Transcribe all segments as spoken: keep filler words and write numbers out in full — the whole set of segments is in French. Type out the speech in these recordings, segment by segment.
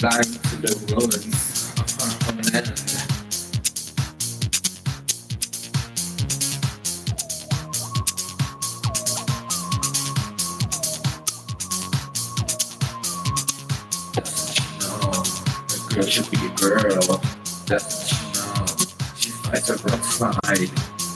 Flying to the ruins of our land. Doesn't she know a girl should be a girl? Doesn't she know she fights a rough fight?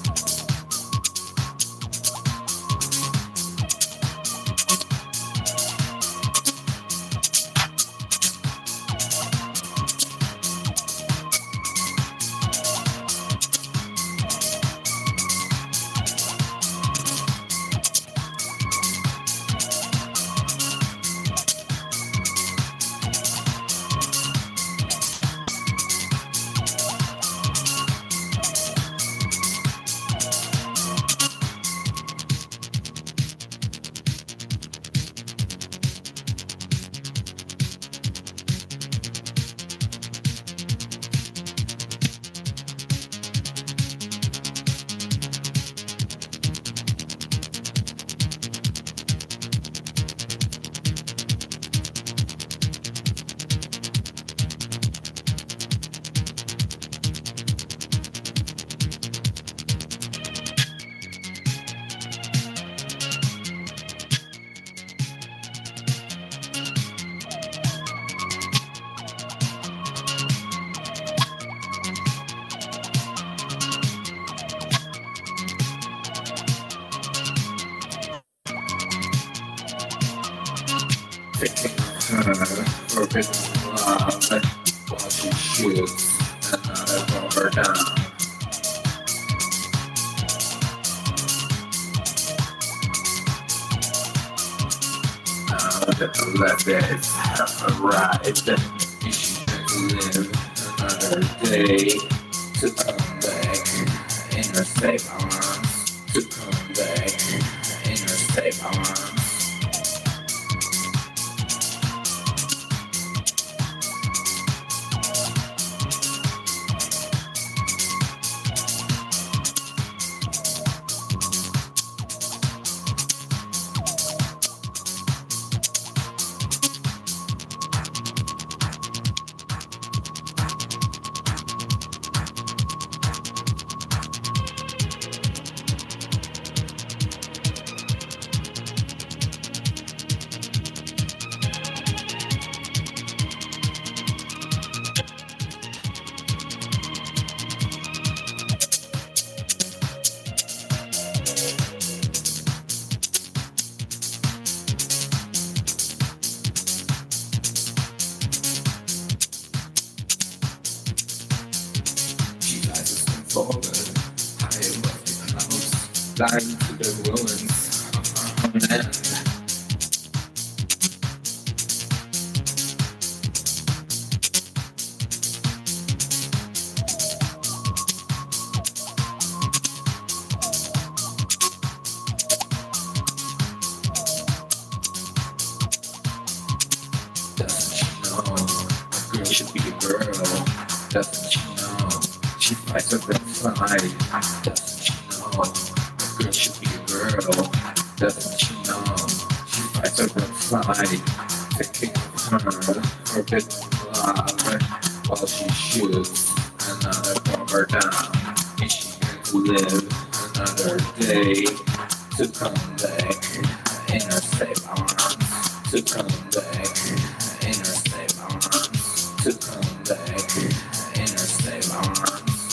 Taking her forbidden love while she shoots another bomber down. Now that the levies have arrived, is she going to live another day to come back in her safe arms? To come back in her safe arms? Forward, high above the clouds, flying to the ruins of our land. Doesn't she know a girl should be a girl? Doesn't she know she fights a rough fight? Doesn't she know a girl should be a girl? Doesn't she know she fights a rough fight? Taking her forbidden love while she shoots another bomber down. Is she going to live another day to come back in her safe arms? To come back in her safe arms? To come back in her safe arms?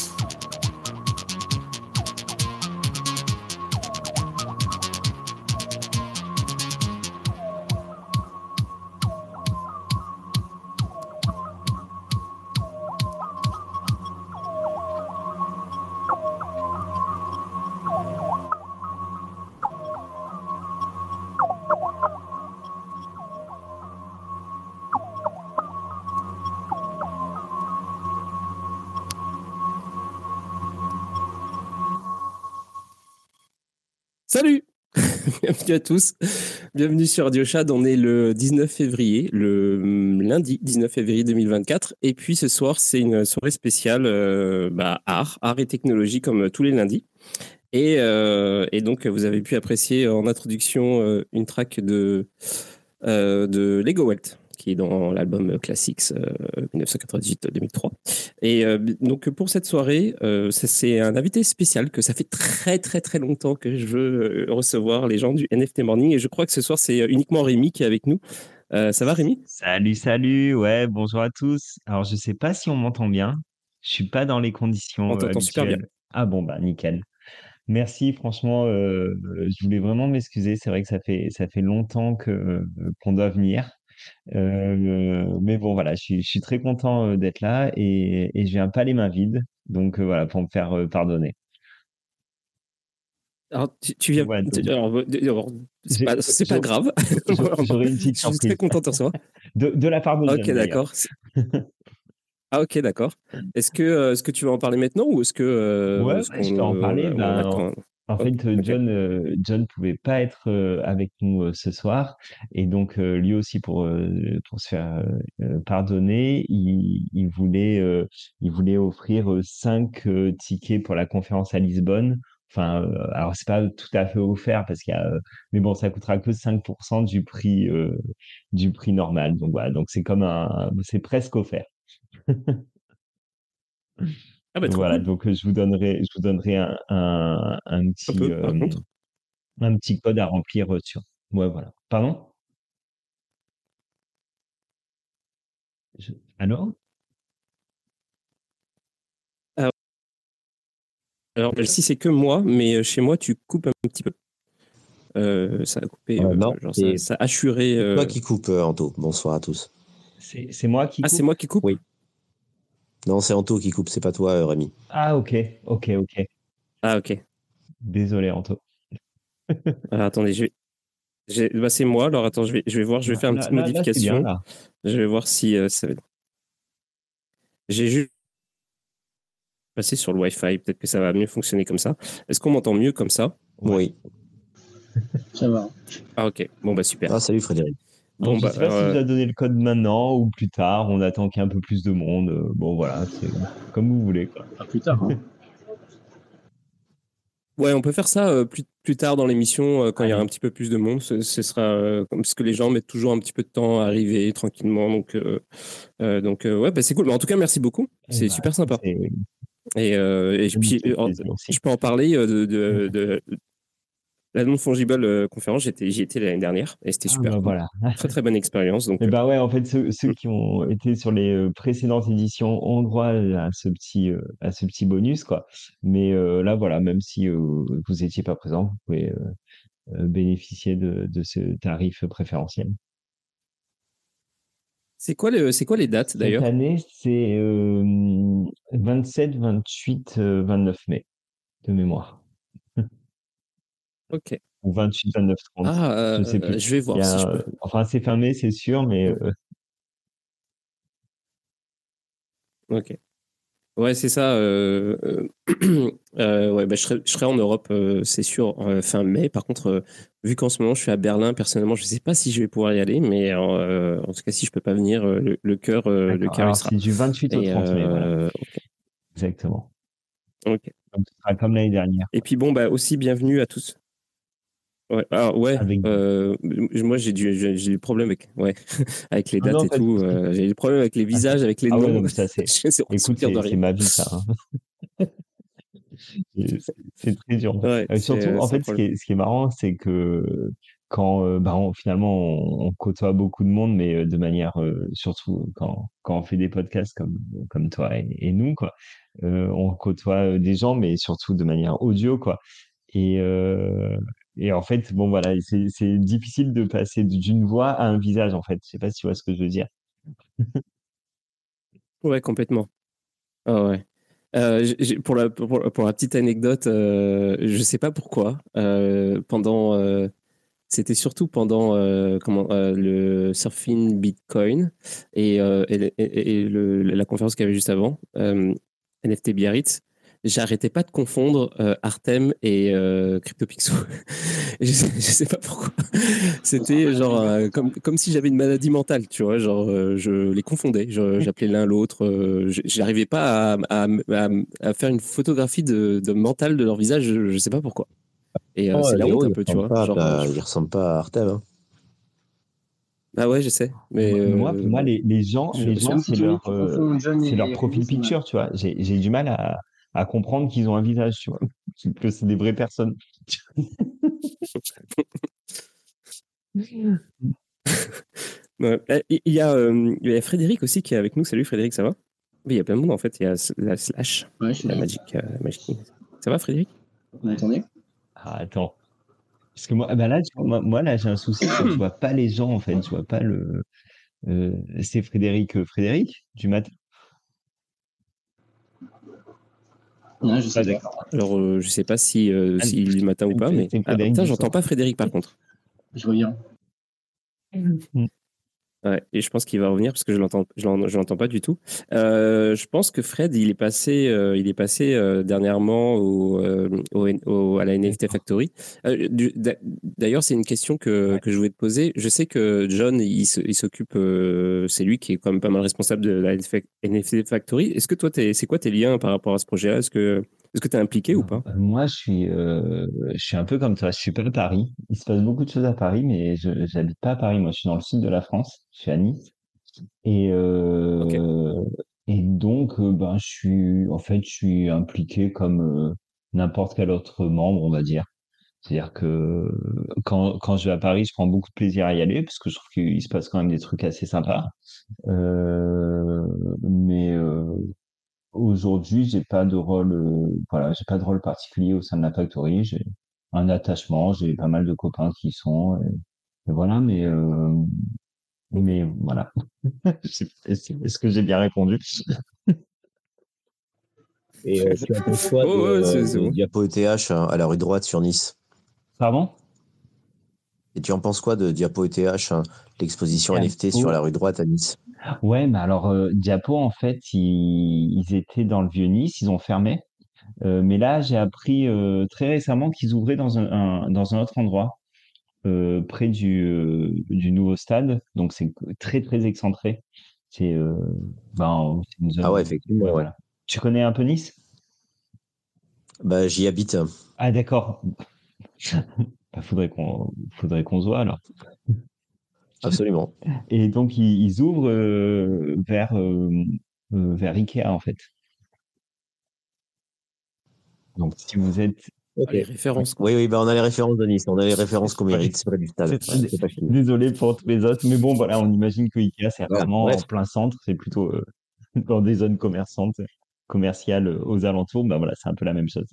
Salut. Bienvenue à tous, bienvenue sur Audiochad, on est le dix-neuf février, le lundi dix-neuf février deux mille vingt-quatre, et puis ce soir c'est une soirée spéciale euh, bah, art, art et technologie comme tous les lundis, et, euh, et donc vous avez pu apprécier en introduction euh, une track de, euh, de Lego Welt, qui est dans l'album Classics euh, dix-neuf cent quatre-vingt-dix-huit deux mille trois. Et euh, donc pour cette soirée, euh, ça, c'est un invité spécial que ça fait très très très longtemps que je veux recevoir, les gens du N F T Morning. Et je crois que ce soir, c'est uniquement Rémi qui est avec nous. Euh, ça va, Rémi? Salut, salut, ouais, bonjour à tous. Alors, je sais pas si on m'entend bien. Je suis pas dans les On conditions euh, t'entend super bien. habituelles. Ah bon, bah nickel. Merci, franchement, euh, euh, je voulais vraiment m'excuser. C'est vrai que ça fait ça fait longtemps que euh, qu'on doit venir. Euh, mais bon, voilà, je suis, je suis très content euh, d'être là et, et je viens pas les mains vides. Donc euh, voilà, pour me faire euh, pardonner. Alors, tu, tu viens. Ouais, donc, alors, alors, c'est j'ai- pas, c'est pas j'aurais grave. j'aurais une petite Je suis très surprise content de te recevoir. de, de la part de Ok, John d'ailleurs. d'accord. Ah, ok, d'accord. Est-ce que, euh, est-ce que tu vas en parler maintenant ou est-ce que, euh, Ouais, est-ce ouais, je qu'on peux en parler. euh, on Ben, attend? en Ok, fait, euh, ok. John, euh, John pouvait pas être euh, avec nous euh, ce soir, et donc euh, lui aussi pour euh, pour se faire euh, euh, pardonner, il, il voulait euh, il voulait offrir euh, cinq euh, tickets pour la conférence à Lisbonne. Enfin, euh, alors c'est pas tout à fait offert parce qu'il y a, euh, mais bon, ça coûtera que cinq pour cent du prix euh, du prix normal. Donc voilà, donc c'est comme un, c'est presque offert. Ah, bah, trop Voilà, cool. donc euh, je vous donnerai, je vous donnerai un, un, un Un petit, peu, par euh, contre. un petit code à remplir euh, sur. Ouais, voilà. Pardon? Je- Allô? Ah, alors, si c'est que moi, mais euh, chez moi, tu coupes un petit peu. Euh, ça a coupé, Euh, euh, non, genre, ça, c'est ça a assuré. c'est toi euh, qui coupe, euh, Anto. Bonsoir à tous. C'est, c'est moi qui Ah, c'est coupe? moi qui coupe? Oui. Non, c'est Anto qui coupe, c'est pas toi, euh, Rémi. Ah, ok, ok, ok. Ah, ok. Désolé, Anto. Alors, attendez, je vais. j'ai- Bah, c'est moi. Alors, attends, je vais, je vais voir. Je vais Là, faire une là, petite là, là, c'est bien, modification. là. Je vais voir si euh, ça va. J'ai juste passé sur le Wi-Fi. Peut-être que ça va mieux fonctionner comme ça. Est-ce qu'on m'entend mieux comme ça? Ouais. Oui. Ça va. Ah, ok. Bon, bah, super. Ah, salut Frédéric. Alors, Bon, je bah, sais pas si je euh, dois donner le code maintenant ou plus tard. On attend qu'il y ait un peu plus de monde. Euh, Bon, voilà, c'est comme vous voulez, quoi. À plus tard. Hein. ouais, on peut faire ça euh, plus, plus tard dans l'émission, euh, quand il y aura un Allez. petit peu plus de monde. Ce, ce sera euh, comme- parce que les gens mettent toujours un petit peu de temps à arriver tranquillement. Donc, euh, euh, donc euh, ouais, bah, c'est cool. Mais en tout cas, merci beaucoup. Et C'est bah, super sympa. c'est, Et, euh, et ça nous puis, fait euh, plaisir aussi. je peux en parler euh, de, de, de la non-fungible euh, conférence. J'étais, j'y étais l'année dernière et c'était Ah, super bah cool. voilà. Très très bonne expérience. Et Donc, euh, ben ouais, en fait, ceux, ceux mm. qui ont été sur les euh, précédentes éditions ont droit à ce petit, euh, à ce petit bonus, quoi. Mais euh, là, voilà, même si euh, vous étiez pas présent, vous pouvez euh, euh, bénéficier de, de ce tarif préférentiel. c'est quoi le, c'est quoi les dates Cette d'ailleurs? année, c'est euh, vingt-sept, vingt-huit, euh, vingt-neuf mai, de mémoire. Ok. Ou vingt-huit, vingt-neuf, trente, Ah, je sais euh, plus. je vais Il y voir si je a, peux. euh, enfin, c'est fermé, c'est sûr, mais Mm. euh, Ok. Ouais, c'est ça. euh, euh, euh, ouais, bah, je serai, je serai en Europe, euh, c'est sûr, euh, fin mai. Par contre, euh, vu qu'en ce moment je suis à Berlin, personnellement, je ne sais pas si je vais pouvoir y aller, mais euh, en tout cas, si je peux pas venir, euh, le, le cœur, euh, le d'accord. cœur y Alors, sera. c'est du vingt-huit au Et trente mai, voilà, euh, ok, exactement. ok. Donc, ce sera comme l'année dernière, Et puis bon, bah aussi bienvenue à tous. Ouais, ah, ouais. avec euh, moi j'ai du j'ai j'ai des problèmes avec ouais avec les non, dates non, et pas de tout. souci. euh, j'ai des problèmes avec les Ah, visages, avec les ah ouais, non, noms. mais ça, c'est. Je ne sais me Écoute, souvenir de c'est c'est rien. ma vie, ça. Hein. C'est c'est- c'est très dur. Ouais, Euh, c'est surtout, euh, en c'est un fait, ce qui problème. est, ce qui est marrant, c'est que quand, euh, bah, on- finalement, on, on côtoie beaucoup de monde, mais euh, de manière, euh, surtout quand, quand on fait des podcasts comme, comme toi et, et nous, quoi, euh, on côtoie euh, des gens, mais surtout de manière audio, quoi. Et, euh, et en fait, bon, voilà, c'est c'est difficile de passer d'une voix à un visage, en fait. Je sais pas si tu vois ce que je veux dire. Ouais, complètement. Ah ouais. Euh, j'ai- j'ai- pour la, pour, pour la petite anecdote, euh, je sais pas pourquoi. Euh, pendant, euh, c'était surtout pendant euh, comment, euh, le Surfing Bitcoin et, euh, et, et- et le- la conférence qu'il y avait juste avant, euh, N F T Biarritz. J'arrêtais pas de confondre euh, Artem et euh, CryptoPixel. je, sais, je sais pas pourquoi. C'était genre euh, comme, comme si j'avais une maladie mentale, tu vois. Genre, euh, je les confondais. Je- J'appelais l'un l'autre. Euh, je- J'arrivais pas à, à, à, à faire une photographie de, de mentale de leur visage. Je, je sais pas pourquoi. Et euh, Oh, c'est la honte Léo, un il peu, tu ressemble vois. pas Genre, euh, à, je- il ressemble pas à Artem. Hein. Ah ouais, je sais. Mais Moi, euh, moi, pour moi, les, les gens, je- les je- gens, c'est Celui leur, qui euh, confond John c'est leur et profil Rémi, c'est mal. picture, tu vois. J'ai, j'ai du mal à, à comprendre qu'ils ont un visage, tu vois, que c'est des vraies personnes. Ouais. Euh, Il y a, euh, il y a Frédéric aussi qui est avec nous. Salut Frédéric, ça va? Oui, il y a plein de monde en fait. Il y a S- la Slash, Ouais, je suis la là. Magic, euh, Magic King. Ça va Frédéric? Vous m'entendez? Ah, attends. Parce que moi, bah là, tu vois, moi, moi, là, j'ai un souci, c'est que je vois pas les gens, en fait. Je vois pas le, euh, c'est Frédéric, euh, Frédéric, du matin. Ouais, je sais Ah, pas. d'accord. Alors, euh, je sais pas si, euh, Ah, s'il est du matin ou pas, c'est mais c'est ah, Frédéric putain, du j'entends soir. pas Frédéric par contre. Je regarde. Mm. Ouais, et je pense qu'il va revenir parce que je l'entends, je l'en- je l'entends pas du tout. Euh, je pense que Fred, il est passé, euh, il est passé euh, dernièrement au, euh, au N- au- à la N F T D'accord. Factory. Euh, du- d'a- D'ailleurs, c'est une question que, Ouais. que je voulais te poser. Je sais que John, il, se- il s'occupe, euh, c'est lui qui est quand même pas mal responsable de la N F T Factory. Est-ce que toi, t'es- c'est quoi tes liens par rapport à ce projet-là? Est-ce que, est-ce que t'es impliqué ou Non, pas? euh, moi, je suis, euh, je suis un peu comme toi. Je suis pas à Paris. Il se passe beaucoup de choses à Paris, mais je j'habite pas à Paris. Moi, je suis dans le sud de la France. Je suis à Nice. Et, Ok. euh, et donc, euh, ben, je suis, en fait, je suis impliqué comme euh, n'importe quel autre membre, on va dire. C'est-à-dire que euh, quand, quand je vais à Paris, je prends beaucoup de plaisir à y aller parce que je trouve qu'il se passe quand même des trucs assez sympas. Euh, mais euh, aujourd'hui, j'ai pas de rôle, euh, voilà, j'ai pas de rôle particulier au sein de la Factory. J'ai un attachement, j'ai pas mal de copains qui y sont, et, et voilà. Mais euh, Ok. mais voilà. Je sais pas, Est-ce est-ce que j'ai bien répondu? Et euh, tu en penses quoi de, Oh, ouais, euh, c'est c'est de bon. Diapo E T H à la rue droite sur Nice? Pardon? Et tu en penses quoi de Diapo E T H, hein, l'exposition N F T sur la Diapo. rue droite à Nice? Ouais, mais alors euh, Diapo, en fait, ils, ils étaient dans le Vieux-Nice, ils ont fermé. Euh, mais là, j'ai appris euh, très récemment qu'ils ouvraient dans un, un- dans un autre endroit, euh, près du, euh, du nouveau stade. Donc c'est très très excentré. C'est euh, ben, c'est une Ah zone. ouais, Ouais, effectivement, ouais. voilà. Tu connais un peu Nice? Bah, j'y habite. Ah d'accord. Bah, faudrait qu'on faudrait qu'on se voit alors. Absolument. Et donc ils, ils ouvrent euh, vers euh, euh, vers Ikea en fait. Donc si vous êtes. Ah, Ok. les références, quoi. Oui, oui, bah on a les références de Nice, on a les références qu'on Ouais, mérite, c'est près du stade. c'est ça. Ouais, c'est pas fini. Désolé pour tous les autres, mais bon voilà, on imagine que Ikea c'est Voilà, rarement en bref. plein centre, c'est plutôt euh, dans des zones commerçantes, commerciales euh, aux alentours. Bah voilà, c'est un peu la même chose.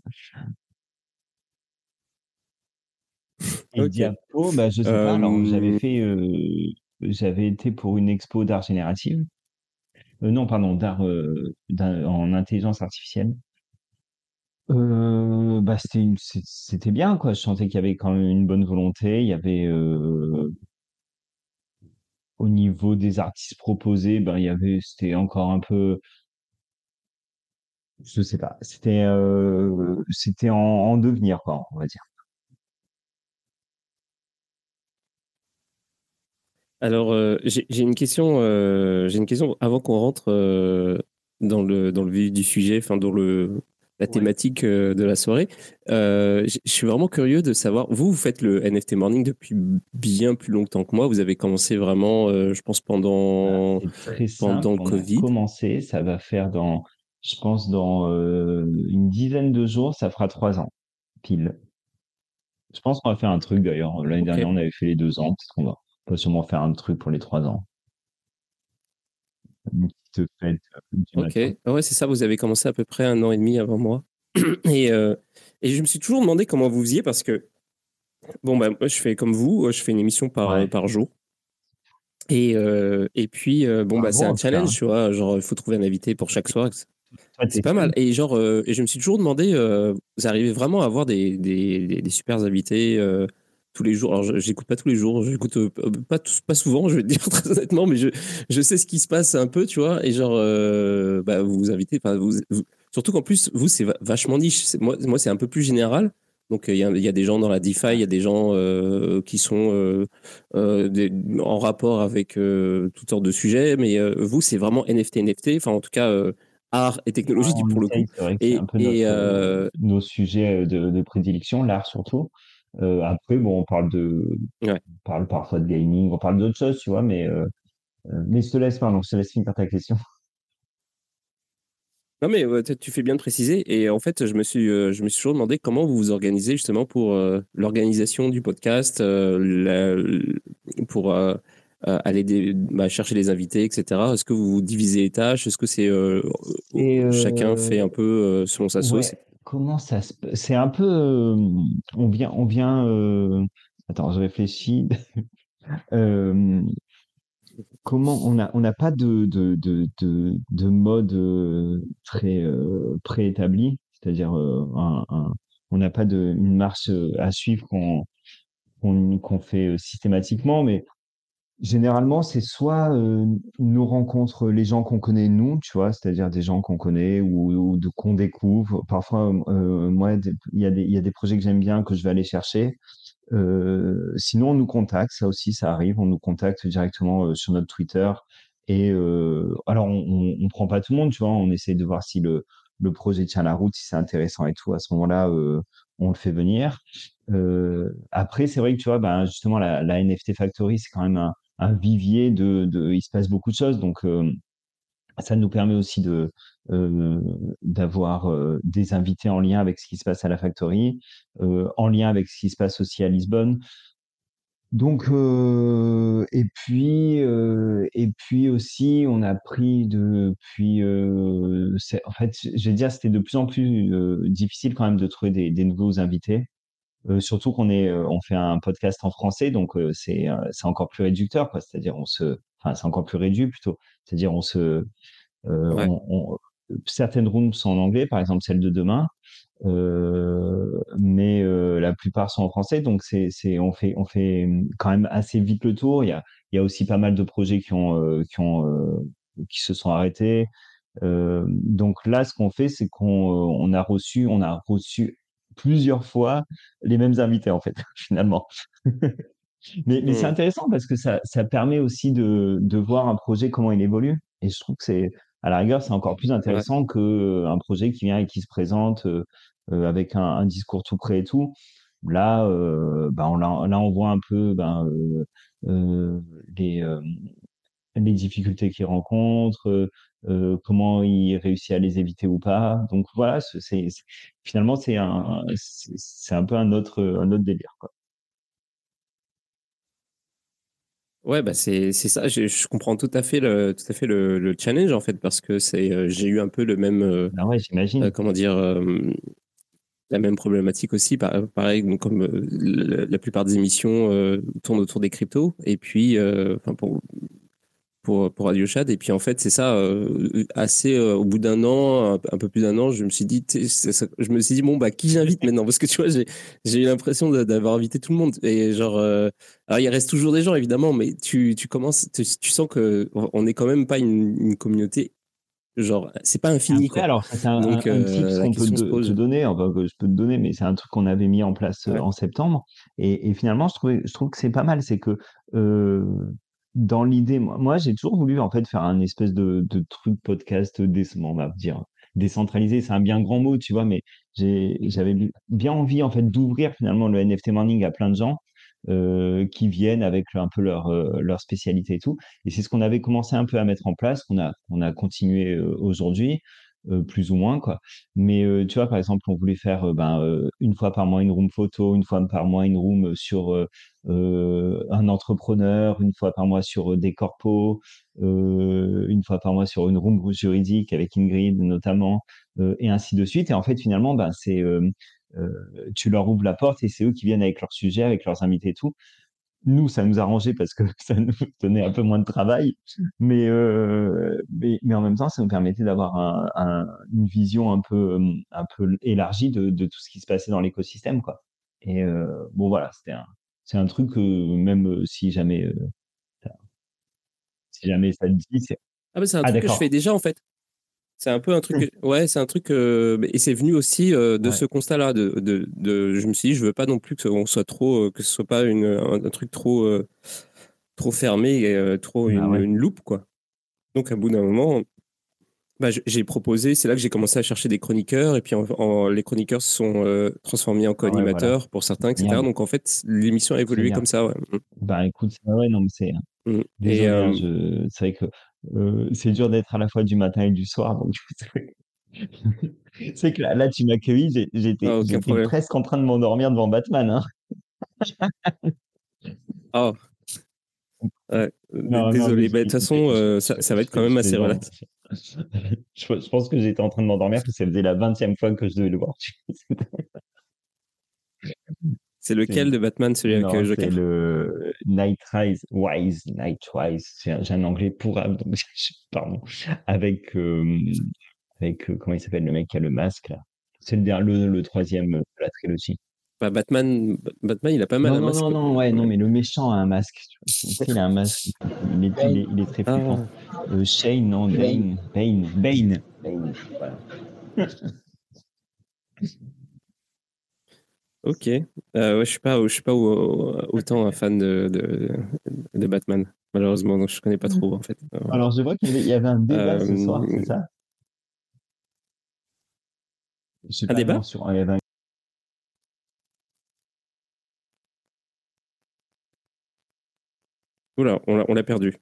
Et Ok. Diapo, bah je sais pas. Alors j'avais Euh, fait, euh, j'avais été pour une expo d'art générative. Euh, non, pardon, d'art euh, d'in- en intelligence artificielle. Euh, bah c'était une- c'est- c'était bien quoi. Je sentais qu'il y avait quand même une bonne volonté. Il y avait euh, au niveau des artistes proposés, ben il y avait c'était encore un peu, je sais pas, c'était euh, c'était en, en devenir quoi, on va dire. Alors, euh, j'ai j'ai une question, euh, j'ai une question avant qu'on rentre euh, dans le, dans le vif du sujet, enfin, dans le, la Ouais. thématique euh, de la soirée. Euh, j- je suis vraiment curieux de savoir, vous, vous faites le N F T Morning depuis bien plus longtemps que moi. Vous avez commencé vraiment, euh, je pense, Voilà, pendant, c'est très simple. pendant le On a Covid. commencé, ça va faire dans, je pense dans euh, une dizaine de jours, ça fera trois ans pile. Je pense qu'on va faire un truc d'ailleurs. L'année Ok, dernière, on avait fait les deux ans. Peut-être qu'on va, on va sûrement faire un truc pour les trois ans. Une petite fête euh, du ok. matin. Ah ouais, c'est ça, vous avez commencé à peu près un an et demi avant moi. Et, euh, et je me suis toujours demandé comment vous faisiez parce que, bon, bah, moi, je fais comme vous, je fais une émission par, Ouais. par jour. Et, euh, et puis, euh, bon, bah, Bravo c'est un en tout cas, hein. challenge, tu vois. Genre, il faut trouver un invité pour chaque soir. Toi, C'est t'es pas mal. seul. Et genre, euh, et je me suis toujours demandé, euh, vous arrivez vraiment à avoir des, des, des, des super invités euh, tous les jours. Alors, je- j'écoute pas tous les jours, j'écoute euh, pas, tous- pas souvent, je vais te dire très honnêtement, mais je, je sais ce qui se passe un peu, tu vois. Et genre, euh, bah, vous vous invitez, enfin, vous, vous- surtout qu'en plus, vous, c'est va- vachement niche. C'est- Moi, moi c'est un peu plus général. Donc, il y a, il y a des gens dans la DeFi, il y a des gens euh, qui sont euh, euh, des- en rapport avec euh, toutes sortes de sujets, mais euh, vous, c'est vraiment N F T, N F T, enfin, en tout cas, euh, art et Ouais, technologie on pour le coup. essaye, c'est vrai que c'est un Et, peu et notre, euh, euh, nos sujets de, de prédilection, l'art surtout. Euh, après, bon, on parle de, Ouais. on parle parfois de gaming, on parle d'autres choses, tu vois, mais, euh, euh, mais je te laisse, pardon, je te laisse finir ta question. Non, mais ouais, tu tu fais bien de préciser. Et en fait, je me suis, euh, je me suis toujours demandé comment vous vous organisez justement pour euh, l'organisation du podcast, euh, la- l- pour euh, euh, aller des- bah, chercher les invités, et cetera. Est-ce que vous divisez les tâches? Est-ce que c'est euh, euh, Et chacun euh, fait un peu euh, selon sa sauce? ouais, comment ça se, p- c'est un peu, euh, on vient, on vient, euh, attends, je réfléchis. Euh, comment on a, on n'a pas de, de, de, de, de mode euh, très euh, préétabli, c'est-à-dire euh, un, un- on n'a pas de, une marche euh, à suivre qu'on qu'on qu'on fait euh, systématiquement, mais généralement, c'est soit euh, nous rencontre les gens qu'on connaît nous, tu vois, c'est-à-dire des gens qu'on connaît ou, ou de, qu'on découvre. Parfois, euh, moi, des- il y a des, il y a des projets que j'aime bien que je vais aller chercher. Euh, sinon, on nous contacte, ça aussi, ça arrive, on nous contacte directement euh, sur notre Twitter. Et euh, alors, on, on, on prend pas tout le monde, tu vois, on essaie de voir si le, le projet tient la route, si c'est intéressant et tout. À ce moment-là, euh, on le fait venir. Euh, après, c'est vrai que tu vois, ben, justement, la, la N F T Factory, c'est quand même un, un vivier de, de, il se passe beaucoup de choses. Donc, euh, ça nous permet aussi de euh, d'avoir euh, des invités en lien avec ce qui se passe à la Factory, euh, en lien avec ce qui se passe aussi à Lisbonne. Donc euh, et puis euh, et puis aussi on a pris depuis euh, c'est, en fait je vais dire c'était de plus en plus euh, difficile quand même de trouver des, des nouveaux invités. Euh, surtout qu'on est euh, on fait un podcast en français donc euh, c'est euh, c'est encore plus réducteur quoi. C'est-à-dire on se enfin c'est encore plus réduit plutôt. C'est-à-dire on se euh, Ouais. on, on- certaines rooms sont en anglais, par exemple celle de demain, euh, mais euh, la plupart sont en français, donc c'est, c'est, on fait, on fait quand même assez vite le tour. Il y a, il y a aussi pas mal de projets qui ont, euh, qui ont, euh, qui se sont arrêtés. Euh, donc là, ce qu'on fait, c'est qu'on, euh, on a reçu, on a reçu plusieurs fois les mêmes invités en fait, finalement. Mais, mais c'est Hmm. intéressant parce que ça, ça permet aussi de, de voir un projet comment il évolue. Et je trouve que c'est, à la rigueur, c'est encore plus Ouais. intéressant que euh, un projet qui vient et qui se présente euh, euh, avec un, un discours tout prêt et tout. Là, euh, ben on, là, là, on voit un peu ben, euh, euh, les, euh, les difficultés qu'il rencontre, euh, euh, comment il réussit à les éviter ou pas. Donc voilà, c'est, c'est- c'est- finalement, c'est un, c'est c'est un peu un autre, un autre délire, quoi. Ouais, bah c'est c'est ça. Je, je comprends tout à fait le tout à fait le, le challenge en fait parce que c'est euh, j'ai eu un peu le même euh, Ah ouais, euh, j'imagine. comment dire euh, la même problématique aussi. Par- Pareil, donc, comme euh, la, la plupart des émissions euh, tournent autour des cryptos et puis euh, enfin pour pour pour Radio Chad et puis en fait c'est ça euh, assez euh, au bout d'un an un, un peu plus d'un an je me suis dit tu sais, c'est ça- je me suis dit bon bah qui j'invite maintenant parce que tu vois j'ai j'ai eu l'impression de- d'avoir invité tout le monde et genre euh, alors il reste toujours des gens évidemment mais tu tu commences tu, tu sens que on n'est quand même pas une, une communauté genre c'est pas infini Après, quoi alors ça c'est un, un, donc un euh, tips la qu'on peut question se te, te pose. donner, enfin que je peux te donner, mais c'est un truc qu'on avait mis en place euh, Ouais. en septembre. Et, et finalement, je trouvais, je trouve que c'est pas mal. C'est que euh, dans l'idée, moi, moi, j'ai toujours voulu en fait faire un espèce de, de truc podcast décent, on va dire décentralisé. C'est un bien grand mot, tu vois, mais j'ai, j'avais bien envie en fait d'ouvrir finalement le N F T Morning à plein de gens euh, qui viennent avec un peu leur euh, leur spécialité et tout. Et c'est ce qu'on avait commencé un peu à mettre en place, qu'on a qu'on a continué euh, aujourd'hui euh, plus ou moins quoi. Mais euh, tu vois, par exemple, on voulait faire euh, ben euh, une fois par mois une room photo, une fois par mois une room sur euh, euh, un entrepreneur, une fois par mois sur euh, des corpos, euh, une fois par mois sur une room juridique avec Ingrid notamment, euh, et ainsi de suite. Et en fait, finalement, ben c'est euh, euh, tu leur ouvres la porte et c'est eux qui viennent avec leur sujet, avec leurs invités et tout. Nous, ça nous arrangeait parce que ça nous donnait un peu moins de travail, mais, euh, mais, mais en même temps, ça nous permettait d'avoir un, un, une vision un peu, euh, un peu élargie de, de tout ce qui se passait dans l'écosystème, quoi. Et euh, bon, voilà, c'était un, c'est un truc que même euh, si jamais, euh, si jamais ça te dit, c'est... Ah bah c'est un Ah, truc que je fais d'accord. déjà en fait. C'est un peu un truc, que- ouais, c'est un truc, euh, et c'est venu aussi euh, de Ouais. ce constat-là. De, de, de, je me suis dit, je veux pas non plus que on soit trop, euh, que ce soit pas une, un, un truc trop, euh, trop fermé, et, euh, trop Bah une, ouais. une loupe, quoi. Donc, à bout d'un moment, Bah, je- j'ai proposé, c'est là que j'ai commencé à chercher des chroniqueurs, et puis en- en- les chroniqueurs se sont euh, transformés en Ah ouais, voilà. co-animateurs pour certains, et cetera. Génial. Donc en fait, l'émission a Très évolué bien. comme ça. Ouais. Bah écoute, ouais, ouais, non, mais c'est Mm. Et désolé, hein, euh, je c'est vrai que euh, c'est dur d'être à la fois du matin et du soir, donc c'est que là, là tu m'as accueilli, j'ai- j'étais ah, aucun j'étais problème. presque en train de m'endormir devant Batman, hein. Ah, ouais. D- Non, non, mais Désolé. je, Bah, de toute façon, je, euh, je, ça, ça va je, être quand je, même je assez plaisante. relax. Je, je pense que j'étais en train de m'endormir, que ça faisait la vingtième fois que je devais le voir. C'est C'est- lequel de Batman, celui avec Non, euh, c'est Joker? le Night Rise, Wise, Night Rise. J'ai un, j'ai un anglais pourrable, donc je- pardon. Avec, euh, avec euh, comment il s'appelle le mec qui a le masque là? C'est le, der- le, le troisième de la trilogie. Bah, Batman, Batman, il a pas mal Non, un non, non, masque. non, ouais, quand non, même. mais le méchant a un masque. Tu vois. Tu sais, il a un masque. Il est, il est, il est très flippant. Ah, Euh, Shane, non, Bane. Dane, Bane, Bane, Bane, voilà. ok. Euh, ouais, je suis pas, je suis pas au- autant un fan de, de, de Batman, malheureusement, donc je connais pas trop en fait. Euh, Alors, je vois qu'il y avait, il y avait un débat ce soir, euh, c'est ça? Je sais un pas, non, débat? sur, il y avait un- Oula, on l'a on l'a perdu.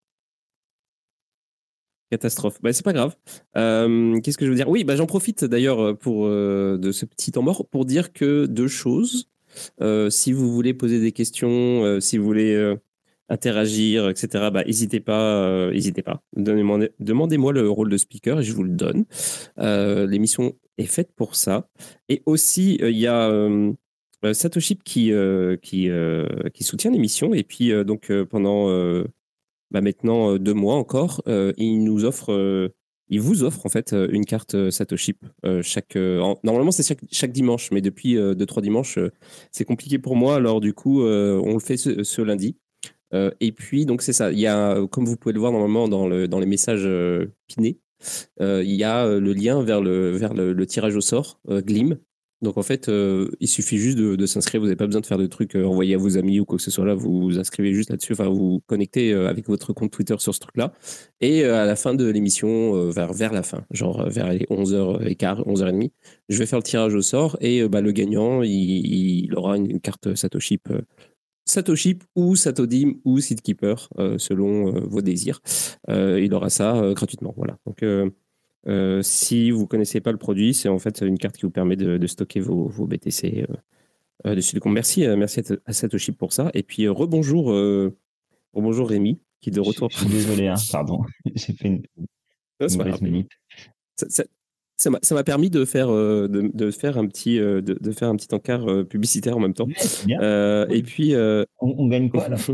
Catastrophe. Bah, c'est pas grave. Euh, Qu'est-ce que je veux dire? Oui, bah, j'en profite d'ailleurs pour euh, de ce petit temps mort pour dire que deux choses. Euh, si vous voulez poser des questions, euh, si vous voulez euh, interagir, et cetera, bah, n'hésitez pas, euh, n'hésitez pas. Donnez-moi- Demandez-moi le rôle de speaker et je vous le donne. Euh, L'émission est faite pour ça. Et aussi, euh, il y a euh, euh, Satoshi qui, euh, qui, euh, qui soutient l'émission. Et puis, euh, donc, euh, pendant euh, bah, maintenant euh, deux mois encore, euh, il nous offre, euh, il vous offre en fait euh, une carte euh, Satoshi euh, chaque. Euh, en- normalement, c'est chaque, chaque dimanche, mais depuis euh, deux trois dimanches, euh, c'est compliqué pour moi. Alors du coup, euh, on le fait ce, ce lundi. Euh, et puis donc c'est ça. Il y a, comme vous pouvez le voir normalement dans le dans les messages euh, pinés, euh, il y a euh, le lien vers le vers le, le tirage au sort euh, Glim. Donc en fait, euh, il suffit juste de, de s'inscrire. Vous n'avez pas besoin de faire de trucs euh, envoyés à vos amis ou quoi que ce soit là. Vous vous inscrivez juste là-dessus. Enfin, vous vous connectez euh, avec votre compte Twitter sur ce truc-là. Et euh, à la fin de l'émission, euh, vers, vers la fin, genre euh, vers les onze heures quinze, onze heures trente, je vais faire le tirage au sort et euh, bah, le gagnant, il, il aura une, une carte Satoshi euh, Satoshi ou Satodim ou Seedkeeper, euh, selon euh, vos désirs. Euh, il aura ça euh, gratuitement. Voilà. Donc, euh, euh, si vous ne connaissez pas le produit, c'est en fait une carte qui vous permet de, de stocker vos, vos B T C euh, euh, dessus. Donc, merci, euh, merci à Satoshi pour ça. Et puis, euh, rebonjour, euh, rebonjour Rémi, qui est de Je, suis retour je suis parmi nous. désolé, hein, pardon. J'ai fait une Non, c'est pas mauvaise grave. minute. Ça, ça- ça m'a ça m'a permis de faire, euh, de, de faire un petit, euh, de, de faire un petit encart euh, publicitaire en même temps. Ouais, c'est bien. Euh, et Cool. puis, euh, On, on gagne quoi alors?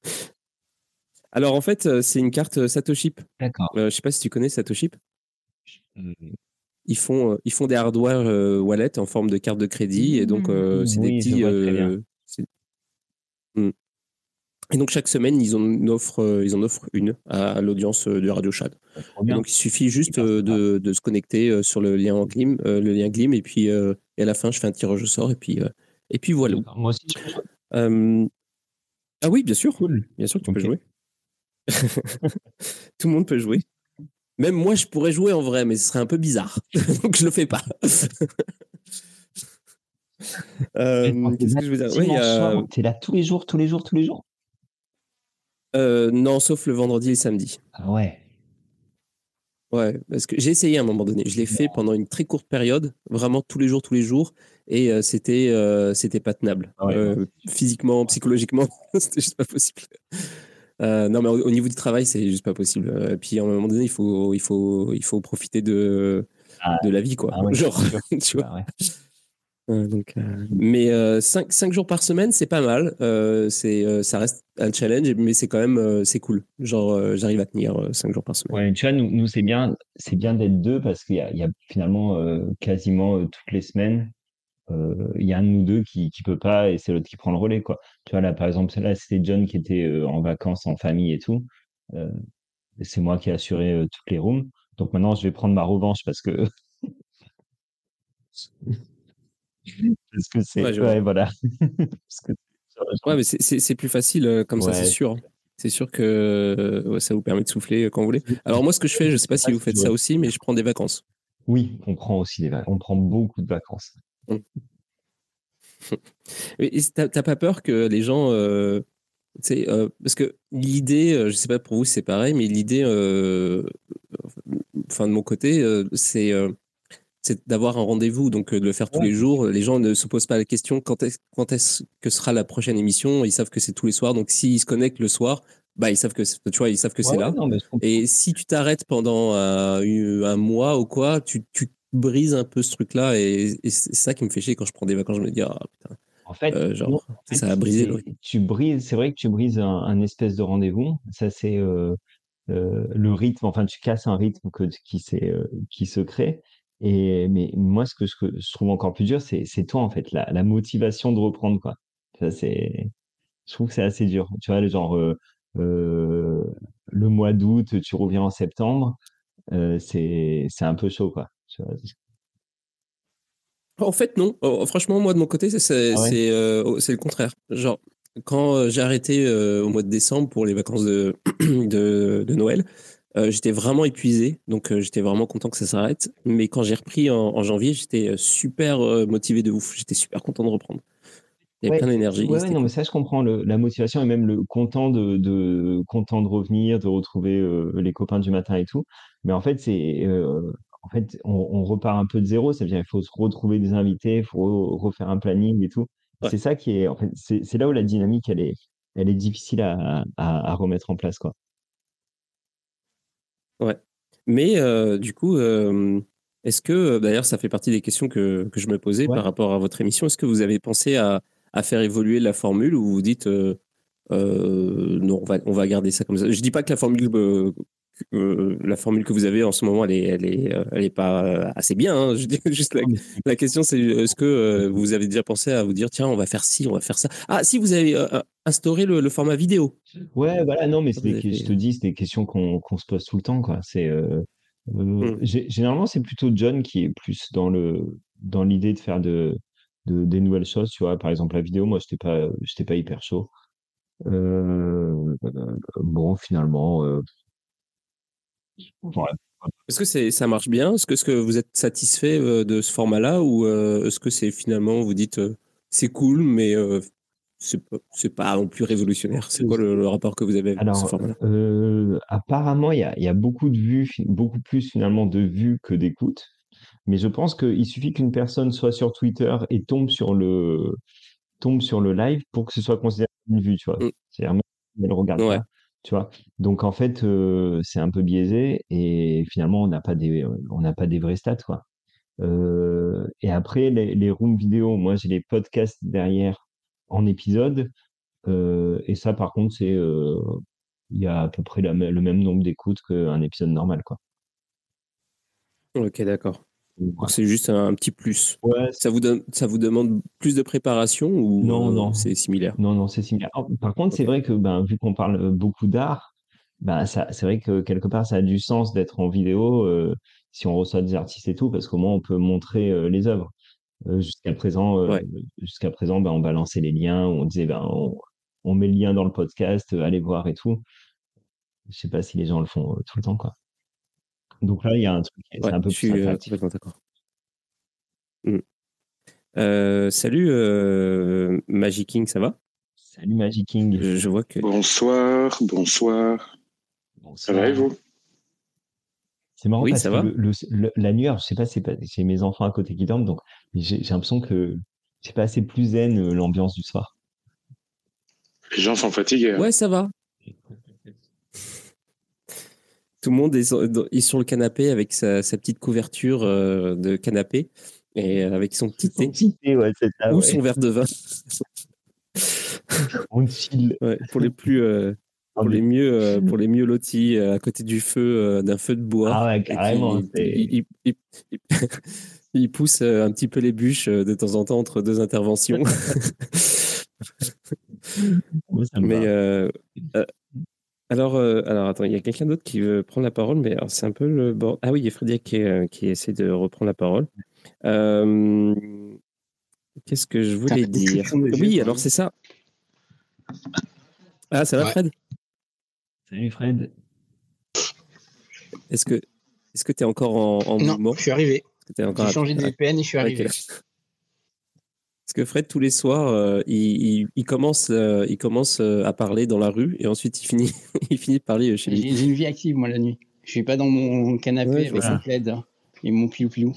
alors en fait, euh, c'est une carte Satoshi. D'accord. Euh, je sais pas si tu connais Satoshi. Euh, Ils font, euh, ils font des hardware euh, wallets en forme de carte de crédit. Et donc, euh, c'est des oui, je petits. vois très bien. euh, c'est- Hmm. Et donc, chaque semaine, ils en offrent, euh, ils en offrent une à, à l'audience euh, du Radio Chat. Bah, trop Et bien. donc, il suffit juste Hyper euh, sympa. de, de se connecter euh, sur le lien en Glim, euh, le lien Glim. Et puis, euh, et à la fin, je fais un tirage au sort. Et puis, euh, et puis voilà. D'accord. Moi aussi, je peux jouer. Euh, ah oui, bien sûr. Cool. Bien sûr que tu peux Ok. jouer. Tout le monde peut jouer. Même moi, je pourrais jouer en vrai, mais ce serait un peu bizarre. Donc, je le fais pas. Euh, Attends, t'es Qu'est-ce là que je veux dire? Oui, il y dimanche a. soir, t'es là tous les jours, tous les jours, tous les jours. Euh, non, sauf le vendredi et le samedi. Ah ouais. Ouais, parce que j'ai essayé à un moment donné. Je l'ai fait pendant une très courte période, vraiment tous les jours, tous les jours, et euh, c'était euh, c'était pas tenable. Ah ouais, non, Euh, c'est sûr. physiquement, psychologiquement, c'était juste pas possible. Euh, non, mais au, au niveau du travail, c'est juste pas possible. Euh, Et puis à un moment donné, il faut il faut il faut profiter de Ah, de la vie, quoi. ah ouais, Genre, c'est sûr. tu vois. Bah ouais. Euh, donc, euh, mais euh, cinq, cinq jours par semaine, c'est pas mal. Euh, c'est, euh, ça reste un challenge, mais c'est quand même euh, c'est cool. Genre, euh, j'arrive à tenir euh, cinq jours par semaine. Ouais, tu vois, nous, nous c'est bien, c'est bien d'être deux parce qu'il y a, il y a finalement euh, quasiment euh, toutes les semaines, euh, il y a un de nous deux qui qui peut pas et c'est l'autre qui prend le relais, quoi. Tu vois, là, par exemple, là, c'était John qui était euh, en vacances en famille et tout. Euh, et c'est moi qui ai assuré euh, toutes les rooms. Donc maintenant, je vais prendre ma revanche parce que parce que Ouais, c'est je vois. ouais, voilà. Parce que Ouais, mais c'est, c'est, c'est plus facile euh, comme ça, c'est ouais, sûr. C'est sûr que ouais, ça vous permet de souffler quand vous voulez. Alors moi, ce que je fais, je sais pas si vous faites ça aussi, mais je prends des vacances. Oui, on prend aussi des vacances. On prend beaucoup de vacances. Et t'as t'as pas peur que les gens, euh, tu sais, euh, parce que l'idée, euh, je sais pas pour vous si c'est pareil, mais l'idée, euh, enfin de mon côté, euh, c'est euh, c'est d'avoir un rendez-vous, donc euh, de le faire tous Ouais. les jours. Les gens ne se posent pas la question quand est-ce quand est-ce que sera la prochaine émission. Ils savent que c'est tous les soirs, donc s'ils se connectent le soir, bah ils savent que c'est- tu vois, ils savent que Ouais, c'est ouais, là. non, mais je comprends. Et si tu t'arrêtes pendant euh, une- un mois ou quoi, tu, tu brises un peu ce truc-là, et, et c'est ça qui me fait chier quand je prends des vacances. Je me dis, ah putain, En fait, euh, non, genre, en ça, fait, ça a brisé le c'est, rythme. tu brises, c'est vrai que tu brises un, un espèce de rendez-vous. Ça, c'est euh, euh, le rythme. Enfin, tu casses un rythme que, qui, s'est, euh, qui se crée. Et, mais moi, ce que, ce que je trouve encore plus dur, c'est, c'est toi, en fait, la, la motivation de reprendre, quoi. Ça, c'est, je trouve que c'est assez dur. Tu vois, le genre, euh, euh, le mois d'août, tu reviens en septembre, euh, c'est, c'est un peu chaud, quoi. Tu vois. En fait, non. Oh, franchement, moi, de mon côté, c'est c'est Ah ouais? c'est, euh, c'est le contraire. Genre, quand euh, j'ai arrêté euh, au mois de décembre pour les vacances de, de, de Noël, euh, j'étais vraiment épuisé. Donc, euh, j'étais vraiment content que ça s'arrête. Mais quand j'ai repris en, en janvier, j'étais euh, super euh, motivé de ouf. J'étais super content de reprendre. Il y avait Ouais, plein c'est- d'énergie, ouais, ouais, c'était non, mais cool. ça, je comprends le, la motivation et même le content de, de content de revenir, de retrouver euh, les copains du matin et tout. Mais en fait, c'est euh, en fait, on, on repart un peu de zéro. Ça veut dire, il faut se retrouver des invités, il faut refaire un planning et tout. Ouais, C'est ça qui est, en fait, c'est c'est là où la dynamique, elle est, elle est difficile à, à, à remettre en place, quoi. ouais. Mais euh, du coup, euh, est-ce que, euh, d'ailleurs, ça fait partie des questions que, que je me posais Ouais. par rapport à votre émission, est-ce que vous avez pensé à, à faire évoluer la formule ou vous dites, euh, euh, non, on va, on va garder ça comme ça. Je dis pas que la formule, euh, euh, la formule que vous avez en ce moment, elle est, elle est, euh, elle est pas euh, assez bien, hein. Je dis juste la, Non, mais c'est- la question, c'est est-ce que euh, vous avez déjà pensé à vous dire, tiens, on va faire ci, on va faire ça. Ah, si vous avez euh, instauré le, le format vidéo. Ouais, voilà, non, mais Ça, c'est vous des, avez que- je fait. te dis, c'est des questions qu'on qu'on se pose tout le temps, quoi. C'est euh, euh, Hmm. gé- généralement c'est plutôt John qui est plus dans le dans l'idée de faire de, de des nouvelles choses, tu vois. Par exemple, la vidéo, moi, j'étais pas j'étais pas hyper chaud. Euh, euh, bon, finalement, euh, voilà. Est-ce que c'est, ça marche bien? Est-ce que, est-ce que vous êtes satisfait euh, de ce format-là ou euh, est-ce que c'est finalement, vous dites, euh, c'est cool, mais euh, c'est pas, c'est pas non plus révolutionnaire? C'est quoi le, le rapport que vous avez avec ce Alors, format-là? euh, apparemment, il y a, il y a beaucoup de vues, fi- beaucoup plus finalement de vues que d'écoutes. Mais je pense qu'il suffit qu'une personne soit sur Twitter et tombe sur le tombe sur le live pour que ce soit considéré comme une vue, tu vois. Mm. C'est-à-dire même si elle ne regarde Ouais, pas, tu vois. Donc en fait, euh, c'est un peu biaisé et finalement on n'a pas des on n'a pas des vrais stats, quoi. Euh, et après les, les rooms vidéo, moi j'ai les podcasts derrière en épisode euh, et ça par contre c'est euh, il y a à peu près la me- le même nombre d'écoutes qu'un épisode normal, quoi. ok, d'accord. Donc, Donc voilà. c'est juste un, un petit plus. Ouais, Ça vous donne, ça vous demande plus de préparation ou non, euh, non, c'est similaire? non, non, c'est similaire. Oh, par contre, c'est Ok. vrai que ben, vu qu'on parle euh, beaucoup d'art, ben, ça, c'est vrai que quelque part, ça a du sens d'être en vidéo euh, si on reçoit des artistes et tout, parce qu'au moins on peut montrer euh, les œuvres. Euh, jusqu'à présent, euh, Ouais, jusqu'à présent, ben, on balançait les liens, on disait ben, on, on met le lien dans le podcast, euh, allez voir et tout. Je sais pas si les gens le font euh, tout le temps, quoi. Donc là, il y a un truc, c'est ouais, un peu je plus suis euh, interactif. complètement d'accord. Mm. Euh, salut euh, Magic King, ça va? Salut Magic King. Je, je vois que. Bonsoir, bonsoir. Ça va et Bonsoir. vous? C'est marrant Oui, parce ça que va? le, le, le- la nuit, alors, je sais pas, c'est pas, j'ai mes enfants à côté qui dorment, donc j'ai j'ai l'impression que c'est pas assez plus zen euh, l'ambiance du soir. Les gens sont fatigués. Hein. Ouais, ça va. Tout le monde est sur, est sur le canapé avec sa, sa petite couverture euh, de canapé et euh, avec son petit Son thé petit thé, ouais, c'est ça, ou ouais. son verre de vin. On chill. Ouais, pour les plus, euh, On pour les est- mieux, euh, pour les mieux lotis euh, à côté du feu, euh, d'un feu de bois Ah ouais, et carrément, qui c'est, il, il, il- il- il pousse euh, un petit peu les bûches euh, de temps en temps entre deux interventions. moi, ça me Mais va. euh, euh, alors, euh, alors attends, il y a quelqu'un d'autre qui veut prendre la parole, mais alors, c'est un peu le bord. Ah oui, il y a Frédéric qui, est, euh, qui essaie de reprendre la parole. Euh, Qu'est-ce que je voulais dire? Oui, alors c'est ça. Ah, ça va, Ouais, Fred? Salut Fred. Est-ce que est-ce que tu es encore en, en Non, mouvement? je suis arrivé. J'ai J'ai changé de V P N et je suis arrivé. Okay. Parce que Fred, tous les soirs, euh, il, il, il commence, euh, il commence euh, à parler dans la rue et ensuite il finit, il finit de parler chez lui. J'ai, j'ai une vie active, moi, la nuit. Je suis pas dans mon canapé Ouais, avec voilà. mon plaid et mon pilou-pilou.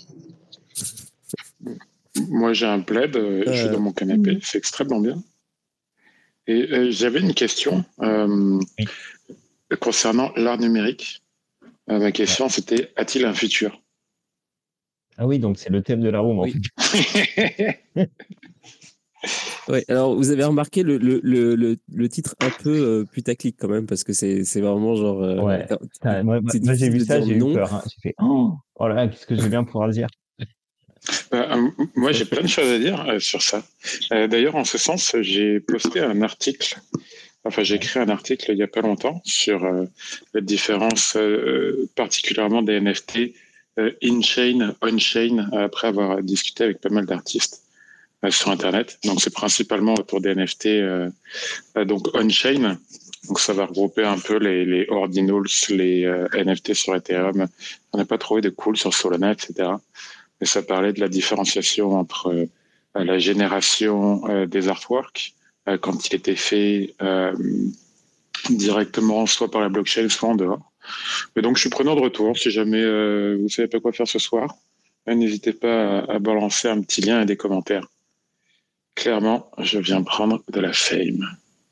Moi, j'ai un plaid, euh, je suis dans mon canapé, c'est extrêmement bien. Et euh, j'avais une question euh, Oui. concernant l'art numérique. Euh, ma question, ouais. c'était, a-t-il un futur? Ah oui, donc c'est le thème de la room, oui. en fait. Oui, alors vous avez remarqué le, le, le, le, le titre un peu euh, putaclic quand même, parce que c'est, c'est vraiment genre... Euh, ouais, c'est, moi, c'est moi j'ai vu ça, j'ai non. eu peur. Hein. J'ai fait, oh, oh là là, qu'est-ce que je vais bien pouvoir dire? Euh, moi, j'ai plein de choses à dire euh, sur ça. Euh, d'ailleurs, en ce sens, j'ai posté un article, enfin, j'ai écrit un article il n'y a pas longtemps sur euh, la différence euh, particulièrement des N F T euh, in-chain, on-chain, après avoir discuté avec pas mal d'artistes euh, sur Internet. Donc, c'est principalement autour des N F T euh, euh, donc on-chain. Donc, ça va regrouper un peu les, les ordinals, les euh, N F T sur Ethereum. On n'a pas trouvé de cool sur Solana, et cetera. Et ça parlait de la différenciation entre euh, la génération euh, des artworks euh, quand il était fait euh, directement soit par la blockchain, soit en dehors. Et donc, je suis preneur de retour. Si jamais euh, vous ne savez pas quoi faire ce soir, euh, n'hésitez pas à, à balancer un petit lien et des commentaires. Clairement, je viens prendre de la fame.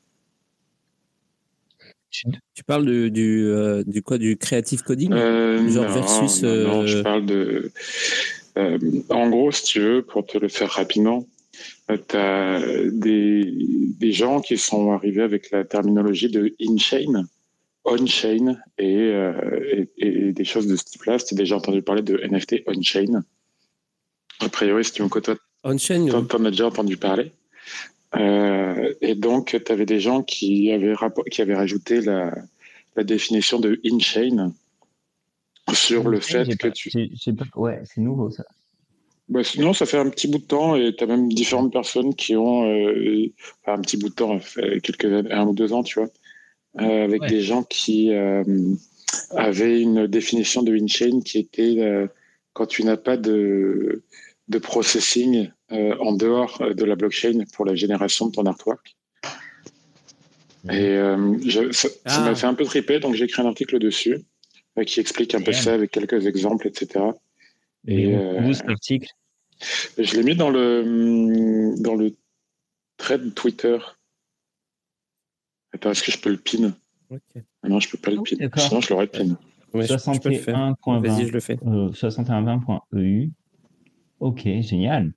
Tu parles de, du, euh, du quoi, du creative coding euh, genre non, versus non, non, euh... je parle de... Euh, en gros, si tu veux, pour te le faire rapidement, tu as des, des gens qui sont arrivés avec la terminologie de in-chain, on-chain et, euh, et, et des choses de ce type-là. Si tu as déjà entendu parler de N F T on-chain, a priori, si tu me côtoies, on-chain, t'en, t'en as déjà entendu parler. Euh, et donc, tu avais des gens qui avaient, rapport, qui avaient rajouté la, la définition de in-chain sur in-chain, le fait j'ai que pas, tu... J'ai, j'ai pas... Ouais, c'est nouveau, ça. Bah, sinon, ça fait un petit bout de temps et tu as même différentes personnes qui ont euh, enfin, un petit bout de temps, quelques un ou deux ans, tu vois, euh, avec ouais. des gens qui euh, avaient une définition de in-chain qui était euh, quand tu n'as pas de, de processing euh, en dehors de la blockchain pour la génération de ton artwork. Mmh. Et euh, je, ça, ah. ça m'a fait un peu triper, donc j'ai écrit un article dessus euh, qui explique un peu ça avec quelques exemples, et cetera. Et, et on trouve euh, cet article? Je l'ai mis dans le, dans le thread Twitter. Attends, est-ce que je peux le pin? Okay. Ah non, je peux pas le pin. D'accord. Sinon, je l'aurais pin. Ouais, soixante et un point vingt. Vas-y, je le fais. Euh, soixante et un vingt point E U. Ok, génial.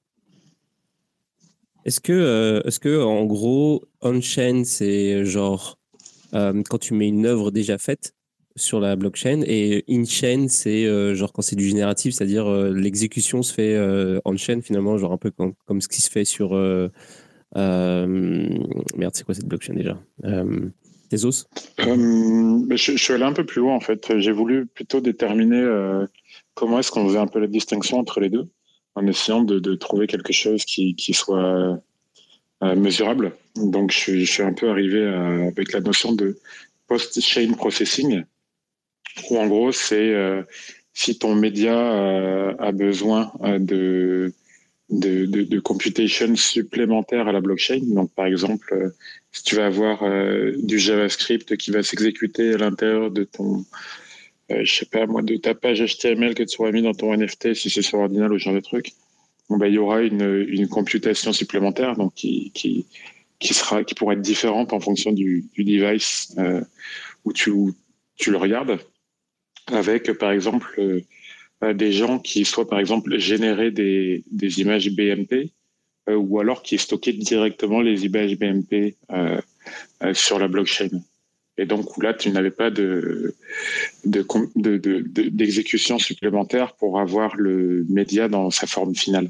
Est-ce que, euh, est-ce que en gros, on-chain, c'est genre euh, quand tu mets une œuvre déjà faite sur la blockchain, et in-chain, c'est euh, genre quand c'est du génératif, c'est-à-dire euh, l'exécution se fait euh, on-chain finalement, genre un peu comme, comme ce qui se fait sur... Euh, euh, merde, c'est quoi cette blockchain déjà euh, Tezos euh, je, je suis allé un peu plus loin en fait. J'ai voulu plutôt déterminer euh, comment est-ce qu'on faisait un peu la distinction entre les deux, en essayant de, de trouver quelque chose qui, qui soit euh, mesurable. Donc je suis, je suis un peu arrivé à, avec la notion de post-chain processing, où en gros c'est euh, si ton média euh, a besoin euh, de, de, de, de computation supplémentaire à la blockchain. Donc par exemple, euh, si tu vas avoir euh, du JavaScript qui va s'exécuter à l'intérieur de ton, euh, je sais pas moi, de ta page H T M L que tu auras mis dans ton N F T, si c'est sur Ordinal ou ce genre de truc, bon, bah, il y aura une, une computation supplémentaire donc qui, qui, qui, sera, qui pourra être différente en fonction du, du device euh, où tu, où tu le regardes, avec par exemple euh, des gens qui soient par exemple générer des, des images B M P euh, ou alors qui stockent directement les images B M P euh, euh, sur la blockchain. Et donc où là, tu n'avais pas de, de, de, de, de, d'exécution supplémentaire pour avoir le média dans sa forme finale.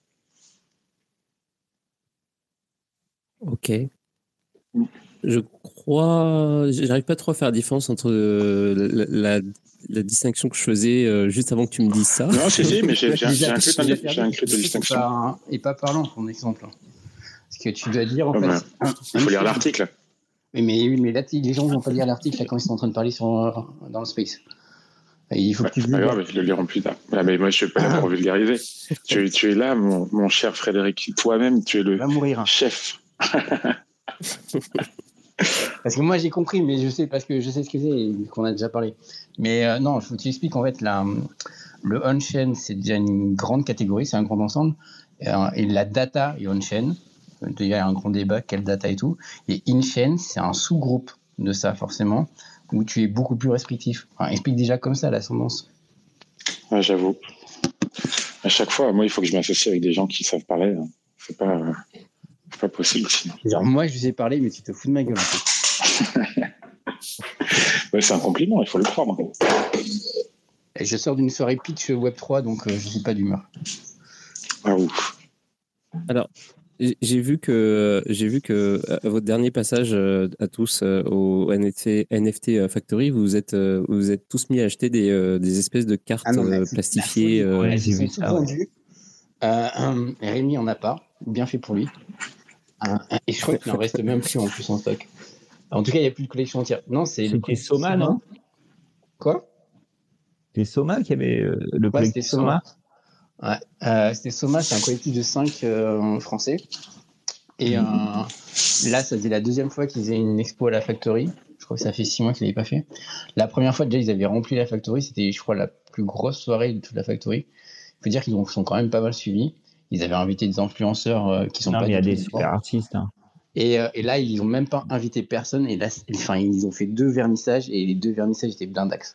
Ok. Je crois... J'arrive pas trop à faire la différence entre la, la, la distinction que je faisais euh, juste avant que tu me dises ça. Non, c'est si, mais j'ai, j'ai, j'ai inclus de distinction. Et pas parlant, ton exemple. Parce que tu dois dire, en oh fait... ben, il faut lire l'article. Mais, mais, mais là, les gens vont pas lire l'article là, quand ils sont en train de parler sur, euh, dans le space. Et il faut Bah, que tu c'est pas grave, ils le liront plus tard. Ah, mais moi, je suis pas là pour vulgariser. tu, tu es là, mon, mon cher Frédéric. Toi-même, tu es le va mourir. chef. Parce que moi, j'ai compris, mais je sais parce que je sais ce que c'est et qu'on a déjà parlé. Mais euh, non, je vous explique en fait, la, le on-chain, c'est déjà une grande catégorie, c'est un grand ensemble. Et, euh, et la data et on-chain, il y a un grand débat, quelle data et tout. Et in-chain, c'est un sous-groupe de ça, forcément, où tu es beaucoup plus restrictif. Enfin, explique déjà comme ça l'ascendance. Ouais, j'avoue. À chaque fois, moi, il faut que je m'associe avec des gens qui savent parler. Hein. C'est pas, euh, c'est pas possible sinon. Genre, moi, je sais parler, mais tu te fous de ma gueule, en fait. Ouais, c'est un compliment, il faut le prendre. Et je sors d'une soirée pitch web trois, donc euh, je suis pas d'humeur. Ah ouf. Alors, j'ai vu que j'ai vu que à votre dernier passage euh, à tous euh, au N F T, N F T Factory, vous êtes euh, vous êtes tous mis à acheter des, euh, des espèces de cartes Ah non, mais euh, c'est plastifiées. la folie. euh, Ouais, Elles j'ai sont vu toutes ça, ouais. vendues. Euh, euh, Rémi en a pas, bien fait pour lui. Euh, et je crois qu'il en reste même plus en plus en stock. En tout cas, il n'y a plus de collection entière. Non, c'est le C'était Soma, non? Quoi? C'était Soma qui avait euh, le Ouais, c'était collectif Soma. Soma. Ouais. Euh, c'était Soma, c'est un collectif de cinq euh, français. Et euh, là, ça faisait la deuxième fois qu'ils faisaient une expo à la Factory. Je crois que ça fait six mois qu'ils l'avaient pas fait. La première fois, déjà, ils avaient rempli la Factory. C'était, je crois, la plus grosse soirée de toute la Factory. Il faut dire qu'ils sont quand même pas mal suivis. Ils avaient invité des influenceurs euh, qui sont Non, pas mais il y a du des tout super dedans. artistes. Hein. Et, euh, et là, ils ont même pas invité personne. Et là, enfin, ils ont fait deux vernissages et les deux vernissages étaient blindax.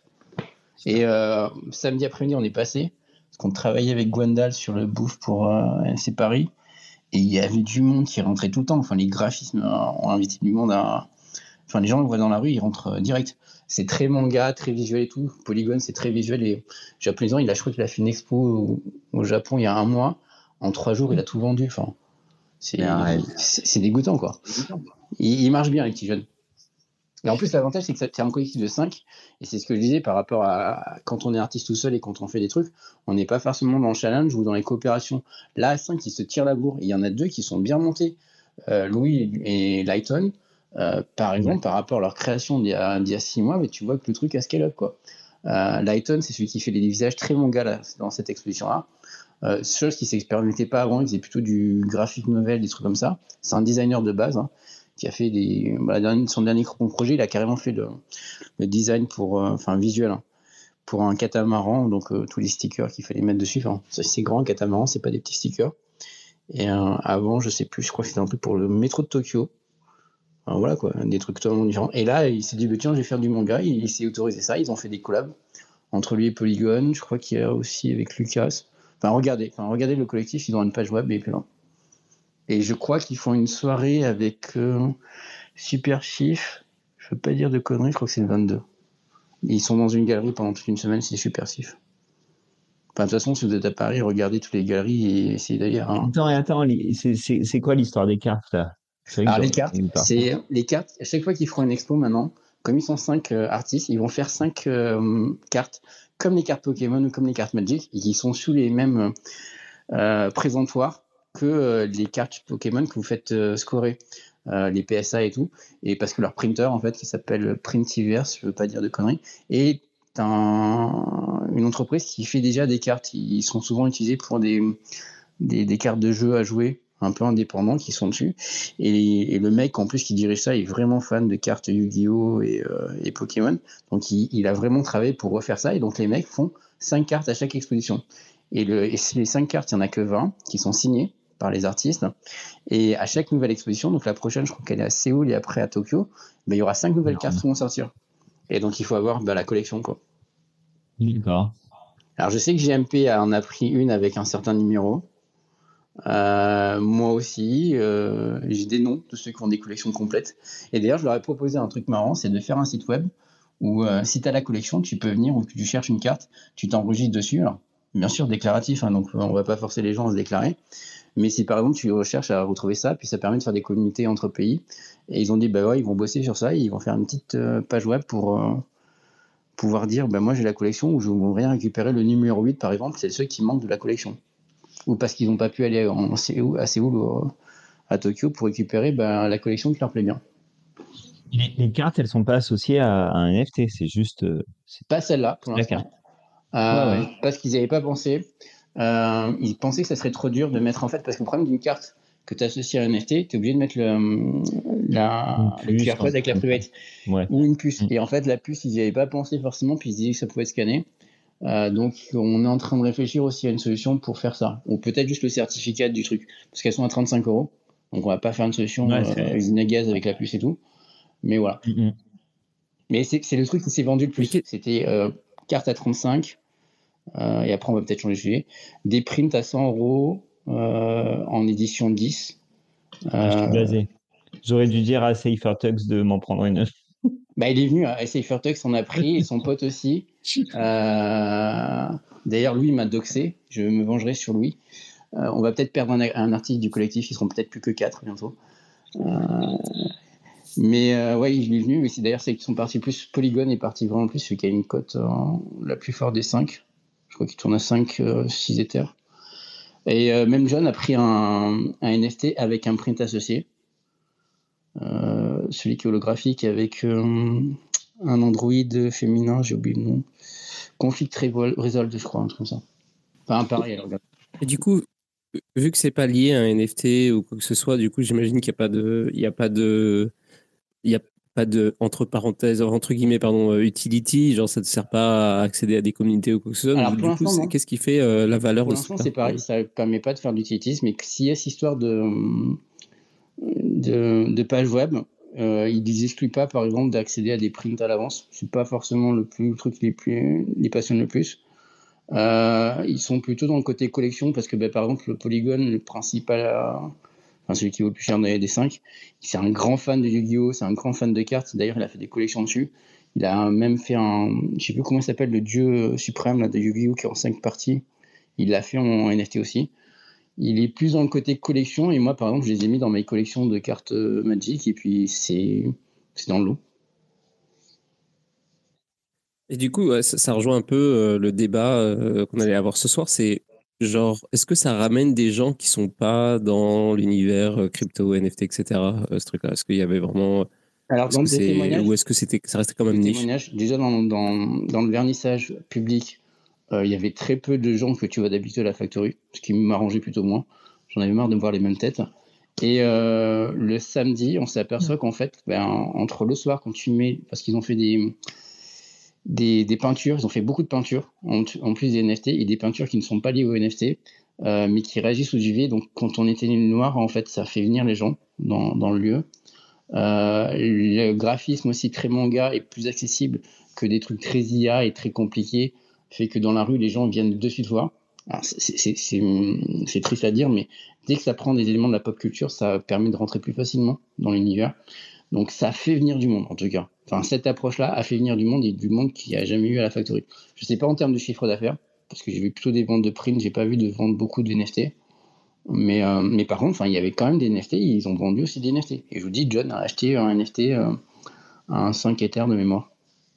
Et euh, samedi après-midi, on est passé parce qu'on travaillait avec Gwendal sur le bouffe pour euh, N F C Paris. Et il y avait du monde qui rentrait tout le temps. Enfin, les graphismes euh, ont invité du monde à. Enfin, les gens le voient dans la rue, ils rentrent euh, direct. C'est très manga, très visuel et tout. Polygon, c'est très visuel. Et japonais, il a, je crois qu'il a fait une expo au, au Japon il y a un mois. En trois jours, il a tout vendu. Enfin, c'est, c'est, c'est dégoûtant, quoi. Il, il marche bien, les petits jeunes. Et en plus, l'avantage, c'est que c'est un collectif de cinq. Et c'est ce que je disais par rapport à quand on est artiste tout seul et quand on fait des trucs, on n'est pas forcément dans le challenge ou dans les coopérations. Là, à cinq, ils se tirent la bourre. Il y en a deux qui sont bien montés, euh, Louis et Lighton. Euh, par exemple, par rapport à leur création d'il y a, d'il y a six mois, mais tu vois que le truc a scale up, quoi. Euh, Lighton, c'est celui qui fait les visages très manga là, dans cette exposition-là. Euh, chose qui ne s'expérimentait pas avant, il faisait plutôt du graphic novel, des trucs comme ça. C'est un designer de base, hein, qui a fait des. Bah, son dernier projet, il a carrément fait le, le design pour, euh, enfin visuel, hein, pour un catamaran, donc euh, tous les stickers qu'il fallait mettre dessus. Enfin, ça, c'est grand, un catamaran, c'est pas des petits stickers. Et euh, avant, je sais plus, je crois que c'était un truc pour le métro de Tokyo. Enfin, voilà quoi, des trucs totalement différents. Et là, il s'est dit, bah, tiens, je vais faire du manga. Il, il s'est autorisé ça. Ils ont fait des collabs entre lui et Polygon. Je crois qu'il y a aussi avec Lucas. Enfin, regardez, enfin, regardez le collectif, ils ont une page web et plein. Et je crois qu'ils font une soirée avec euh, Super Chief. Je veux pas dire de conneries, je crois que c'est le vingt-deux. Ils sont dans une galerie pendant toute une semaine, c'est Super Chief. Enfin, de toute façon, si vous êtes à Paris, regardez toutes les galeries et essayez d'aller. Hein. Attends, attends, c'est, c'est, c'est quoi l'histoire des cartes là? Alors, les cartes, c'est les cartes. À chaque fois qu'ils feront une expo maintenant, comme ils sont cinq euh, artistes, ils vont faire cinq euh, cartes, comme les cartes Pokémon ou comme les cartes Magic, et qui sont sous les mêmes euh, présentoirs que euh, les cartes Pokémon que vous faites euh, scorer, euh, les P S A et tout, et parce que leur printer, en fait, qui s'appelle Printiverse, je veux pas dire de conneries, est un, une entreprise qui fait déjà des cartes. Ils sont souvent utilisés pour des, des, des cartes de jeu à jouer, un peu indépendants, qui sont dessus. Et, et le mec, en plus, qui dirige ça, est vraiment fan de cartes Yu-Gi-Oh! Et, euh, et Pokémon. Donc, il, il a vraiment travaillé pour refaire ça. Et donc, les mecs font cinq cartes à chaque exposition. Et, le, et les cinq cartes, il y en a que vingt qui sont signées par les artistes. Et à chaque nouvelle exposition, donc la prochaine, je crois qu'elle est à Séoul et après à Tokyo, ben, il y aura cinq nouvelles cartes qui vont sortir. Et donc, il faut avoir ben, la collection, quoi. D'accord. Alors, je sais que G M P en a pris une avec un certain numéro. Euh, moi aussi, euh, j'ai des noms de ceux qui ont des collections complètes. Et d'ailleurs, je leur ai proposé un truc marrant, c'est de faire un site web où euh, si tu as la collection, tu peux venir ou que tu cherches une carte, tu t'enregistres dessus. Alors, bien sûr, déclaratif, hein, donc on va pas forcer les gens à se déclarer. Mais si par exemple tu recherches à retrouver ça, puis ça permet de faire des communautés entre pays. Et ils ont dit, bah ouais, ils vont bosser sur ça, et ils vont faire une petite euh, page web pour euh, pouvoir dire, bah moi j'ai la collection, où je voudrais récupérer le numéro huit par exemple, c'est ceux qui manquent de la collection. Ou parce qu'ils n'ont pas pu aller en Séoul, à Séoul ou à Tokyo pour récupérer ben, la collection qui leur plaît bien. Les, les cartes, elles sont pas associées à, à un N F T, c'est juste. euh, c'est Pas celle-là, pour la l'instant. carte. Euh, Ouais, ouais. Parce qu'ils n'y avaient pas pensé. Euh, ils pensaient que ça serait trop dur de mettre en fait, parce que le problème d'une carte que tu associes à un N F T, tu es obligé de mettre le, la, Une le puce, Q R code avec la un truc comme private ça. Ouais. ou une puce. Mm. Et en fait, la puce, ils n'y avaient pas pensé forcément, puis ils se disaient que ça pouvait scanner. Euh, donc, on est en train de réfléchir aussi à une solution pour faire ça. Ou peut-être juste le certificat du truc, parce qu'elles sont à trente-cinq euros. Donc, on va pas faire une solution Ouais, euh, c'est. usine à gaz avec la puce et tout. Mais voilà. Mm, mm. Mais c'est c'est le truc qui s'est vendu le Mais plus. qu'est- C'était euh, carte à trente-cinq. Euh, et après, on va peut-être changer de sujet. Des prints à cent euros euh, en édition dix. Ah, je suis Euh, blasé. J'aurais dû dire à Cyphertux de m'en prendre une. bah, il est venu à Cyphertux, on a pris, et son pote aussi. Euh, D'ailleurs, lui, il m'a doxé. Je me vengerai sur lui. Euh, on va peut-être perdre un, un artiste du collectif. Ils seront peut-être plus que quatre bientôt. Euh, mais euh, ouais, il est venu. Mais c'est d'ailleurs ceux qui sont partis plus. Polygon est parti vraiment plus, celui qui a une cote euh, la plus forte des cinq. Je crois qu'il tourne à cinq, six éthers. Et euh, même John a pris un, un N F T avec un print associé. Euh, celui qui est holographique avec euh, un androïde féminin, j'ai oublié le nom. Conflict Resolved, je crois, un truc comme ça. Enfin, pareil, alors regarde. Et du coup, vu que c'est pas lié à un N F T ou quoi que ce soit, du coup, j'imagine qu'il n'y a pas de, il y a pas de, il y a pas de entre parenthèses, entre guillemets, pardon, euh, utility. Genre, ça ne sert pas à accéder à des communautés ou quoi que ce soit. Alors, Donc, pour du coup, l'instant, c'est- non. qu'est-ce qui fait euh, la valeur Pour de ce l'instant, truc-là c'est pareil, ça ne permet pas de faire d'utilities, mais s'il y a cette histoire de, de, de page web, euh, ils ne excluent pas, par exemple, d'accéder à des prints à l'avance. C'est pas forcément le, plus, le truc qui les, plus, les passionne le plus. Euh, ils sont plutôt dans le côté collection parce que, bah, par exemple, le Polygon, le principal, euh, enfin celui qui vaut le plus cher des cinq, c'est un grand fan de Yu-Gi-Oh, c'est un grand fan de cartes. D'ailleurs, il a fait des collections dessus. Il a même fait un, je sais plus comment il s'appelle, le dieu suprême là, de Yu-Gi-Oh qui est en cinq parties. Il l'a fait en N F T aussi. Il est plus dans le côté collection et moi, par exemple, je les ai mis dans mes collections de cartes Magic et puis c'est c'est dans le lot. Et du coup, ouais, ça, ça rejoint un peu euh, le débat euh, qu'on allait avoir ce soir. C'est genre, est-ce que ça ramène des gens qui sont pas dans l'univers euh, crypto, N F T, et cetera euh, ce truc-là? Est-ce qu'il y avait vraiment, Alors, est-ce dans que des c'est, témoignages, ou est-ce que c'était, ça restait quand des même niche? témoignages, déjà dans, dans, dans le vernissage public, euh, il y avait très peu de gens que tu vois d'habitude à la Factory, ce qui m'arrangeait plutôt moins. J'en avais marre de voir les mêmes têtes. Et euh, le samedi, on s'aperçoit qu'en fait, ben, entre le soir, quand tu mets, parce qu'ils ont fait des, des, des peintures, ils ont fait beaucoup de peintures, en, en plus des N F T, et des peintures qui ne sont pas liées au N F T, euh, mais qui réagissent aux U V. Donc, quand on éteigne le noir, en fait, ça fait venir les gens dans, dans le lieu. Euh, le graphisme aussi très manga est plus accessible que des trucs très I A et très compliqués, fait que dans la rue, les gens viennent de suite voir. Alors, c'est, c'est, c'est, c'est triste à dire, mais dès que ça prend des éléments de la pop culture, ça permet de rentrer plus facilement dans l'univers. Donc ça fait venir du monde, en tout cas. Enfin, cette approche-là a fait venir du monde et du monde qu'il n'y a jamais eu à la Factory. Je ne sais pas en termes de chiffre d'affaires, parce que j'ai vu plutôt des ventes de prints, j'ai pas vu de vente beaucoup de N F T. Mais, euh, mais par contre, il y avait quand même des N F T, ils ont vendu aussi des N F T. Et je vous dis, John a acheté un N F T euh, à un cinq Ether de mémoire.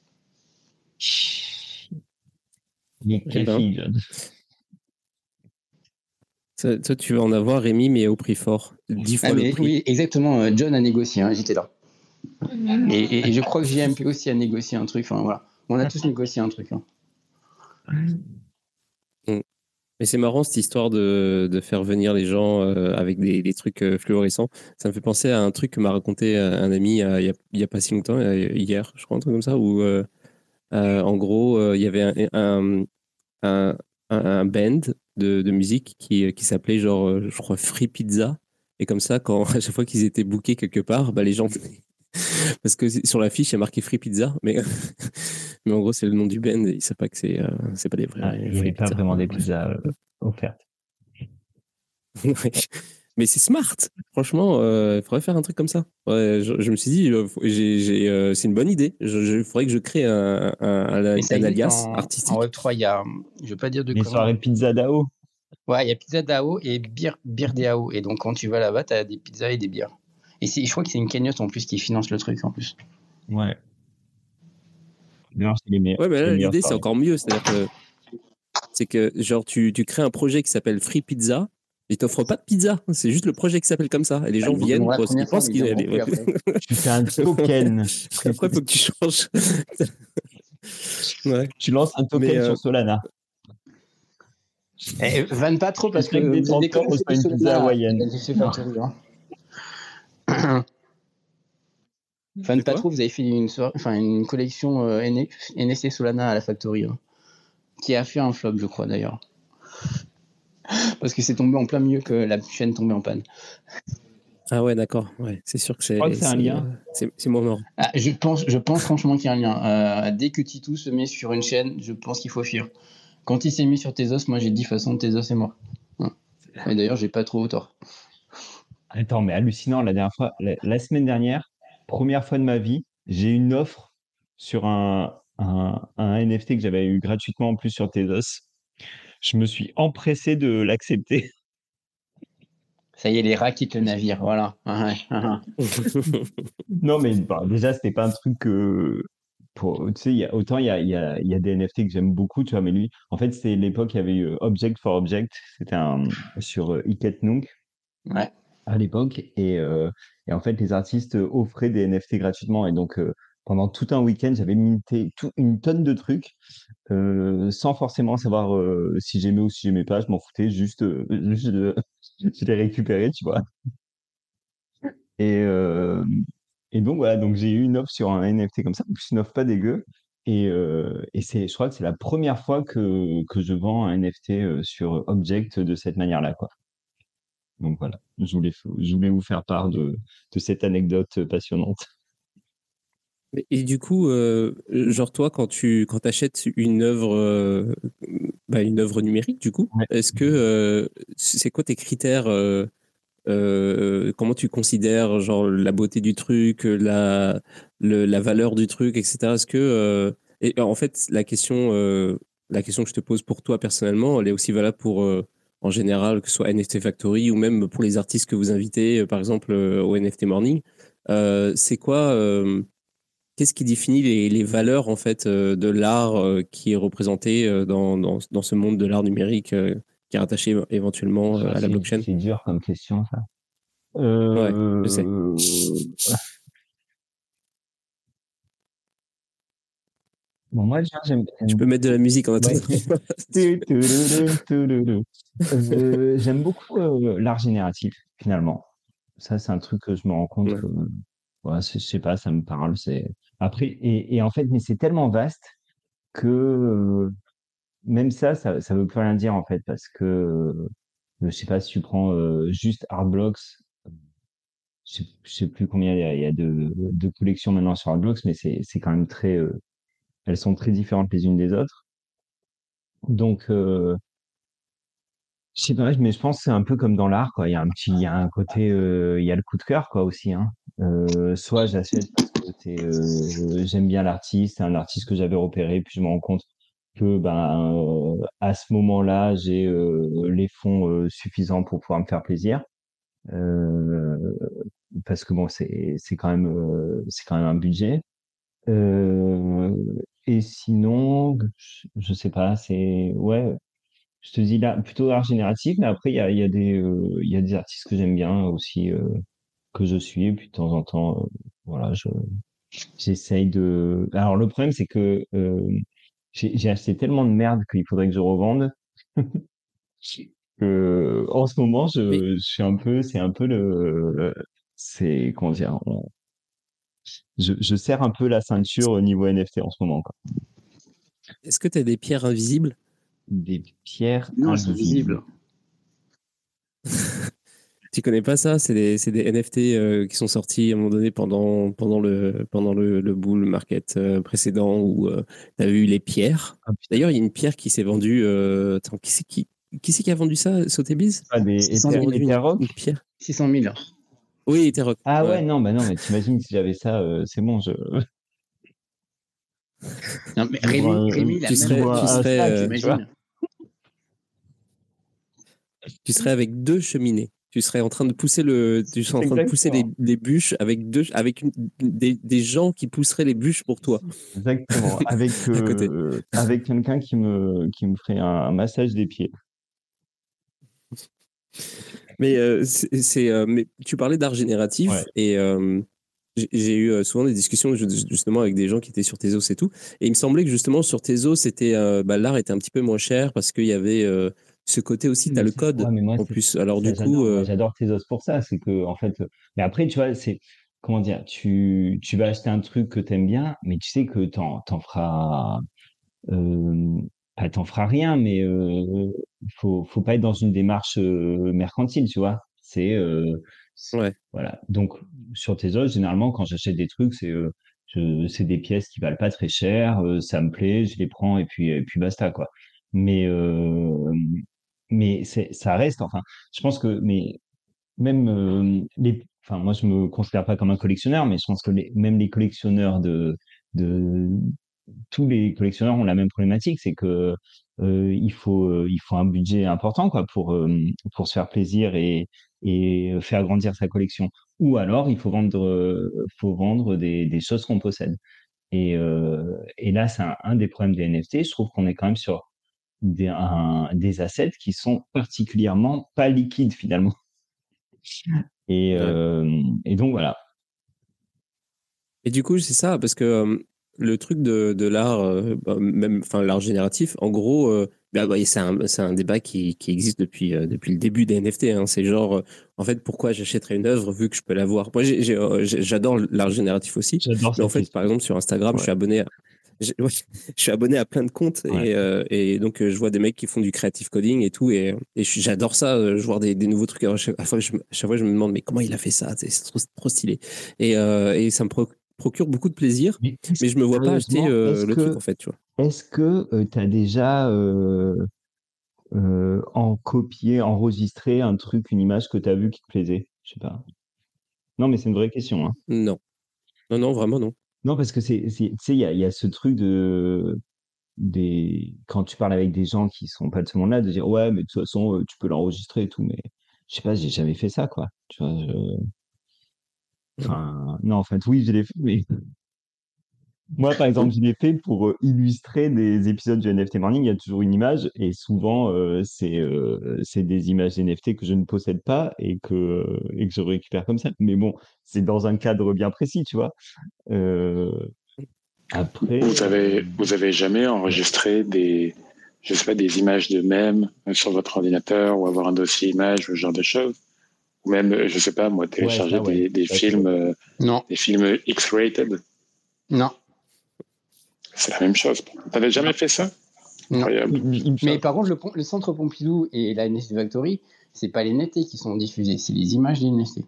Mais Eh quelle ben, fille, John. ça- toi, tu vas en avoir, Rémi, mais au prix fort. dix fois Ah, le mais prix. oui, exactement. euh, John a négocié, hein, j'étais là. Et, et, et je crois que J M P aussi a négocié un truc. Enfin, voilà. On a tous négocié un truc. Hein. Mm. Mais c'est marrant cette histoire de, de faire venir les gens euh, avec des, des trucs euh, fluorescents. Ça me fait penser à un truc que m'a raconté euh, un ami euh, il n'y a, il y a pas si longtemps, euh, hier, je crois, un truc comme ça, où euh, euh, en gros, euh, il y avait un, un, un, un- un band de, de musique qui, qui s'appelait genre, euh, je crois, Free Pizza. Et comme ça, quand, à chaque fois qu'ils étaient bookés quelque part, bah, les gens... Parce que sur l'affiche, il y a marqué Free Pizza, mais, mais en gros, c'est le nom du band et ils ne savent pas que c'est euh, c'est pas des vrais Ah, il n'y Free avait pas Pizza. vraiment des Bref. pizzas euh, offertes. Ouais. Mais c'est smart. Franchement, il euh, faudrait faire un truc comme ça. Ouais, je, je me suis dit, euh, j'ai, j'ai, euh, c'est une bonne idée. Il faudrait que je crée un, un, un, Mais ça un existe alias en, artistique. en Web trois. Il y a, je ne vais pas dire de Les comment. soirées pizza d'A O. Ouais, il y a Pizza DAO et Beer, Beer DAO. Et donc, quand tu vas là-bas, tu as des pizzas et des bières. Et c'est, je crois que c'est une cagnotte en plus qui finance le truc en plus. Ouais. Non, c'est les meilleurs. Ouais, mais les là, meilleures l'idée, c'est soirées. encore mieux. C'est-à-dire que, c'est que genre, tu, tu crées un projet qui s'appelle Free Pizza Ils t'offrent pas de pizza, c'est juste le projet qui s'appelle comme ça. Et les gens Ils viennent vont la parce qu'ils première fois, pensent mais qu'il ils est. viendront plus après. Tu fais un token. Après, il faut que tu changes. Ouais. Tu lances un token Mais, euh, sur Solana. Eh, vanne pas trop parce que Chaque vous avez détenteur commencé reçoit une sur pizza la hawaïenne. N F T Factory. Hein. Vanne C'est pas quoi trop, vous avez fait une, soirée, enfin, une collection euh, N F T Solana à la Factory. Hein, qui a fait un flop, je crois d'ailleurs. Parce que c'est tombé en plein milieu que la chaîne tombait en panne. Ah ouais, d'accord. Ouais, c'est sûr que c'est. Je crois que c'est un lien. euh, C'est c'est moins marrant. Ah, je, pense, je pense franchement qu'il y a un lien. Euh, dès que Titou se met sur une chaîne, je pense qu'il faut fuir. Quand il s'est mis sur Tezos, moi j'ai dit de toute façon Tezos est mort. Ouais. Et d'ailleurs, j'ai pas trop tort. Attends, mais hallucinant, la dernière fois, la, la semaine dernière, première fois de ma vie, j'ai eu une offre sur un, un, un N F T que j'avais eu gratuitement en plus sur Tezos. Je me suis empressé de l'accepter. Ça y est, les rats quittent le navire, voilà. Ouais, ouais. Non, mais bah, déjà, c'était pas un truc que. Pour, tu sais, il y a, autant il y a, il y, a, il y a des N F T que j'aime beaucoup, tu vois, mais lui, en fait, c'était l'époque, il y avait eu Object for Object, c'était un, sur euh, Iketnunk Ouais. à l'époque, et, euh, et en fait, les artistes offraient des N F T gratuitement, et donc, euh, pendant tout un week-end, j'avais minté tout, une tonne de trucs, euh, sans forcément savoir euh, si j'aimais ou si j'aimais pas, je m'en foutais, juste, euh, juste je, je les récupérais, tu vois. Et, euh, et donc, voilà, donc j'ai eu une offre sur un N F T comme ça, en plus une offre pas dégueu. Et, euh, et c'est, je crois que c'est la première fois que, que je vends un N F T euh, sur Object de cette manière-là, quoi. Donc voilà, je voulais, je voulais vous faire part de, de cette anecdote passionnante. Mais- Et du coup, euh, genre toi, quand tu quand achètes une œuvre, euh, bah, une œuvre numérique, du coup, Ouais. est-ce que euh, c'est quoi tes critères euh, euh, comment tu considères genre la beauté du truc, la le- la valeur du truc, et cetera. Est-ce que euh, et en fait la question euh, la question que je te pose pour toi personnellement, elle est aussi valable pour euh, en général que ce soit N F T Factory ou même pour les artistes que vous invitez, euh, par exemple euh, au N F T Morning. Euh, c'est quoi euh, Qu'est-ce qui définit les, les valeurs en fait euh, de l'art euh, qui est représenté euh, dans, dans, dans ce monde de l'art numérique euh, qui est rattaché éventuellement euh, Ah, à la c'est, blockchain? c'est dur comme question, ça. Ouais, je sais. Euh, Bon, moi, j'aime, j'aime Tu peux mettre de la musique en Ouais. attendant. Tu, tududu, tududu. Euh, j'aime beaucoup euh, l'art génératif, finalement. Ça, c'est un truc que je me rends compte Ouais. que, ouais, c'est- je sais pas, ça me parle. C'est après, et, et en fait, mais c'est tellement vaste que euh, même ça, ça, ça veut plus rien dire en fait, parce que euh, je sais pas si tu prends euh, juste Artblocks, je sais, je sais plus combien il y a, il y a de, de collections maintenant sur Artblocks, mais c'est c'est quand même très, euh, elles sont très différentes les unes des autres. Donc euh, je sais pas, mais je pense que c'est un peu comme dans l'art, quoi. Il y a un petit, il y a un côté, euh, il y a le coup de cœur, quoi, aussi, hein. Euh, soit j'achète parce que c'est, euh, j'aime bien l'artiste, c'est un artiste que j'avais repéré, puis je me rends compte que, ben, euh, à ce moment-là, j'ai euh, les fonds euh, suffisants pour pouvoir me faire plaisir. Euh, parce que bon, c'est, c'est quand même, euh, c'est quand même un budget. Euh, et sinon, je, je sais pas, c'est, ouais. Je te dis là, plutôt art génératif, mais après, il y a, il y a des, euh, il y a des artistes que j'aime bien aussi, euh, que je suis, et puis de temps en temps, euh, voilà, je, j'essaye de. Alors, le problème, c'est que euh, j'ai j'ai acheté tellement de merde qu'il faudrait que je revende. Que, en ce moment, Mais je, je suis un peu, c'est un peu le, c'est, comment dire, on- je, je serre un peu la ceinture au niveau N F T en ce moment, quoi. est-ce que tu as des pierres invisibles? Des pierres Non, elles sont invisibles. visibles. Tu connais pas ça? C'est des, c'est des N F T euh, qui sont sortis à un moment donné pendant, pendant le, pendant le, le bull market euh, précédent où tu as eu les pierres. Ah, putain, D'ailleurs, il y a une pierre qui s'est vendue. euh, Attends, qui c'est qui, qui, c'est qui a vendu ça? Sotheby's? pas des six cent Ils Ether, ont vendu une, Etherrock? une pierre. six cent mille. Oui, Etherock. Ah ouais, Ouais. non, bah non, mais t'imagines si j'avais ça, euh, c'est bon, je Non, mais j'ouvre Rémi, un, Rémi, il a Tu même serais, j'ouvre pas tu un, un de serais, stack, euh, tu vois. t'imagines. tu serais avec deux cheminées. Tu serais en train de pousser le, tu serais en train de pousser les, Exactement, les bûches avec deux, avec une- des, des gens qui pousseraient les bûches pour toi exactement. Avec à côté. euh, avec quelqu'un qui me qui me ferait un, un massage des pieds. Mais, euh, c'est, c'est, euh, mais tu parlais d'art génératif Ouais. et euh, j'ai j'ai eu euh, souvent des discussions ju- justement avec des gens qui étaient sur Tezos et tout. Et il me semblait que justement sur Tezos, c'était, euh, bah, l'art était un petit peu moins cher parce qu'il y avait euh, ce côté aussi, Oui, tu as mais le c'est- ouais, code mais moi, en c'est plus. Alors ça, du coup, j'adore. Moi, euh, j'adore tes os pour ça. C'est que, en fait, euh, mais après, tu vois, c'est, comment dire, tu, tu vas acheter un truc que t'aimes bien, mais tu sais que t'en, t'en feras, euh, pas t'en feras rien, mais euh, faut, faut pas être dans une démarche euh, mercantile, tu vois. C'est, euh, c'est- ouais. voilà. Donc, sur tes os, généralement, quand j'achète des trucs, c'est, euh, je, c'est des pièces qui valent pas très cher, euh, ça me plaît, je les prends et puis, et puis basta, quoi. Mais, euh, mais c'est, ça reste, enfin, je pense que, mais même euh, les, enfin, moi, je me considère pas comme un collectionneur, mais je pense que les, même les collectionneurs de, de, tous les collectionneurs ont la même problématique, c'est que euh, il faut, euh, il faut un budget important, quoi, pour, euh, pour se faire plaisir et, et faire grandir sa collection. Ou alors, il faut vendre, euh, faut vendre des, des choses qu'on possède. Et, euh, et là, c'est un, un des problèmes des N F T. Je trouve qu'on est quand même sur des, un- des assets qui sont particulièrement pas liquides finalement. Et, Ouais. euh, et donc voilà. Et du coup, c'est ça, parce que euh, le truc de, de l'art, euh, bah, même, enfin, l'art génératif, en gros, euh, bah, bah, c'est un, c'est un débat qui, qui existe depuis, euh, depuis le début des N F T. Hein. C'est genre, euh, en fait, pourquoi j'achèterais une œuvre vu que je peux la voir? Moi, j'ai- j'ai, euh, j'ai- j'adore l'art génératif aussi, J'adore mais en cette fait, par question. exemple, sur Instagram, je Ouais. suis abonné à, j'ai- ouais, je suis abonné à plein de comptes Ouais. et, euh, et donc euh, je vois des mecs qui font du creative coding et tout et, et je suis- j'adore ça, euh, je vois des, des nouveaux trucs. À chaque, à chaque fois, je, me- à chaque fois, je me demande mais comment il a fait ça? C'est c'est trop, trop stylé et, euh, et ça me pro- procure beaucoup de plaisir, Mais est-ce- mais je me vois pas acheter sérieusement, euh, est-ce le truc que en fait, tu vois. est-ce que tu as déjà euh, euh, en copié, enregistré un truc, une image que tu as vue qui te plaisait? Je sais pas. Non, mais c'est une vraie question, hein. Non, non, non, vraiment non. Non, parce que c'est, c'est- tu sais, il y a, il y a ce truc de des quand tu parles avec des gens qui sont pas de ce monde-là, de dire ouais, mais de toute façon, euh, tu peux l'enregistrer et tout, mais je sais pas, j'ai jamais fait ça, quoi. Tu vois, je- enfin, non, en fait, oui, je l'ai fait, mais moi, par exemple, je l'ai fait pour euh, illustrer des épisodes du N F T Morning. Il y a toujours une image et souvent, euh, c'est euh, c'est des images N F T que je ne possède pas et que, euh, et que je récupère comme ça. Mais bon, c'est dans un cadre bien précis, tu vois. Euh, après, Vous avez, euh, vous avez jamais ouais. enregistré des, je sais pas, des images de mèmes sur votre ordinateur ou avoir un dossier images ou ce genre de choses? Ou même, euh, je sais pas, moi, Ouais, télécharger ça, ouais. des, des Ça, c'est films, euh, Non, des films X-rated. non, C'est la même chose. T'avais jamais non, fait ça? non. Incroyable. Il, il- il me Mais semble- par contre, le, pon- le centre Pompidou et la N F T Factory, c'est pas les N F T qui sont diffusés, c'est les images des N F T.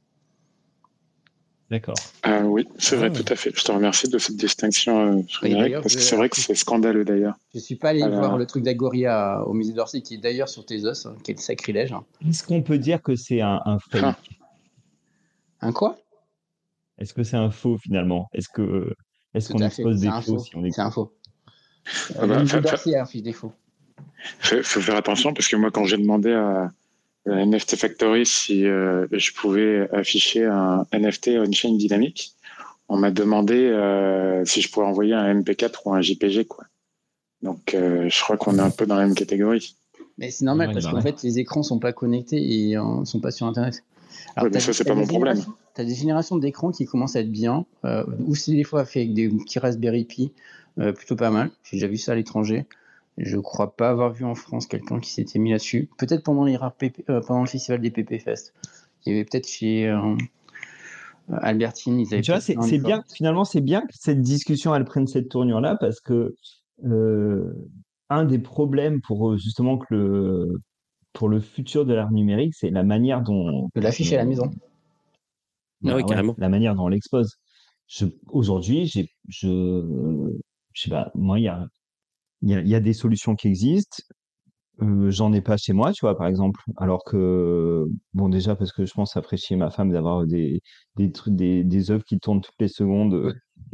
D'accord. Ah oui, c'est vrai, Ah. tout à fait. Je te remercie de cette distinction, euh, Et Frédéric, d'ailleurs, parce que je, c'est vrai que c'est scandaleux d'ailleurs. je suis pas allé Voilà. voir le truc d'Agoria au musée d'Orsay, qui est d'ailleurs sur Tezos, hein, qui est le sacrilège. hein. Est-ce qu'on peut dire que c'est un, un Ah, fake? Un quoi? Est-ce que c'est un faux finalement? Est-ce que est-ce Tout qu'on à fait, expose c'est des un faux faux. si on est C'est un faux. ah Euh, le bah, musée fa- fa- d'Orsay a un fiche défaut. faut, faut faire attention parce que moi, quand j'ai demandé à, à N F T Factory si euh, je pouvais afficher un N F T on-chain dynamique, on m'a demandé euh, si je pouvais envoyer un M P quatre ou un J P G, quoi. Donc, euh, je crois qu'on est un peu dans la même catégorie. Mais c'est normal Ouais, parce bah qu'en ouais. fait, les écrans sont pas connectés et ne sont pas sur Internet. Alors, Ouais, mais t'as ça, des- c'est t'as pas des mon problème. générations- t'as des générations d'écrans qui commencent à être bien, euh, ou c'est des fois fait avec des petits Raspberry Pi, euh, plutôt pas mal. J'ai déjà vu ça à l'étranger. Je crois pas avoir vu en France quelqu'un qui s'était mis là-dessus. Peut-être pendant, les rares P P euh, pendant le festival des P P Fest. Il y avait peut-être chez euh, Albertine, ils avaient Tu vois, peut-être fait c'est un c'est effort. bien, finalement, c'est bien que cette discussion, elle prenne cette tournure-là, parce que euh, un des problèmes pour euh, justement que le, pour le futur de l'art numérique, c'est la manière dont, De l'afficher à la on- maison. Ah bah oui, ouais, carrément. la manière dont on l'expose. Je, aujourd'hui, j'ai, je, je sais pas, moi, il y a, il y a, il y a des solutions qui existent. Euh, j'en ai pas chez moi, tu vois, par exemple. Alors que, bon, déjà, parce que je pense après chez ma femme d'avoir des, des trucs, des, des œuvres qui tournent toutes les secondes.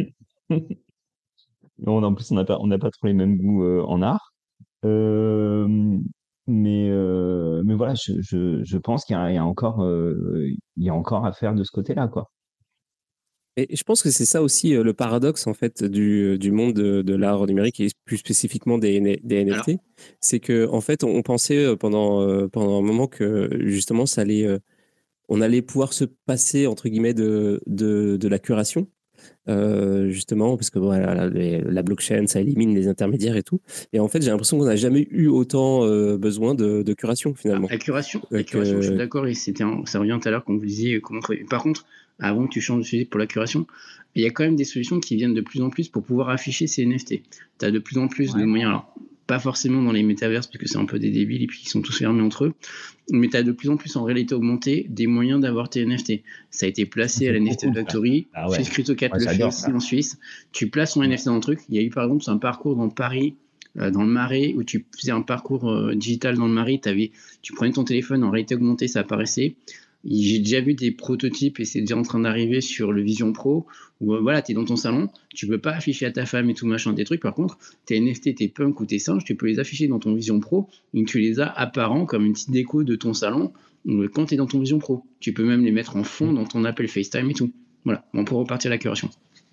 Non, en plus, on n'a pas, on n'a pas trop les mêmes goûts euh, en art. Euh, mais, euh, mais voilà, je, je, je pense qu'il y a, il y a encore, euh, il y a encore à faire de ce côté-là, quoi. Et je pense que c'est ça aussi euh, le paradoxe en fait du, du monde de, de l'art numérique et plus spécifiquement des, N- des N F T, c'est que en fait on, on pensait euh, pendant euh, pendant un moment que justement ça allait euh, on allait pouvoir se passer entre guillemets de de, de la curation euh, justement parce que voilà la, les- la blockchain ça élimine les intermédiaires et tout et en fait j'ai l'impression qu'on n'a jamais eu autant euh, besoin de, de curation Ah, finalement. La curation, la Donc, curation, je suis euh, d'accord, et c'était un- ça revient tout à l'heure quand vous disiez comment trouver. Par contre, avant que tu changes de sujet pour la curation, il y a quand même des solutions qui viennent de plus en plus pour pouvoir afficher ces N F T. Tu as de plus en plus de Ouais. moyens, alors pas forcément dans les métaverses parce que c'est un peu des débiles et puis ils sont tous fermés entre eux, mais tu as de plus en plus en réalité augmentée des moyens d'avoir tes N F T. Ça a été placé à la C'est trop N F T cool, ça. Factory, Ah ouais. Swiss CryptoCat Ouais, le fait j'adore aussi ça. en Suisse. Tu places ton Ouais. N F T dans le truc. Il y a eu par exemple un parcours dans Paris, euh, dans le Marais, où tu faisais un parcours euh, digital dans le Marais, t'avais tu prenais ton téléphone en réalité augmentée, ça apparaissait. J'ai déjà vu des prototypes et c'est déjà en train d'arriver sur le Vision Pro où euh, voilà, tu es dans ton salon, tu peux pas afficher à ta femme et tout machin des trucs. Par contre, tes N F T, tes punks ou tes singes, tu peux les afficher dans ton Vision Pro et tu les as apparents comme une petite déco de ton salon euh, quand tu es dans ton Vision Pro. Tu peux même les mettre en fond dans ton appel FaceTime et tout. Voilà, on peut repartir à la curation.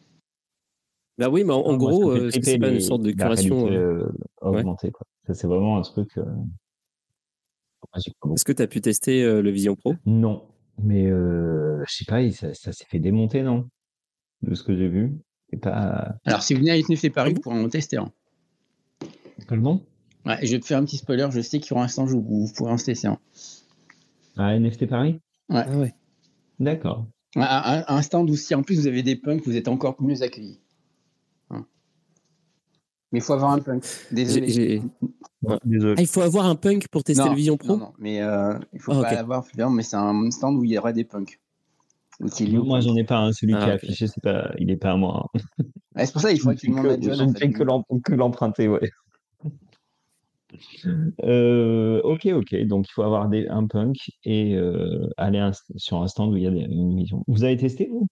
bah oui, mais en, en Ah, moi, ça gros, me fait euh, est-ce que triper c'est pas une les, sorte de la curation réalité euh, euh, ouais. augmentée, quoi. Ça, c'est vraiment un truc. euh, moi, j'y crois beaucoup. Est-ce que tu as pu tester euh, le Vision Pro? Non, mais euh, je sais pas, il- ça, ça s'est fait démonter, non? De ce que j'ai vu. C'est pas. Alors, si vous venez à N F T Ah Paris, bon? vous pourrez en tester un. Comment? Ouais, je vais te faire un petit spoiler, je sais qu'il y aura un stand où vous pourrez en tester un. À N F T Paris? Ouais. Ah ouais. D'accord. Un, un- un stand où si en plus vous avez des punks, vous êtes encore mieux accueillis. Hein. Mais il faut avoir un punk. J'ai, Désolé. j'ai- Bon, ouais. désolé. Ah, il faut avoir un punk pour tester le Non, Vision non, Pro? non. Mais euh, il faut Ah, pas ok. l'avoir, mais c'est un stand où il y aura des punks. Ou qui est lié au Moi, punk. j'en ai pas un. Celui qui est Ah, ok. affiché, c'est pas, il est pas à moi, hein. Ouais, c'est pour ça qu'il Je ne faudrait que tu fais demandes à que, John je en ne fait. fais que l'em- que l'emprunter, ouais. Euh, ok, ok. Donc, il faut avoir des, un punk et euh, aller un- sur un stand où il y a des- une vision. Vous avez testé, vous?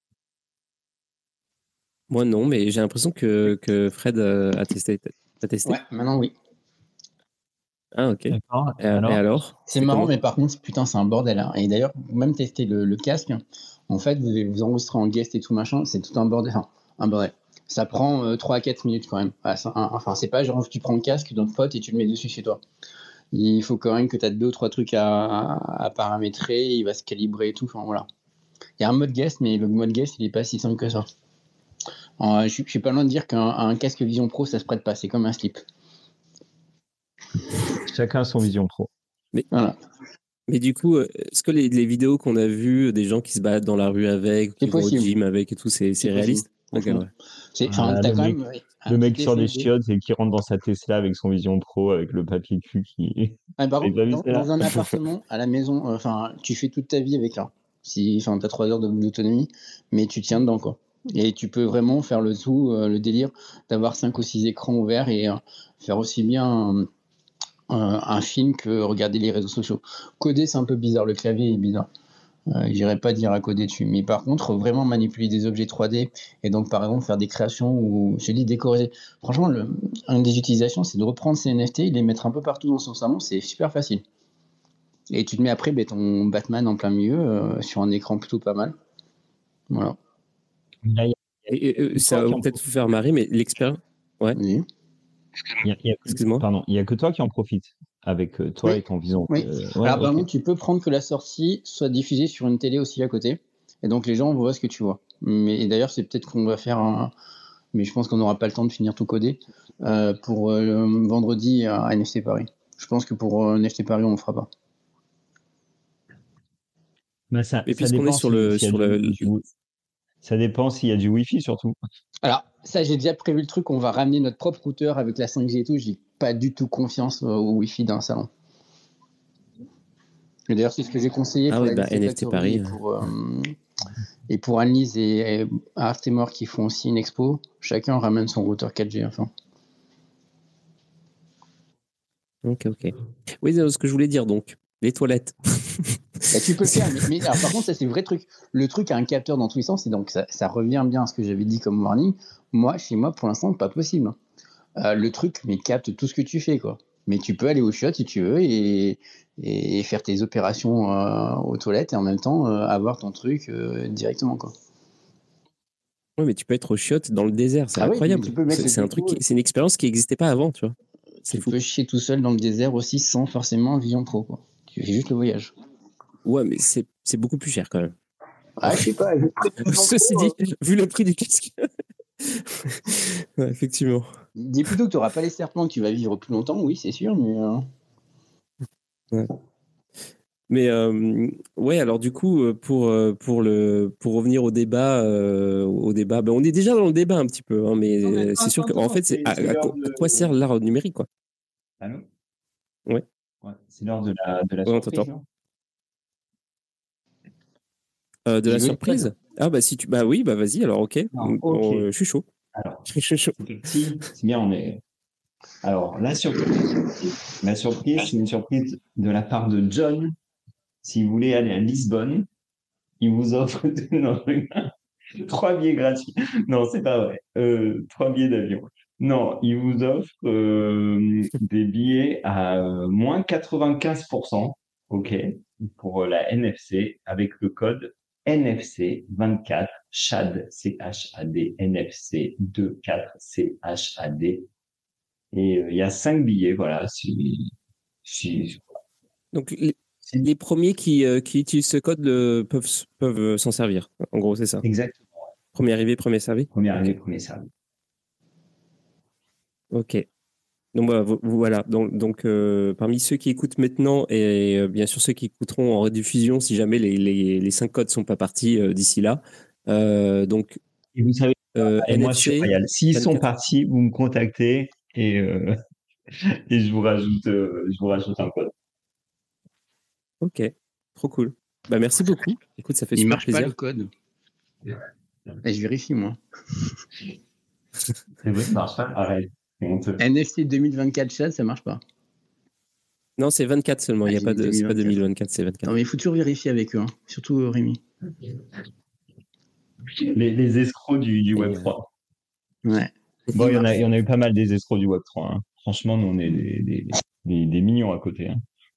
Moi, non, mais j'ai l'impression que, que Fred euh, a testé. T'as testé? Ouais, maintenant oui. Ah, ok. Et, D'accord. Et et alors? alors? C'est C'était marrant, comment? mais par contre, putain, c'est un bordel. Hein. Et d'ailleurs, même tester le, le casque, en fait, vous vous enregistrez en guest et tout machin, c'est tout un bordel. Enfin, un bordel. Ça prend euh, trois à quatre minutes quand même. Ah, c'est un- enfin, c'est pas genre tu prends le casque d'un pote et tu le mets dessus chez toi. Il faut quand même que tu as deux ou trois trucs à, à, à paramétrer, il va se calibrer et tout. Enfin, voilà. Il y a un mode guest, mais le mode guest, il est pas si simple que ça. Euh, je, suis- je suis pas loin de dire qu'un un casque Vision Pro, ça se prête pas. C'est comme un slip. Chacun son vision pro. Mais, Voilà. mais du coup, euh, est-ce que les, les vidéos qu'on a vues, des gens qui se baladent dans la rue avec, C'est qui vont au possible. gym avec et tout, c'est, c'est C'est possible. réaliste? Ok, Franchement. ouais. C'est, Ah, enfin, là, t'as le quand mec, même ouais, un le mec petit sort effet des de- chiottes et qui rentre dans sa Tesla avec son vision pro, avec le papier cul qui. Ah, par T'as contre, vu dans, ça? dans un appartement, à la maison, euh, enfin, tu fais toute ta vie avec un. Si, enfin, t'as trois heures de- d'autonomie, mais tu tiens dedans, quoi. Et tu peux vraiment faire le tout, euh, le délire d'avoir cinq ou six écrans ouverts et euh, faire aussi bien un, un- un film que regarder les réseaux sociaux. Coder, c'est un peu bizarre, le clavier est bizarre. Euh, J'irais pas dire à coder dessus. Mais par contre, vraiment manipuler des objets trois D et donc par exemple faire des créations ou je te dis décorer. Franchement, le, une des utilisations, c'est de reprendre ces N F T et les mettre un peu partout dans son salon, c'est super facile. Et tu te mets après ben, ton Batman en plein milieu euh, sur un écran plutôt pas mal. Voilà. Là, il y a Et, et, euh, que ça toi va qui en peut-être vous profites. faire marrer, mais l'expérience. Ouais, Oui. Il y a, il y a que, excuse-moi. pardon, il y a que toi qui en profites avec euh, toi Oui. et ton vision. Oui. Euh, ouais, Alors par ok. contre, tu peux prendre que la sortie soit diffusée sur une télé aussi à côté. Et donc les gens voient ce que tu vois. Mais et d'ailleurs, c'est peut-être qu'on va faire un. Mais je pense qu'on n'aura pas le temps de finir tout coder euh, pour euh, vendredi à N F T Paris. Je pense que pour euh, N F T Paris, on ne le fera pas. Bah, ça, Et ça puisqu'on est dépend sur si- le, s'il y a sur du, le, du wi- ça dépend s'il y a du Wi-Fi surtout. Alors, ça, j'ai déjà prévu le truc. On va ramener notre propre routeur avec la cinq G et tout. J'ai pas du tout confiance euh, au Wi-Fi d'un salon. Et d'ailleurs, c'est ce que j'ai conseillé ah pour oui, la bah, N F T N F T Factory Paris. et pour, euh, et pour Annelise et, et Artemore qui font aussi une expo. Chacun ramène son routeur quatre G. Enfin. Ok, ok. Oui, c'est ce que je voulais dire donc. Les toilettes. Bah, tu peux le faire, mais, mais alors, par contre, ça c'est le vrai truc. Le truc a un capteur dans tous les sens, et donc ça, ça revient bien à ce que j'avais dit comme warning. Moi, chez moi, pour l'instant, pas possible. Euh, le truc, mais capte tout ce que tu fais, quoi. Mais tu peux aller au chiottes si tu veux et, et faire tes opérations euh, aux toilettes et en même temps euh, avoir ton truc euh, directement, quoi. Ouais, mais tu peux être au chiottes dans le désert, c'est Ah oui, incroyable. tu peux mettre C'est les c'est un décos, truc, qui- c'est une expérience qui n'existait pas avant, tu vois. C'est Tu fou. peux chier tout seul dans le désert aussi sans forcément un Vision Pro, quoi. Tu fais juste le voyage. Ouais, mais c'est c'est beaucoup plus cher quand même. Ah, je sais pas. Ceci dit, vu le prix du casque. Ouais, effectivement. Dis plutôt que tu n'auras pas les serpents, que tu vas vivre plus longtemps, oui, c'est sûr, mais. euh, Ouais. Mais euh, ouais, alors du coup, euh, pour, euh, pour, le, pour revenir au débat, euh, au débat ben, on est déjà dans le débat un petit peu, hein, mais Non, mais euh, attends, c'est sûr attends, qu'en attends, fait, c'est c'est- à, c'est à l'heure quoi, de- à quoi sert l'art numérique, quoi. Allô? Ouais. Ouais, c'est l'heure de la, de la Ouais, on surprise, t'entend. non? Euh, de la Il veut le surprise? code. Ah bah si tu, bah oui, bah vas-y, alors ok. Non, Bon, ok. euh, je suis chaud. Alors, Je suis chaud. si, c'est bien, on est. Alors, la surprise, la surprise, c'est une surprise de la part de John. Si vous voulez aller à Lisbonne, il vous offre non, trois billets gratuits. Non, c'est pas vrai. Euh, trois billets d'avion. Non, il vous offre euh, des billets à euh, moins quatre-vingt-quinze pour cent, ok, pour la N F C avec le code N F C vingt-quatre C H A D, C H A D, N F C vingt-quatre C H A D. Et euh, il y a cinq billets, voilà. Si, si, Donc les, si- les premiers qui, euh, qui utilisent ce code le- peuvent, s- peuvent euh, s'en servir. En gros, c'est ça. Exactement. Premier arrivé, premier servi. Premier Ok. arrivé, premier servi. Ok. Donc voilà, vo- voilà. Donc, donc euh, parmi ceux qui écoutent maintenant et euh, bien sûr ceux qui écouteront en rediffusion, si jamais les, les, les cinq codes sont pas partis euh, d'ici là. Euh, donc Et vous savez, euh, et moi sur N F C. Royal, s'ils sont vingt-quatre. partis, vous me contactez et, euh, et je vous rajoute, euh, je vous rajoute un code. Ok. Trop cool. Bah merci beaucoup. Écoute, ça fait Il super marche pas le plaisir. code. Et je vérifie, moi. C'est vrai, ça marche pas. Arrête. C'est honteux. N F C deux mille vingt-quatre chat, ça marche pas. Non, c'est vingt-quatre seulement. Ah, Il y a j'ai pas dit de, c'est pas deux mille vingt-quatre. deux mille vingt-quatre, c'est Non, vingt-quatre. mais il faut toujours vérifier avec eux, hein. Surtout euh, Rémi. Les, les escrocs du, du Et, Web euh, trois. Ouais. Bon, il y en a, il y en a eu pas mal des escrocs du Web trois. Hein. Franchement, nous, on est des, des, des, des mignons à côté. Hein.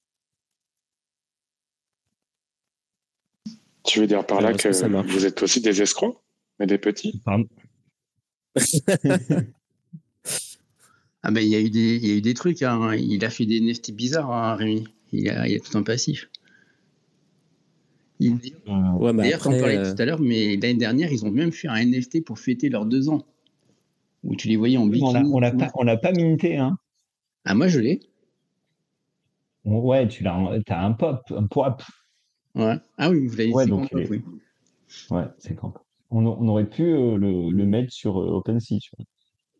Tu veux dire par Alors, là est-ce que ça que marche? vous êtes aussi des escrocs, mais des petits? Pardon. Ah ben il y a eu des, il y a eu des trucs, hein. Il a fait des N F T bizarres, hein, Rémi. Il a, il a tout un passif. Il- Ouais, mais D'ailleurs, t'en après, parlais euh, tout à l'heure, mais l'année dernière, ils ont même fait un N F T pour fêter leurs deux ans. Où tu les voyais en On bikini. l'a, on et l'a tout. pas, on l'a pas minté, hein. Ah, moi, je l'ai. Ouais, tu l'as, t'as un pop, un pop. Ouais. Ah oui, vous l'avez Ouais, c'est donc quand il est- oui. Ouais, c'est quand. On, on aurait pu euh, le, le mettre sur euh, OpenSea, tu vois.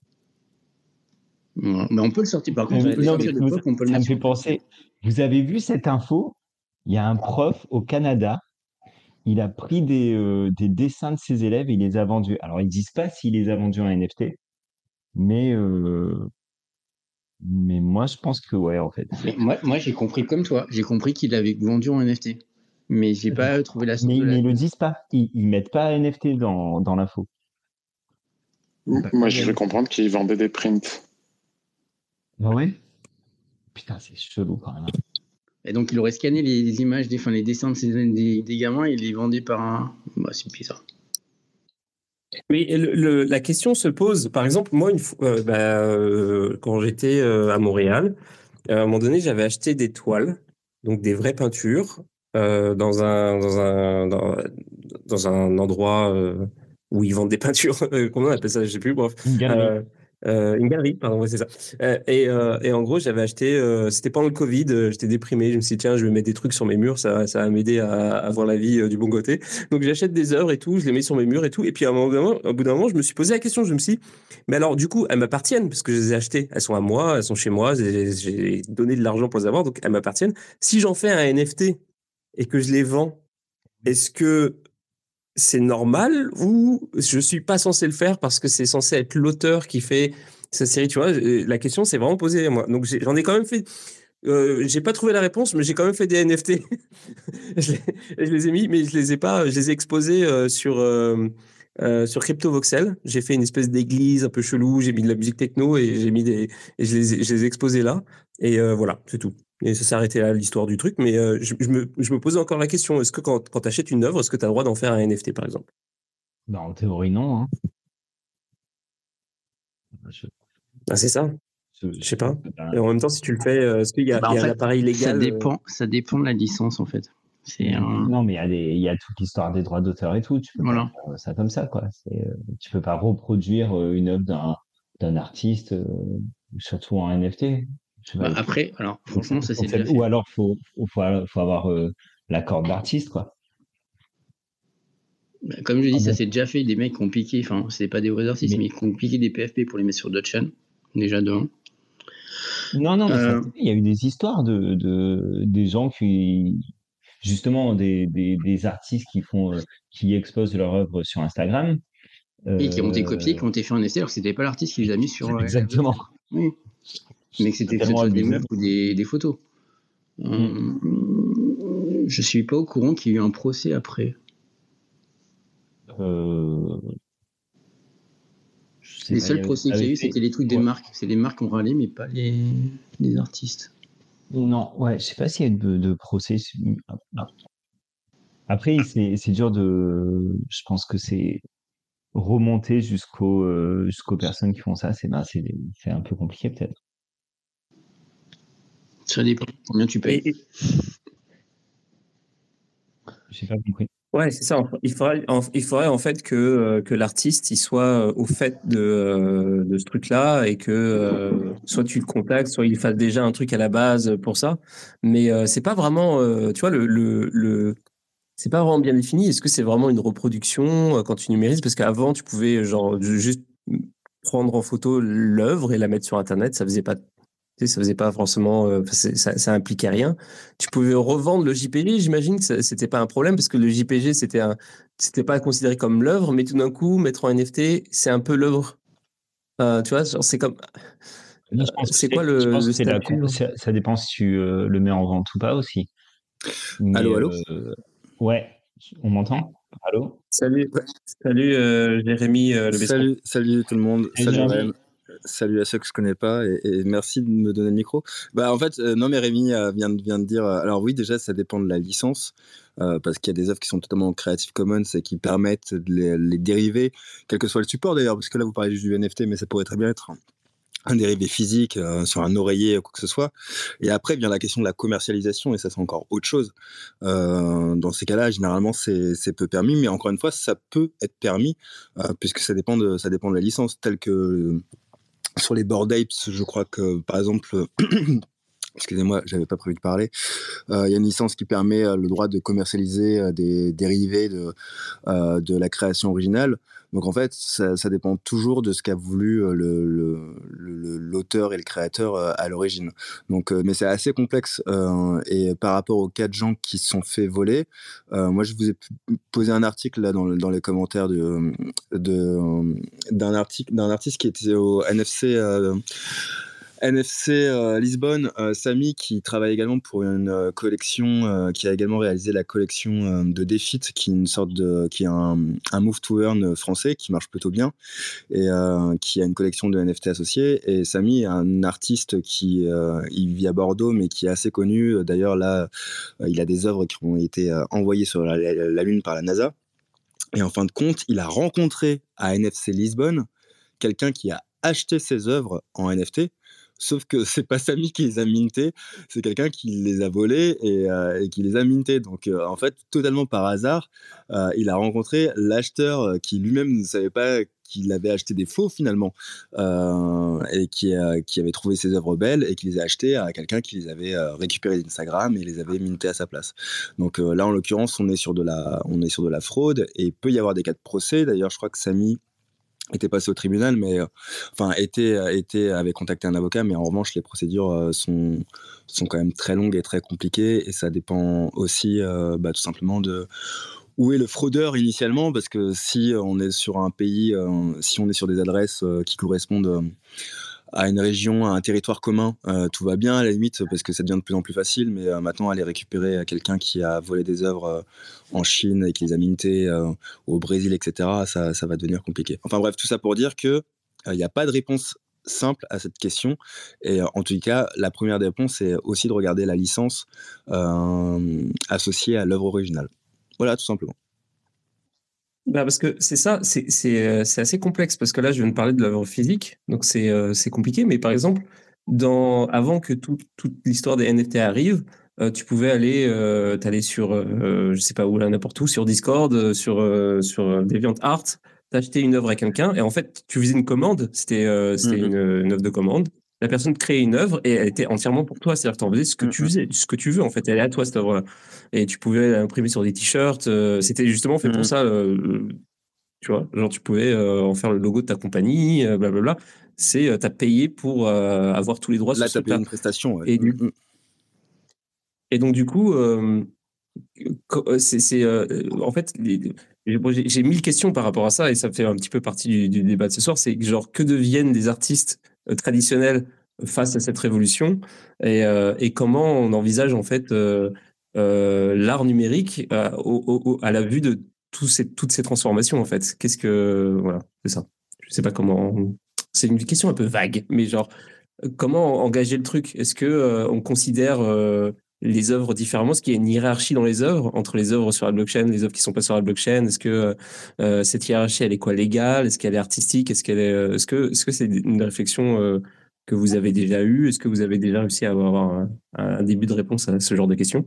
Ouais. Mais on peut le sortir. Par contre, Mais on peut le non, sortir mais de vous- pop, on peut le ça me mettre fait sur penser. Vous avez vu cette info? Il y a un prof au Canada. Il a pris des, euh, des dessins de ses élèves et il les a vendus. Alors, ils disent pas s'il les a vendus en N F T, mais, euh, mais moi, je pense que ouais, en fait. Mais moi, moi j'ai compris comme toi. J'ai compris qu'il avait vendu en N F T. Mais j'ai pas trouvé la source Mais, de la. mais ils le disent pas. Ils, ils mettent pas N F T dans, dans l'info. M- Moi, j'ai cru comprendre qu'ils vendaient des prints. Ah ouais? Putain, c'est chelou quand même. Et donc, il aurait scanné les, les images, des, enfin, les dessins de ces, des, des gamins et les vendait par un. Bah, c'est bizarre. oui, le- le- la question se pose. Par exemple, moi, une fois, euh, bah, euh, quand j'étais euh, à Montréal, à un moment donné, j'avais acheté des toiles, donc des vraies peintures, euh, dans un dans un dans, dans un endroit euh, où ils vendent des peintures. Euh, Comment on appelle ça? Je sais plus. Bref, Une galerie. Euh, euh, une galerie, pardon, ouais, c'est ça. Euh, et, euh, et en gros, j'avais acheté. Euh, c'était pendant le Covid. euh, J'étais déprimé. Je me suis dit tiens, je vais mettre des trucs sur mes murs. Ça, ça va m'aider à, à voir la vie euh, du bon côté. Donc j'achète des œuvres et tout. Je les mets sur mes murs et tout. Et puis à un moment, au bout d'un moment, je me suis posé la question. Je me suis dit, mais alors, du coup, elles m'appartiennent parce que je les ai achetées. Elles sont à moi, elles sont chez moi. J'ai j'ai donné de l'argent pour les avoir, donc elles m'appartiennent. Si j'en fais un N F T et que je les vends, est-ce que c'est normal ou je suis pas censé le faire parce que c'est censé être l'auteur qui fait sa série, tu vois? Euh, La question s'est vraiment posée à moi. Donc j'ai- j'en ai quand même fait. Euh, j'ai pas trouvé la réponse, mais j'ai quand même fait des N F T. je, les, je les ai mis, mais je les ai pas. Je les ai exposés euh, sur euh, euh, sur CryptoVoxel. J'ai fait une espèce d'église un peu chelou. J'ai mis de la musique techno et j'ai mis des et je les ai, je les ai exposés là. Et euh, voilà, c'est tout. Et ça s'est arrêté là l'histoire du truc. Mais euh, je, je me je me posais encore la question. Est-ce que quand quand t'achètes une œuvre, est-ce que t'as le droit d'en faire un N F T par exemple? Bah, en théorie, non. Hein. Je, Ah, c'est ça. je, Je sais pas. ben, Et en même temps, si tu le fais, euh, est-ce qu'il y a, Bah, il y en a un fait, appareil ça légal euh, dépend, ça dépend de la licence, en fait. C'est un... non, mais il y a des, il y a toute l'histoire des droits d'auteur et tout. Tu peux pas Voilà. faire ça comme ça, quoi. C'est, euh, tu peux pas reproduire euh, une œuvre d'un, d'un artiste, euh, surtout en N F T. Je sais Bah, pas, après, alors, faut que ça- franchement, ça faut c'est que ça- déjà ou fait. alors faut, faut, faut, faut avoir euh, l'accord de l'artiste, quoi. Bah, comme je Ah dis, ça bon. c'est déjà fait. Des mecs qui ont piqué, enfin, c'est pas des vrais artistes, Mais mais qui ont piqué des P F P pour les mettre sur d'autres chaînes. Déjà de un. non, non, mais ça, Euh, il y a eu des histoires de, de des gens qui, justement, des, des, des artistes qui font, euh, qui exposent leur œuvre sur Instagram. et qui ont été copiés, Euh, qui ont été faits en essai, alors que c'était pas l'artiste qui les a mis sur. euh, exactement. Oui. Mais que c'était que ce Totalement soit des abusé. moves ou des, des photos. Mm. Euh, je suis pas au courant qu'il y ait eu un procès après. Euh, je sais Les pas, il y seuls avait, procès qu'il y a avec eu, les- c'était les trucs des ouais. marques. C'est les marques qui ont râlé, mais pas les, les artistes. Non, ouais, je sais pas s'il y a eu de, de procès. Après, c'est, c'est dur de, je pense que c'est remonter jusqu'aux, euh, jusqu'aux personnes qui font ça. C'est, ben, c'est, c'est un peu compliqué, peut-être. Ça dépend combien tu payes. et, et- J'ai pas compris. ouais, c'est ça. Il faudrait, en, il faudrait en fait que, euh, que l'artiste il soit euh, au fait de, euh, de ce truc-là et que euh, soit tu le contactes, soit il fasse déjà un truc à la base pour ça. Mais euh, c'est pas vraiment, euh, tu vois, le, le, le c'est pas vraiment bien défini. Est-ce que c'est vraiment une reproduction euh, quand tu numérises? Parce qu'avant, tu pouvais genre ju- juste prendre en photo l'œuvre et la mettre sur Internet. Ça faisait pas, tu sais, ça faisait pas forcément, euh, c'est- ça, ça impliquait rien. Tu pouvais revendre le J P G. J'imagine que ça- c'était pas un problème parce que le J P G c'était un, c'était pas considéré comme l'œuvre, mais tout d'un coup mettre en N F T, c'est un peu l'œuvre. Euh, tu vois, genre, c'est comme, Moi, euh, je pense que c'est c'est, quoi je le, pense le que c'est la, statut? con- ça, ça dépend si tu euh, le mets en vente ou pas aussi. Mais, Allô, allô? euh, ouais, on m'entend? Allô? Salut, salut euh, Jérémy euh, Le Besson. Salut, salut tout le monde. Salut, Salut Jérémy. Ryan. Salut à ceux que je connais pas et, et merci de me donner le micro. Bah en fait, euh, non mais Rémi euh, vient, de- vient de dire. euh, alors oui, déjà ça dépend de la licence euh, parce qu'il y a des œuvres qui sont totalement Creative Commons et qui permettent de les, les dériver, quel que soit le support d'ailleurs. Parce que là vous parlez juste du N F T, mais ça pourrait très bien être un dérivé physique euh, sur un oreiller ou quoi que ce soit. Et après vient la question de la commercialisation et ça c'est encore autre chose. Euh, dans ces cas-là, généralement c'est c'est peu permis, mais encore une fois ça peut être permis euh, puisque ça dépend de ça dépend de la licence, telle que euh, sur les Bored Apes, je crois que par exemple. Excusez-moi, j'avais pas prévu de parler. Il euh, y a une licence qui permet euh, le droit de commercialiser euh, des dérivés de, euh, de la création originale. Donc en fait, ça, ça dépend toujours de ce qu'a voulu euh, le, le, le, l'auteur et le créateur euh, à l'origine. Donc, euh, mais c'est assez complexe. Euh, et par rapport aux quatre gens qui se sont fait voler, euh, moi je vous ai posé un article là dans, dans les commentaires de, de, d'un article d'un artiste qui était au N F C. Euh, N F C euh, Lisbonne, euh, Samy qui travaille également pour une euh, collection, euh, qui a également réalisé la collection euh, de Defeat, qui est une sorte de, qui est un, un move to earn français qui marche plutôt bien et euh, qui a une collection de N F T associés. Et Samy est un artiste qui euh, il vit à Bordeaux, mais qui est assez connu. D'ailleurs là, euh, il a des œuvres qui ont été euh, envoyées sur la, la, la Lune par la NASA. Et en fin de compte, il a rencontré à N F C Lisbonne quelqu'un qui a acheté ses œuvres en N F T. Sauf que c'est pas Samy qui les a mintés, c'est quelqu'un qui les a volés et, euh, et qui les a mintés. Donc euh, en fait, totalement par hasard, euh, il a rencontré l'acheteur qui lui-même ne savait pas qu'il avait acheté des faux finalement, euh, et qui, euh, qui avait trouvé ses œuvres belles et qui les a achetées à quelqu'un qui les avait euh, récupérées d'Instagram et les avait mintés à sa place. Donc euh, là, en l'occurrence, on est sur de la, on est sur de la fraude et il peut y avoir des cas de procès. D'ailleurs, je crois que Samy était passé au tribunal, mais euh, enfin était était avait contacté un avocat, mais en revanche les procédures euh, sont sont quand même très longues et très compliquées et ça dépend aussi euh, bah, tout simplement de où est le fraudeur initialement, parce que si on est sur un pays, euh, si on est sur des adresses euh, qui correspondent euh, à une région, à un territoire commun, euh, tout va bien à la limite parce que ça devient de plus en plus facile, mais euh, maintenant aller récupérer à quelqu'un qui a volé des œuvres euh, en Chine et qui les a mintées euh, au Brésil, et cetera, ça, ça va devenir compliqué. Enfin bref, tout ça pour dire que il n'y a pas de réponse simple à cette question et euh, en tout cas la première des réponses c'est aussi de regarder la licence euh, associée à l'œuvre originale. Voilà, tout simplement. Bah parce que c'est ça, c'est c'est euh, c'est assez complexe parce que là je viens de parler de l'œuvre physique, donc c'est euh, c'est compliqué. Mais par exemple, dans avant que tout, toute l'histoire des N F T arrive, euh, tu pouvais aller euh, t'aller sur euh, je sais pas où là n'importe où sur Discord, euh, sur euh, sur euh, DeviantArt, t'acheter une œuvre à quelqu'un et en fait tu faisais une commande, c'était euh, c'était Mhm. une, une œuvre de commande. La personne créait une œuvre et elle était entièrement pour toi, c'est-à-dire que t'en faisais ce que tu Mhm. faisais, ce que tu veux en fait, elle est à toi cette œuvre. Et tu pouvais l'imprimer sur des t-shirts. euh, C'était justement fait pour Mhm. ça. euh, Tu vois, genre tu pouvais euh, en faire le logo de ta compagnie, euh, blablabla. C'est euh, t'as payé pour euh, avoir tous les droits sur Là, ce tu as payé truc-là. une prestation. Ouais. Et, du- Mhm. et donc du coup, euh, co- euh, c'est c'est, euh, en fait, les- j'ai bon, j'ai- j'ai mille questions par rapport à ça et ça fait un petit peu partie du, du débat de ce soir. C'est que, genre que deviennent des artistes euh, traditionnels face à cette révolution et, euh, et comment on envisage en fait euh, euh, l'art numérique euh, au- au- au- à la vue de tous ces, toutes ces transformations en fait. Qu'est-ce que voilà, c'est ça. Je sais pas comment. C'est une question un peu vague, mais genre euh, comment engager le truc? Est-ce que euh, on considère euh, les œuvres différemment? Est-ce qu'il y a une hiérarchie dans les œuvres, entre les œuvres sur la blockchain, les œuvres qui sont pas sur la blockchain? Est-ce que euh, cette hiérarchie, elle est quoi, légale? Est-ce qu'elle est artistique? Est-ce qu'elle est, euh, est-ce que, est-ce que c'est une réflexion euh, que vous avez déjà eue? Est-ce que vous avez déjà réussi à avoir un, un début de réponse à ce genre de questions?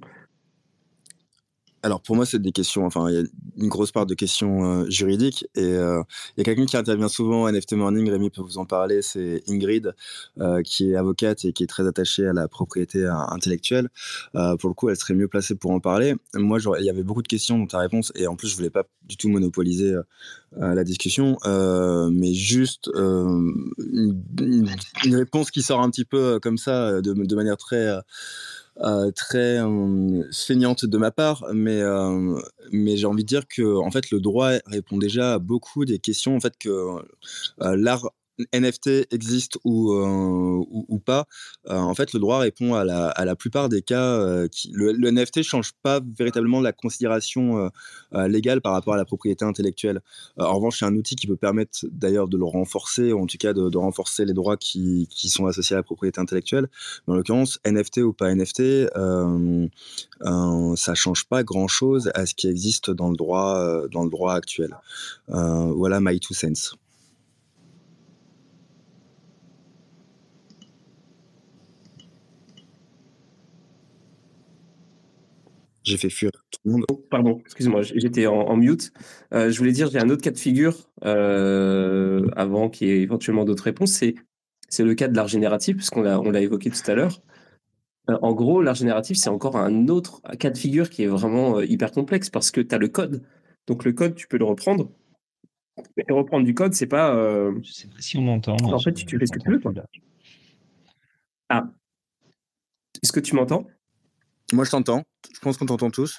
Alors pour moi, c'est des questions, enfin, il y a une grosse part de questions euh, juridiques et euh, il y a quelqu'un qui intervient souvent à N F T Morning, Rémi peut vous en parler, c'est Ingrid, euh, qui est avocate et qui est très attachée à la propriété euh, intellectuelle. Euh, pour le coup, elle serait mieux placée pour en parler. Moi, il y avait beaucoup de questions dans ta réponse et en plus, je voulais pas du tout monopoliser euh, la discussion, euh, mais juste euh, une, une, une réponse qui sort un petit peu comme ça, de, de manière très... Euh, Euh, très euh, feignante de ma part, mais, euh, mais j'ai envie de dire que en fait, le droit répond déjà à beaucoup des questions en fait, que euh, l'art N F T existe ou, euh, ou, ou pas. Euh, en fait, le droit répond à la, à la plupart des cas. Euh, qui, le, le N F T ne change pas véritablement la considération euh, euh, légale par rapport à la propriété intellectuelle. Euh, en revanche, c'est un outil qui peut permettre d'ailleurs de le renforcer, ou en tout cas de, de renforcer les droits qui, qui sont associés à la propriété intellectuelle. Mais en l'occurrence, N F T ou pas N F T, euh, euh, ça change pas grand-chose à ce qui existe dans le droit, euh, dans le droit actuel. Euh, voilà my two cents. J'ai fait fuir tout le monde. Oh, pardon, excuse-moi, j'étais en, en mute. Euh, je voulais dire, j'ai un autre cas de figure euh, avant qu'il y ait éventuellement d'autres réponses. C'est c'est le cas de l'art génératif, puisqu'on l'a on l'a évoqué tout à l'heure. Euh, en gros, l'art génératif, c'est encore un autre cas de figure qui est vraiment euh, hyper complexe parce que tu as le code. Donc le code, tu peux le reprendre. Et reprendre du code, c'est pas. euh, Je sais pas si on m'entend. Moi, En je fait, tu, tu fais ce que tu m'entends veux, plus quoi. là. Ah, est-ce que tu m'entends? Moi, je t'entends. Je pense qu'on t'entend tous.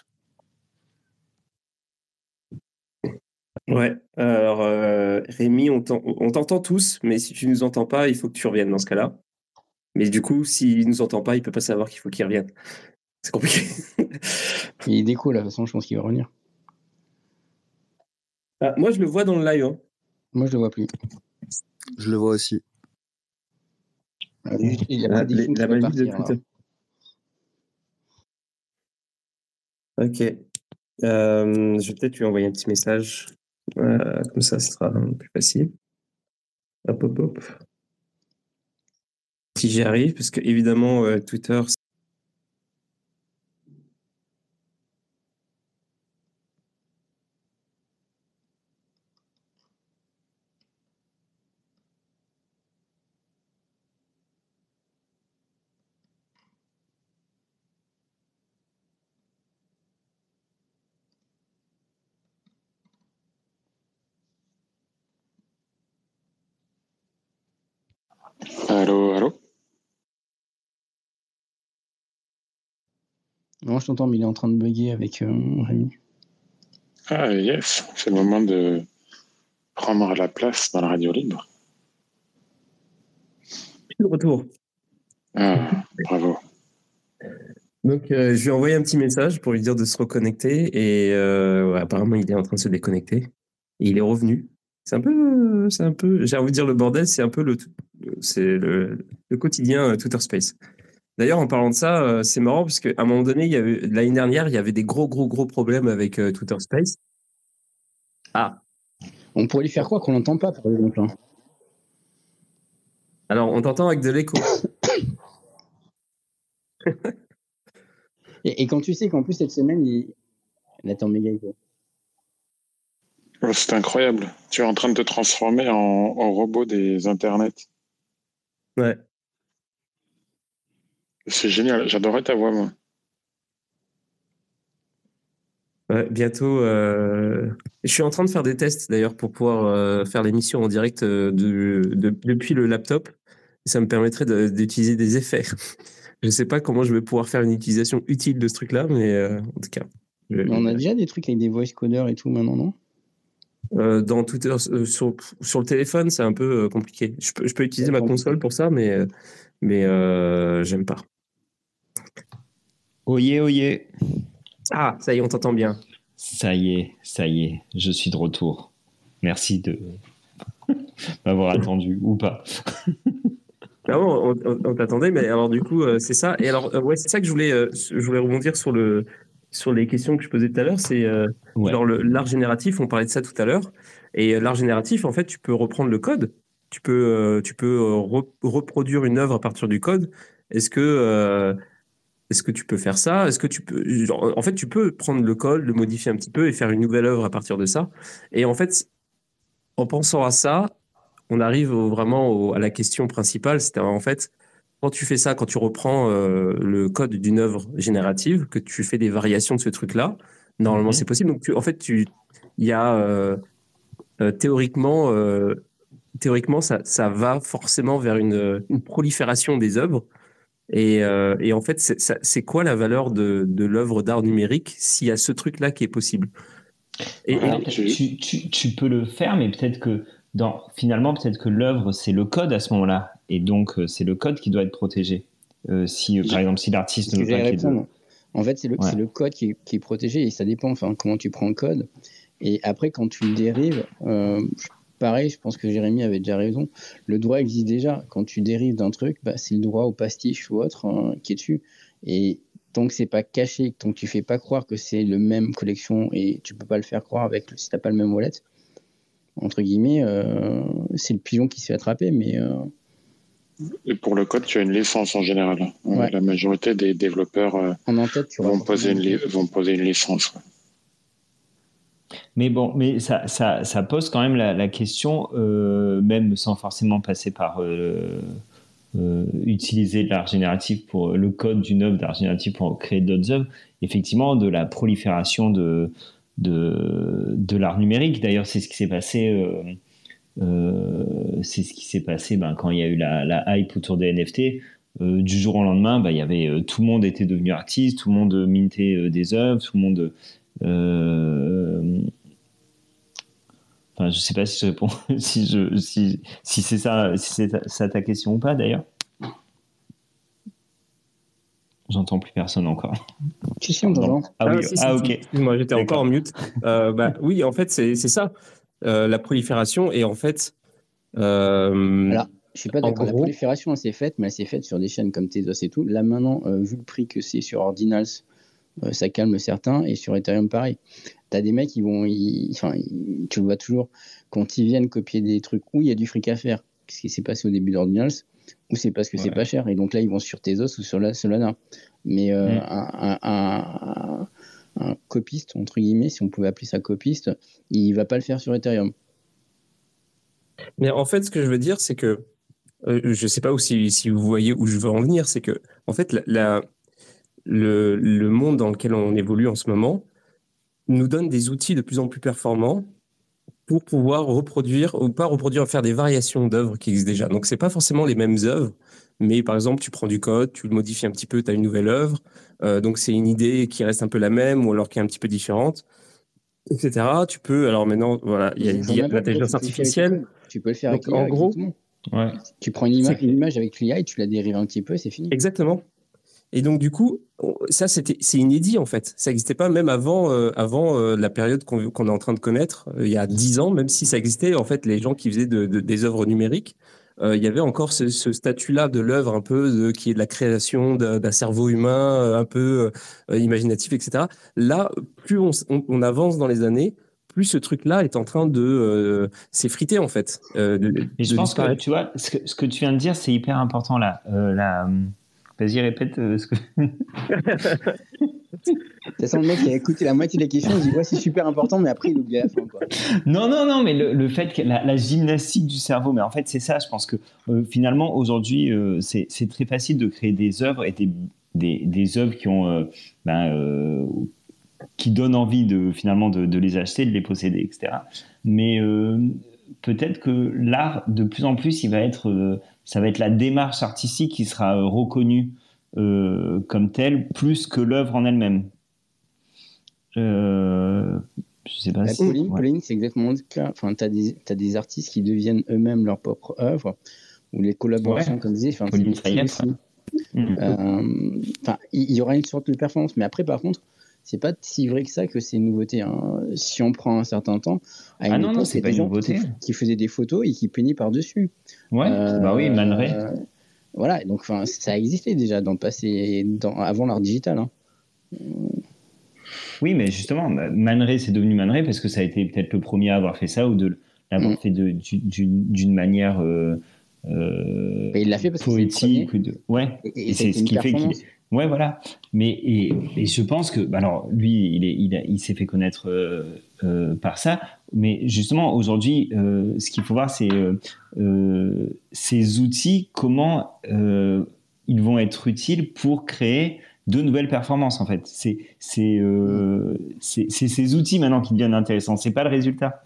Ouais. Alors, euh, Rémi, on t'en- on t'entend tous, mais si tu nous entends pas, il faut que tu reviennes dans ce cas-là. Mais du coup, s'il nous entend pas, il peut pas savoir qu'il faut qu'il revienne. C'est compliqué. Il est déco là, de toute façon, je pense qu'il va revenir. Ah, moi, je le vois dans le live. Hein. Moi, je le vois plus. Je le vois aussi. Euh, juste, il y a Ah, Prédiction les- qui la va magie de partir. Twitter. alors. Ok. Euh, je vais peut-être lui envoyer un petit message. Euh, comme ça, ce sera plus facile. Hop, hop, hop. Si j'y arrive, parce que évidemment, euh, Twitter. Allô, allô? Non, je t'entends, mais il est en train de bugger avec euh, Rémi. Ah, yes, c'est le moment de prendre la place dans la radio libre. De retour. Ah, bravo. Donc, euh, je lui ai envoyé un petit message pour lui dire de se reconnecter et euh, ouais, apparemment, il est en train de se déconnecter. Et il est revenu. C'est un peu, c'est un peu, j'ai envie de dire le bordel, c'est un peu le, c'est le, le quotidien euh, Twitter Space. D'ailleurs, en parlant de ça, euh, c'est marrant parce qu'à un moment donné, il y avait, l'année dernière, il y avait des gros, gros, gros problèmes avec euh, Twitter Space. Ah, On pourrait lui faire croire qu'on l'entend pas, par exemple. hein. alors on t'entend avec de l'écho. Et, et quand tu sais qu'en plus, cette semaine, il. Attends, méga écho. Oh, c'est incroyable. Tu es en train de te transformer en, en robot des internets. Ouais. C'est génial. J'adorais ta voix, moi. Ouais, bientôt. euh, Je suis en train de faire des tests d'ailleurs pour pouvoir euh, faire l'émission en direct euh, de, de- depuis le laptop. Ça me permettrait de- d'utiliser des effets. Je sais pas comment je vais pouvoir faire une utilisation utile de ce truc-là, mais euh, en tout cas. je- Mais on a déjà des trucs avec des voice coders et tout maintenant, non? Euh, dans Twitter, euh, sur, sur le téléphone, c'est un peu euh, compliqué. Je peux, je peux utiliser ma D'accord. console pour ça, mais, euh, mais euh, j'aime pas. Oyez, oyez. Ah, ça y est, on t'entend bien. Ça y est, ça y est, je suis de retour. Merci de m'avoir attendu ou pas. Ah bon, on, on- on t'attendait, mais alors du coup, euh, c'est ça. Et alors, euh, ouais, c'est ça que je voulais, euh, je voulais rebondir sur le, sur les questions que je posais tout à l'heure. C'est euh, Ouais. genre le- l'art génératif. On parlait de ça tout à l'heure. Et euh, l'art génératif, en fait, tu peux reprendre le code. Tu peux, euh, tu peux euh, re- reproduire une œuvre à partir du code. Est-ce que, euh, est-ce que tu peux faire ça? Est-ce que tu peux, genre, en fait, tu peux prendre le code, le modifier un petit peu et faire une nouvelle œuvre à partir de ça. Et en fait, en pensant à ça, on arrive au- vraiment au- à la question principale. C'est en fait, quand tu fais ça, quand tu reprends euh, le code d'une œuvre générative, que tu fais des variations de ce truc-là, normalement Mhm. c'est possible. Donc tu- en fait, tu, il y a euh, euh, théoriquement, euh, théoriquement ça, ça va forcément vers une, une prolifération des œuvres. Et, euh, et en fait, c'est ça- c'est quoi la valeur de, de l'œuvre d'art numérique s'il y a ce truc-là qui est possible? Et, En et- fait, tu, tu, tu peux le faire, mais peut-être que dans, finalement, peut-être que l'œuvre, c'est le code à ce moment-là. Et donc, euh, c'est le code qui doit être protégé. Euh, si, euh, par exemple, si l'artiste Ce ne que veut pas j'allais qu'il y ait de... répondre. En fait, c'est le, Ouais. c'est le code qui est, qui est protégé et ça dépend enfin, comment tu prends le code. Et après, quand tu le dérives, euh, pareil, je pense que Jérémy avait déjà raison. Le droit existe déjà. Quand tu dérives d'un truc, bah, c'est le droit au pastiche ou autre hein, qui est dessus. Et tant que c'est pas caché, tant que tu fais pas croire que c'est le même collection et tu peux pas le faire croire avec si t'as pas le même wallet, entre guillemets, euh, c'est le pigeon qui se fait attraper. Mais euh, Et pour le code, tu as une licence en général. Euh, Ouais. La majorité des développeurs euh, en en-tête, tu auras vont, poser une, forcément- li- vont poser une licence. ouais. Mais bon, mais ça, ça, ça pose quand même la, la question, euh, même sans forcément passer par euh, euh, utiliser de l'art génératif pour le code d'une œuvre d'art génératif pour créer d'autres œuvres, effectivement, de la prolifération de, de, de l'art numérique. D'ailleurs, c'est ce qui s'est passé. Euh, euh, c'est ce qui s'est passé ben, quand il y a eu la, la hype autour des N F T. Euh, du jour au lendemain, ben, il y avait, euh, tout le monde était devenu artiste, tout le monde mintait euh, des œuvres, tout le monde. Euh, Enfin, je sais pas si je réponds, si je, si, si c'est ça, si c'est ça ta question ou pas d'ailleurs. J'entends plus personne encore. Si, si, on t'entend. Ah oui, si, si, ah si. ok. Excuse-moi, j'étais D'accord. encore en mute. Euh, bah, oui, en fait, c'est c'est ça, euh, la prolifération. Et en fait, euh, Alors, je suis pas en d'accord. La gros, prolifération, elle s'est faite, mais elle s'est faite sur des chaînes comme Tezos et tout. Là, maintenant, euh, vu le prix que c'est sur Ordinals, euh, ça calme certains. Et sur Ethereum, pareil. T'as des mecs, ils vont, ils- enfin, ils- tu le vois toujours, quand ils viennent copier des trucs où il y a du fric à faire, ce qui s'est passé au début d'Ordinals, ou c'est parce que c'est Ouais. pas cher. Et donc là, ils vont sur Tezos ou sur la Solana. Mais euh, Mm. un, un- un- un copiste, entre guillemets, si on pouvait appeler ça copiste, il va pas le faire sur Ethereum. mais en fait, ce que je veux dire, c'est que euh, je sais pas où si, si vous voyez où je veux en venir, c'est que en fait, la, la- le, le monde dans lequel on évolue en ce moment nous donne des outils de plus en plus performants pour pouvoir reproduire ou pas reproduire, faire des variations d'œuvres qui existent déjà. Donc, c'est pas forcément les mêmes œuvres, mais par exemple, tu prends du code, tu le modifies un petit peu, tu as une nouvelle œuvre. Euh, donc, c'est une idée qui reste un peu la même ou alors qui est un petit peu différente, et cetera. Tu peux, alors maintenant, voilà, il y a Je vois même pas pourquoi l'intelligence tu peux le faire avec le artificielle. code. Tu peux le faire avec Donc, l'I A, en gros, exactement. Ouais. Tu prends une, ima- c'est une image avec l'I A et tu la dérives un petit peu, c'est fini. exactement. Et donc, du coup, on- ça, c'était, c'est inédit, en fait. Ça n'existait pas même avant, euh, avant euh, la période qu'on qu'on est en train de connaître, euh, il y a dix ans, même si ça existait, en fait, les gens qui faisaient de, de- des œuvres numériques, euh, il y avait encore ce, ce statut-là de l'œuvre un peu, de, qui est de la création d'un d'un cerveau humain, euh, un peu euh, imaginatif, et cetera. Là, plus on, s- on- on avance dans les années, plus ce truc-là est en train de euh, s'effriter en fait. Euh, de, Et je de pense que disparaître. tu vois, ce que, ce que tu viens de dire, c'est hyper important là. Euh, la... Vas-y, répète euh, ce que. Ça sent le mec qui a écouté la moitié des questions, il dit ouais, c'est super important, mais après il oublie à la fin. Quoi. Non, non, non, mais le, le fait que la, la gymnastique du cerveau, mais en fait, c'est ça. Je pense que euh, finalement, aujourd'hui, euh, c'est, c'est très facile de créer des œuvres et des, des, des œuvres qui ont, euh, ben, euh, qui donnent envie de finalement de, de les acheter, de les posséder, et cetera. Mais euh, peut-être que l'art, de plus en plus, il va être, euh, ça va être la démarche artistique qui sera euh, reconnue euh, comme telle, plus que l'œuvre en elle-même. Euh, je sais pas Bah, si, Pauline, ouais. Pauline, c'est exactement le cas. Enfin, tu as des, t'as des artistes qui deviennent eux-mêmes leur propre œuvre, ou les collaborations, Ouais. comme je disais, enfin, Pauline c'est Sayef, aussi. Mmh. Euh, Enfin, il y aura une sorte de performance, mais après, par contre, c'est pas si vrai que ça que c'est une nouveauté. Hein. Si on prend un certain temps, à une Ah non, époque, non, il y c'est a pas des une gens nouveauté. qui, qui faisaient des photos et qui peignaient par-dessus. Ouais, Euh, bah oui, Man Ray. Voilà, donc enfin, ça existait déjà dans le passé, dans, avant l'art digital. Hein. Oui, mais justement, Man Ray, c'est devenu Man Ray parce que ça a été peut-être le premier à avoir fait ça ou de l'avoir Mm. fait de, d'une, d'une manière euh, euh, Mais il l'a fait parce que c'est le poétique. premier. ou De... Ouais, Et, et et ça a c'est été ce une qui fait qu'il performance. est. Ouais, voilà. Mais et, et je pense que, bah alors, lui, il, est, il, a, il s'est fait connaître euh, euh, par ça. Mais justement, aujourd'hui, euh, ce qu'il faut voir, c'est euh, euh, ces outils, comment euh, ils vont être utiles pour créer de nouvelles performances, en fait. C'est, c'est, euh, c'est, c'est ces outils maintenant qui deviennent intéressants. C'est pas le résultat.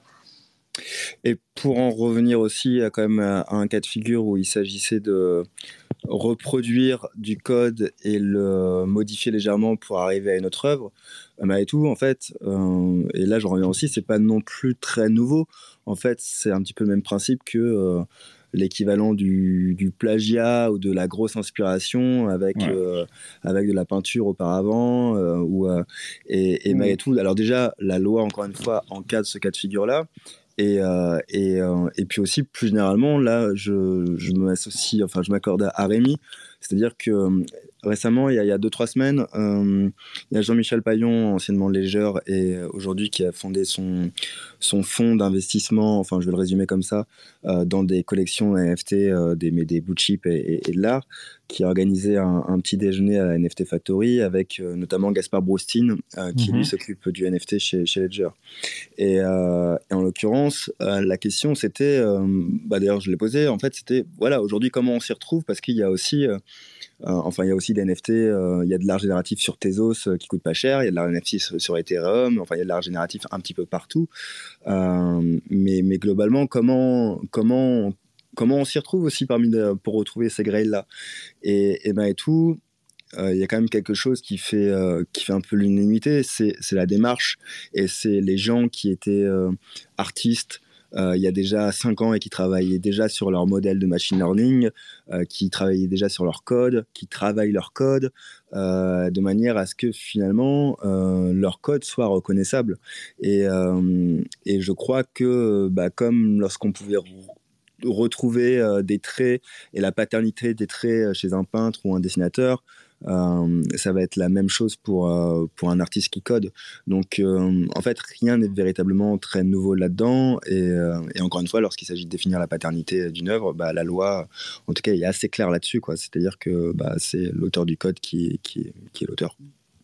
Et pour en revenir aussi à, quand même à un cas de figure où il s'agissait de reproduire du code et le modifier légèrement pour arriver à une autre œuvre, et tout, en fait, euh, et là j'en reviens aussi, c'est pas non plus très nouveau. En fait, c'est un petit peu le même principe que euh, l'équivalent du, du plagiat ou de la grosse inspiration avec, Ouais. euh, avec de la peinture auparavant. Euh, ou, euh, et, et Mmh. malgré tout, alors déjà, la loi, encore une fois, encadre ce cas de figure-là. Et, euh, et, euh, et puis aussi, plus généralement, là, je, je m'associe, enfin, je m'accorde à, à Rémi. C'est-à-dire que euh, récemment, il y a, il y a deux, trois semaines, euh, il y a Jean-Michel Paillon, anciennement Léger, et aujourd'hui qui a fondé son, son fonds d'investissement, enfin, je vais le résumer comme ça, euh, dans des collections N F T, euh, des, mais des blue chip et, et, et de l'art, qui a organisé un, un petit déjeuner à la N F T Factory avec euh, notamment Gaspard Broustine, euh, qui Mhm. lui s'occupe du N F T chez, chez Ledger. Et, euh, et en l'occurrence, euh, la question c'était, euh, bah d'ailleurs je l'ai posée, en fait c'était, voilà, aujourd'hui comment on s'y retrouve, parce qu'il y a aussi, euh, euh, enfin il y a aussi des N F T, euh, il y a de l'art génératif sur Tezos euh, qui coûte pas cher, il y a de l'art N F T sur, sur Ethereum, enfin il y a de l'art génératif un petit peu partout, euh, mais, mais globalement comment, comment, comment on s'y retrouve aussi parmi de, pour retrouver ces grails-là. Et, et ben et tout, il euh, y a quand même quelque chose qui fait, euh, qui fait un peu l'unanimité, c'est, c'est la démarche, et c'est les gens qui étaient euh, artistes euh, il y a déjà cinq ans et qui travaillaient déjà sur leur modèle de machine learning, euh, qui travaillaient déjà sur leur code, qui travaillent leur code, euh, de manière à ce que finalement euh, leur code soit reconnaissable. Et, euh, et je crois que bah, comme lorsqu'on pouvait retrouver euh, des traits et la paternité des traits chez un peintre ou un dessinateur, euh, ça va être la même chose pour, euh, pour un artiste qui code. Donc euh, en fait rien n'est véritablement très nouveau là-dedans, et, euh, et encore une fois, lorsqu'il s'agit de définir la paternité d'une œuvre, bah, la loi en tout cas est assez claire là-dessus, quoi. C'est-à-dire que bah, c'est l'auteur du code qui, qui, qui est l'auteur.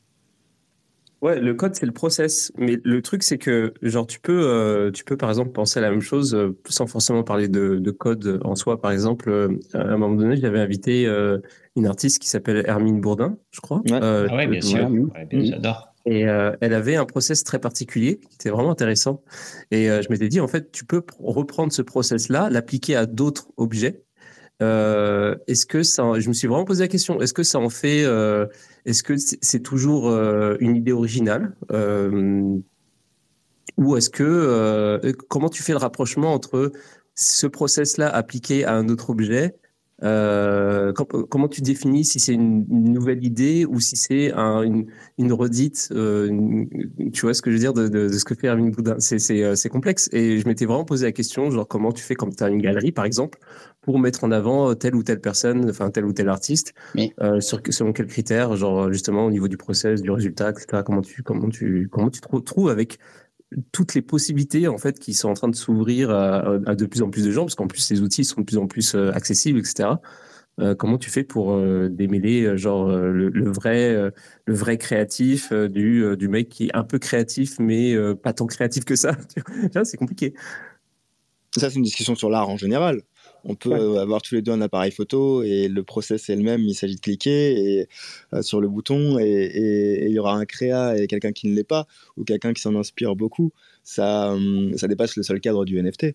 Ouais, le code, c'est le process. Mais le truc, c'est que, genre, tu peux, euh, tu peux, par exemple, penser à la même chose euh, sans forcément parler de, de code en soi. Par exemple, euh, à un moment donné, j'avais invité euh, une artiste qui s'appelle Hermine Bourdin, je crois. Ouais. Euh, Ah ouais, bien sûr. voilà. Ouais, bien, j'adore. Et euh, elle avait un process très particulier qui était vraiment intéressant. Et euh, je m'étais dit, en fait, tu peux pr- reprendre ce process-là, l'appliquer à d'autres objets. Euh, est-ce que ça, je me suis vraiment posé la question, est-ce que ça en fait, euh, est-ce que c'est, c'est toujours euh, une idée originale, euh, ou est-ce que, euh, comment tu fais le rapprochement entre ce process-là appliqué à un autre objet, euh, com- comment tu définis si c'est une, une nouvelle idée ou si c'est un, une, une redite, euh, une- tu vois ce que je veux dire de, de, de ce que fait Hermine Boudin. C'est, c'est, euh, c'est complexe. Et je m'étais vraiment posé la question, genre comment tu fais quand tu as une galerie, par exemple, pour mettre en avant telle ou telle personne, enfin tel ou tel artiste, Mais euh, sur, selon quels critères, genre justement au niveau du process, du résultat, et cetera. Comment tu, comment tu, comment tu te retrouves avec toutes les possibilités en fait qui sont en train de s'ouvrir à, à de plus en plus de gens, parce qu'en plus ces outils sont de plus en plus euh, accessibles, et cetera. Euh, comment tu fais pour euh, démêler euh, genre euh, le, le vrai euh, le vrai créatif euh, du euh, du mec qui est un peu créatif mais euh, pas tant créatif que ça. Tu vois, c'est compliqué. Ça, c'est une discussion sur l'art en général. On peut Ouais. euh, avoir tous les deux un appareil photo et le process est le même, il s'agit de cliquer et, euh, sur le bouton et, et- et il y aura un créa et quelqu'un qui ne l'est pas ou quelqu'un qui s'en inspire beaucoup. Ça, hum, ça dépasse le seul cadre du N F T.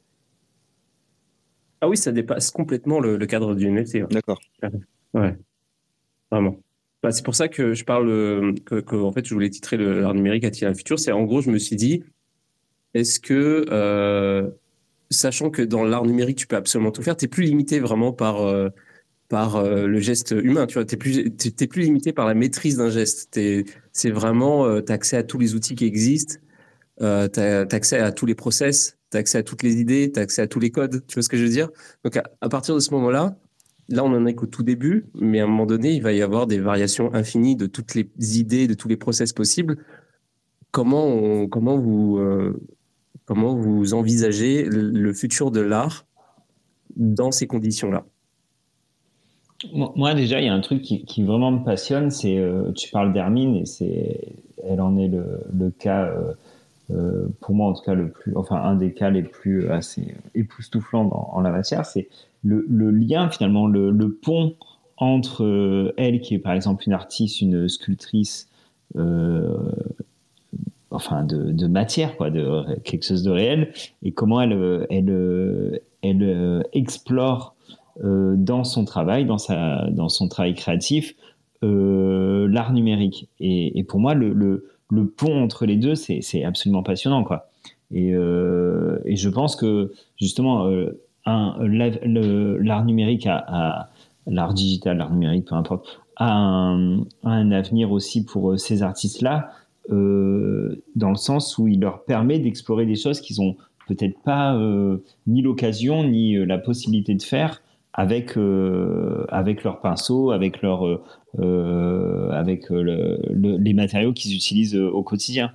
Ah oui, ça dépasse complètement le, le cadre du N F T. Ouais, D'accord. ouais, vraiment. Bah, c'est pour ça que je parle euh, que, que en fait je voulais titrer le l'art numérique a-t-il un futur. C'est en gros, je me suis dit, est-ce que euh, sachant que dans l'art numérique tu peux absolument tout faire, t'es plus limité vraiment par euh, par euh, le geste humain, tu vois, t'es plus t'es, t'es plus limité par la maîtrise d'un geste. T'es, c'est vraiment euh, t'as accès à tous les outils qui existent, euh, t'as, t'as accès à tous les process, t'as accès à toutes les idées, t'as accès à tous les codes. Tu vois ce que je veux dire? Donc à, à partir de ce moment-là, là on en est qu'au tout début, mais à un moment donné, il va y avoir des variations infinies de toutes les idées, de tous les process possibles. Comment on, comment vous euh, comment vous envisagez le le futur de l'art dans ces conditions-là? Moi, moi, déjà, il y a un truc qui, qui vraiment me passionne, c'est, euh, tu parles d'Hermine, et c'est, elle en est le, le cas, euh, euh, pour moi en tout cas, le plus, enfin, un des cas les plus euh, assez époustouflants dans, en la matière, c'est le, le lien, finalement, le, le pont entre euh, elle, qui est par exemple une artiste, une sculptrice, euh, enfin, de, de matière, quoi, de quelque chose de réel, et comment elle, euh, elle, euh, elle, euh, explore euh, dans son travail, dans, sa, dans son travail créatif, euh, l'art numérique. Et, et pour moi, le, le, le pont entre les deux, c'est, c'est absolument passionnant, quoi. Et, euh, et je pense que justement, euh, un, la- le- l'art numérique a, a- l'art digital, l'art numérique, peu importe, a un, a un avenir aussi pour euh, ces artistes-là, euh, dans le sens où il leur permet d'explorer des choses qu'ils ont peut-être pas euh, ni l'occasion ni euh, la possibilité de faire avec euh, avec leur pinceau, avec leur euh, euh, avec euh, le, le, les matériaux qu'ils utilisent euh, au quotidien.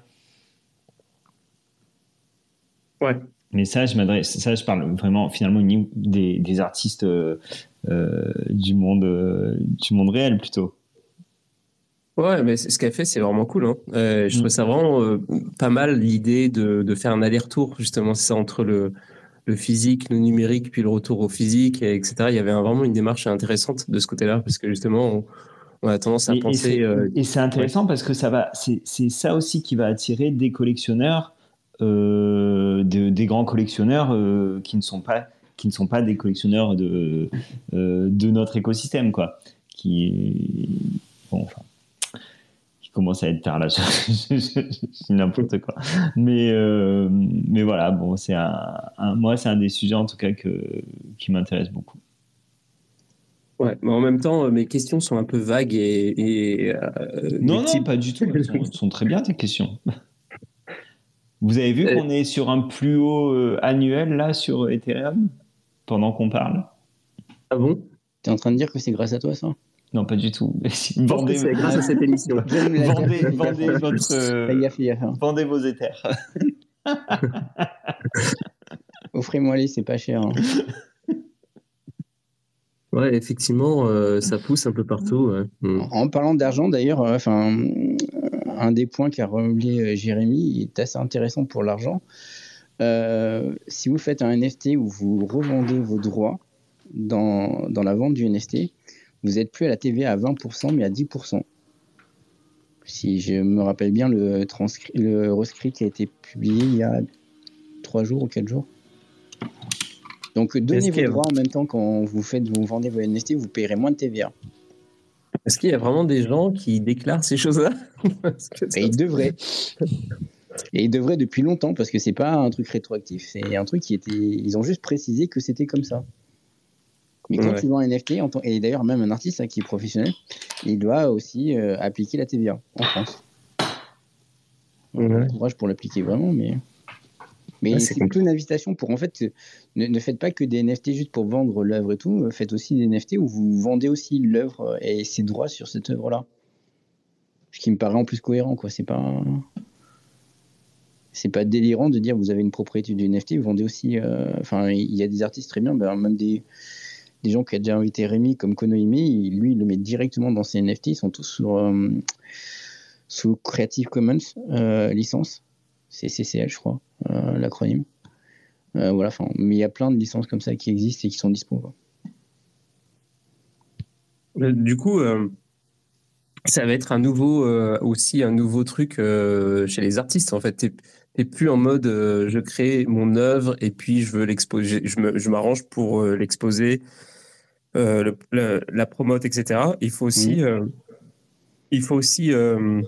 Ouais. Mais ça, je m'adresse, ça, je parle vraiment finalement des, des artistes euh, euh, du monde euh, du monde réel plutôt. Ouais, mais ce qu'elle fait, c'est vraiment cool. Hein. Euh, je trouve Mm. ça vraiment euh, pas mal l'idée de, de faire un aller-retour, justement, c'est ça, entre le, le physique, le numérique, puis le retour au physique, et etc. Il y avait un- vraiment une démarche intéressante de ce côté-là, parce que justement, on, on a tendance à Et, et penser. c'est euh, et c'est ouais. intéressant parce que ça va, c'est c'est ça aussi qui va attirer des collectionneurs, euh, de- des grands collectionneurs euh, qui ne sont pas qui ne sont pas des collectionneurs de euh, de notre écosystème, quoi. Qui bon, enfin, qui commence à être tard là, je, je- je- je dis n'importe quoi. Mais euh, mais voilà, bon, c'est un, un- moi c'est un des sujets en tout cas que qui m'intéresse beaucoup. Ouais, mais en même temps, euh, mes questions sont un peu vagues et, et euh, Non, non, multiples. pas du tout. Elles sont, elles sont très bien tes questions. Vous avez vu Euh, qu'on est sur un plus haut euh, annuel là sur Ethereum pendant qu'on parle? ah bon? T'es en train de dire que c'est grâce à toi, ça? Non, pas du tout. Je pense que vendez, c'est grâce à cette émission. Je viens de me la dire. vendez, Fais gaffe, vendez hein. votre, euh, Fais gaffe, fais gaffe, hein. vendez vos Ethers. Offrez-moi-les, c'est pas cher, hein. Ouais, effectivement, euh, ça pousse un peu partout. Ouais. Mm. En, en parlant d'argent, d'ailleurs, euh, enfin, un des points qu'a relevé euh, Jérémy est assez intéressant pour l'argent. Euh, si vous faites un N F T où vous revendez vos droits dans, dans la vente du N F T, vous n'êtes plus à la T V A à vingt pour cent, mais à dix pour cent. Si je me rappelle bien le, transcrit, le rescrit qui a été publié il y a trois jours ou quatre jours. Donc donnez Est-ce vos qu'il y a- droits en même temps quand vous faites, vous vendez vos N F T, vous payerez moins de T V A. Est-ce qu'il y a vraiment des gens qui déclarent ces choses-là? Parce que ça- Et ils devraient. Et ils devraient depuis longtemps parce que c'est pas un truc rétroactif. C'est un truc qui était. Ils ont juste précisé que c'était comme ça. Mais quand Ouais. tu vends un N F T, en tant- et d'ailleurs même un artiste hein, qui est professionnel, il doit aussi euh, appliquer la T V A en France. Donc, Ouais. bon courage pour l'appliquer vraiment, mais. Mais Ouais, c'est c'est plutôt compliqué. une invitation pour en fait ne, ne faites pas que des N F T juste pour vendre l'œuvre et tout, faites aussi des N F T où vous vendez aussi l'œuvre et ses droits sur cette œuvre-là. Ce qui me paraît en plus cohérent, quoi. C'est pas. c'est pas délirant de dire vous avez une propriété du N F T, vous vendez aussi. Enfin, il y a des artistes très bien, ben, même des, des gens qui ont déjà invité Rémi comme Konohime, il- lui, il le met directement dans ses N F T. Ils sont tous sur, euh, sous Creative Commons euh, licence. C'est C C L, je crois, euh, l'acronyme. Euh, voilà, enfin, mais il y a plein de licences comme ça qui existent et qui sont dispo, quoi. Euh, Du coup, euh, ça va être un nouveau, euh, aussi un nouveau truc euh, chez les artistes. En fait, t'es, t'es plus en mode euh, je crée mon œuvre et puis je veux l'exposer, je me, je m'arrange pour euh, l'exposer, euh, le- le- la promote, et cetera. Il faut aussi, Mhm. euh, il faut aussi euh,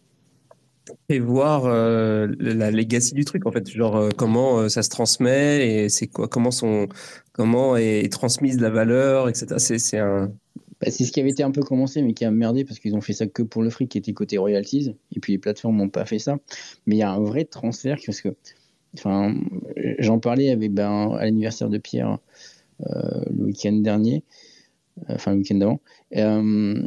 prévoir euh, la legacy du truc. En fait, genre euh, comment euh, ça se transmet et c'est quoi, comment sont, comment est transmise la valeur, et cetera. C'est, c'est un. Bah, c'est ce qui avait été un peu commencé, mais qui a merdé parce qu'ils ont fait ça que pour le fric qui était côté royalties. Et puis les plateformes n'ont pas fait ça. Mais il y a un vrai transfert parce que, enfin, j'en parlais avec, ben, à l'anniversaire de Pierre euh, le week-end dernier, euh, enfin le week-end d'avant. Euh,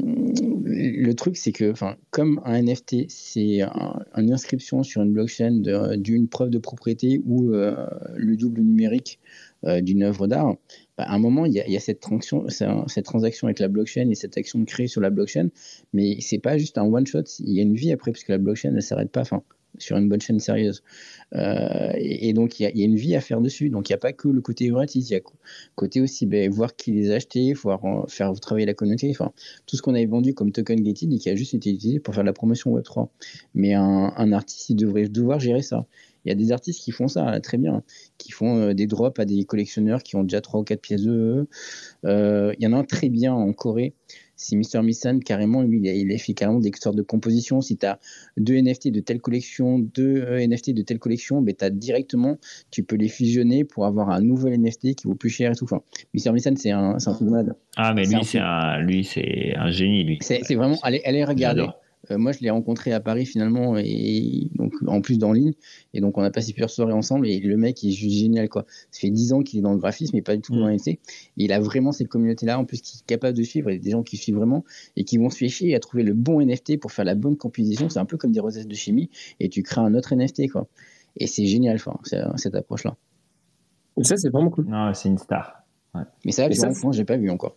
le truc, c'est que, enfin, comme un N F T, c'est un- une inscription sur une blockchain de- d'une preuve de propriété ou euh, le double numérique euh, d'une œuvre d'art, bah, à un moment, il y a, il y a cette, transaction, cette transaction avec la blockchain et cette action de créer sur la blockchain, mais c'est pas juste un one-shot, il y a une vie après, parce que la blockchain, elle s'arrête pas, enfin, sur une blockchain sérieuse. Euh, et, et donc, il y, a, il y a une vie à faire dessus. Donc, il n'y a pas que le côté gratis, il y a co- côté aussi ben, voir qui les a achetés, voir, euh, faire travailler la communauté, enfin, tout ce qu'on avait vendu comme token gated et qui a juste été utilisé pour faire de la promotion web trois. Mais un, un artiste, il devrait devoir gérer ça. Il y a des artistes qui font ça très bien, qui font euh, des drops à des collectionneurs qui ont déjà trois ou quatre pièces de eux. Euh, il y en a un très bien en Corée, c'est Mister Missan, carrément, lui, il a, il a fait carrément des sortes de compositions. Si tu as deux N F T de telle collection, deux euh, N F T de telle collection, ben, tu as directement, tu peux les fusionner pour avoir un nouvel N F T qui vaut plus cher et tout. Enfin, Mister Missan, c'est un, c'est un truc de malade. Ah, mais C'est lui, un c'est fou. un, lui, c'est un génie, lui. C'est c'est vraiment, allez, allez regarder. J'adore. Euh, moi, je l'ai rencontré à Paris finalement, et donc en plus en ligne. Et donc, on a passé plusieurs soirées ensemble. Et le mec, il est juste génial, quoi. Ça fait dix ans qu'il est dans le graphisme, mais pas du tout dans Mm. l'N F T. Et il a vraiment cette communauté-là, en plus, qui est capable de suivre. Il y a des gens qui suivent vraiment et qui vont se faire chier à trouver le bon N F T pour faire la bonne composition. C'est un peu comme des recettes de chimie. Et tu crées un autre N F T, quoi. Et c'est génial, enfin, c'est- cette approche-là. Et ça, c'est vraiment cool. Non, c'est une star. Ouais. Mais ça, Mais tu ça, vois, franchement, j'ai pas vu encore.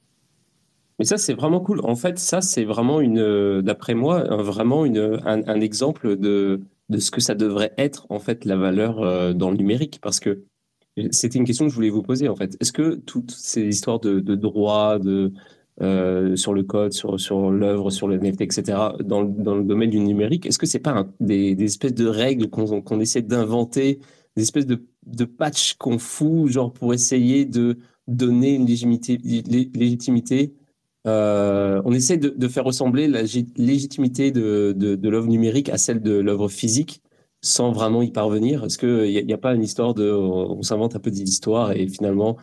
Mais ça, c'est vraiment cool. En fait, ça, c'est vraiment une, euh, d'après moi, un- vraiment une, un, un exemple de, de ce que ça devrait être, en fait, la valeur euh, dans le numérique. Parce que c'était une question que je voulais vous poser, en fait. Est-ce que toutes ces histoires de, de droits, de, euh, sur le code, sur, sur l'œuvre, sur le N F T, et cetera, dans, le- dans le domaine du numérique, est-ce que c'est pas un- des, des espèces de règles qu'on qu'on essaie d'inventer, des espèces de, de patchs qu'on fout, genre pour essayer de donner une légitimité, lé- légitimité euh, on essaie de, de faire ressembler la gé- légitimité de, de, de l'œuvre numérique à celle de l'œuvre physique sans vraiment y parvenir. Est-ce qu'il n'y a, y a pas une histoire de... On s'invente un peu des histoires et finalement,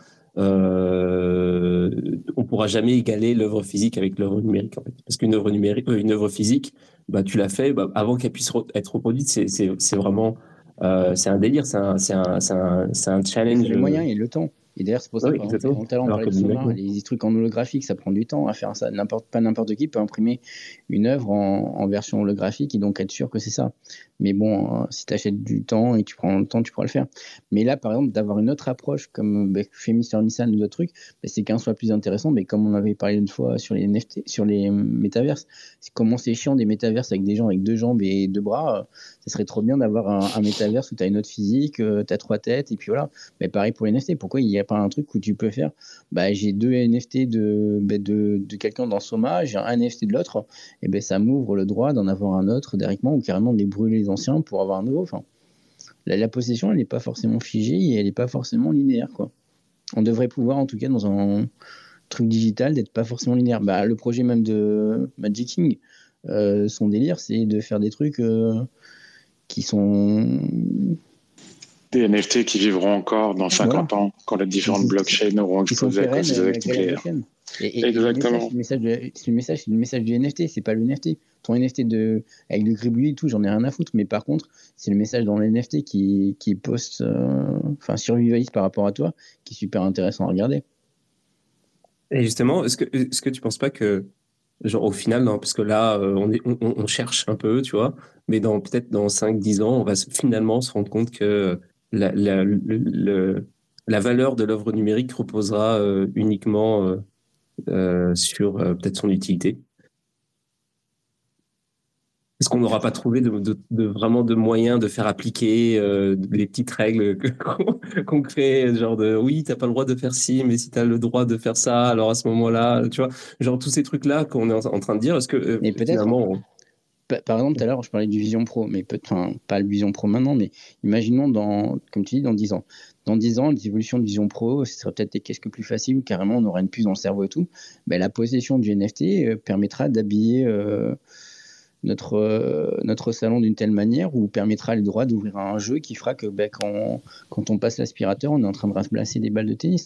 euh, on pourra jamais égaler l'œuvre physique avec l'œuvre numérique, en fait. Parce qu'une œuvre numérique, euh, une œuvre physique, bah, tu l'as fait, bah, avant qu'elle puisse re- être reproduite, c'est, c'est, c'est vraiment... euh, c'est un délire, c'est un, c'est un, c'est un, c'est un Il challenge. faut les euh, moyens et le temps. Et d'ailleurs, c'est pour ça Oui, que, par exemple, exactement. en talent, on Alors parlait que de le numérique, Soma, non. les trucs en holographique, ça prend du temps à faire ça. N'importe, pas n'importe qui peut imprimer une œuvre en, en version holographique et donc être sûr que c'est ça. Mais bon, euh, si tu achètes du temps et tu prends le temps, tu pourras le faire. Mais là, par exemple, d'avoir une autre approche, comme bah, fait Mister Nissan ou d'autres trucs, bah, c'est qu'un soit plus intéressant. Mais comme on avait parlé une fois sur les N F T, sur les métaverses, c'est comment c'est chiant des métaverses avec des gens avec deux jambes et deux bras. Euh, ça serait trop bien d'avoir un, un métaverse où tu as une autre physique, euh, tu as trois têtes, et puis voilà. Mais pareil pour les N F T, pourquoi il n'y a pas un truc où tu peux faire bah, j'ai deux N F T de, bah, de, de quelqu'un dans Soma, j'ai un N F T de l'autre, et ben ça m'ouvre le droit d'en avoir un autre directement ou carrément de les brûler les anciens pour avoir un nouveau. Enfin, la, la possession, elle n'est pas forcément figée et elle n'est pas forcément linéaire, quoi. On devrait pouvoir, en tout cas, dans un truc digital, d'être pas forcément linéaire. Bah, le projet même de Magic King, euh, son délire, c'est de faire des trucs euh, qui sont Des N F T qui vivront encore dans cinquante voilà. ans, quand les différentes Qui- blockchains auront qui sont explosé à pérennes cause des euh, actes malgré la nucléaires. blockchain. Et, et- et Exactement. le message, le message, de- c'est le message, c'est le message du N F T, c'est pas le N F T. Ton N F T de, avec le gribouillis et tout, j'en ai rien à foutre. Mais par contre, c'est le message dans le N F T qui, qui poste, euh, enfin, survivaliste par rapport à toi, qui est super intéressant à regarder. Et justement, est-ce que, est-ce que tu penses pas que Genre, au final, non, parce que là, euh, on, est, on, on cherche un peu, tu vois, mais dans, peut-être dans cinq dix ans, on va se- finalement se rendre compte que la, la, le- le- la valeur de l'œuvre numérique reposera euh, uniquement euh, euh, sur euh, peut-être son utilité. Est-ce qu'on n'aura pas trouvé de, de, de- vraiment de moyens de faire appliquer euh, les petites règles que- qu'on qu'on crée, genre de oui, t'as pas le droit de faire ci, mais si t'as le droit de faire ça, alors à ce moment-là, tu vois, genre tous ces trucs-là qu'on est en, en train de dire, est-ce que euh, Et peut-être, finalement, on- pa- par exemple, tout à l'heure, je parlais du Vision Pro, mais peut- enfin, pas le Vision Pro maintenant, mais imaginons dans, comme tu dis, dans dix ans. Dans dix ans, les évolutions de Vision Pro, ce serait peut-être des casques plus faciles, ou carrément on aura une puce dans le cerveau et tout. Ben, la possession du N F T euh, permettra d'habiller euh, notre, euh, notre salon d'une telle manière, ou permettra les droits d'ouvrir un jeu qui fera que ben, quand, quand on passe l'aspirateur, on est en train de remplacer des balles de tennis.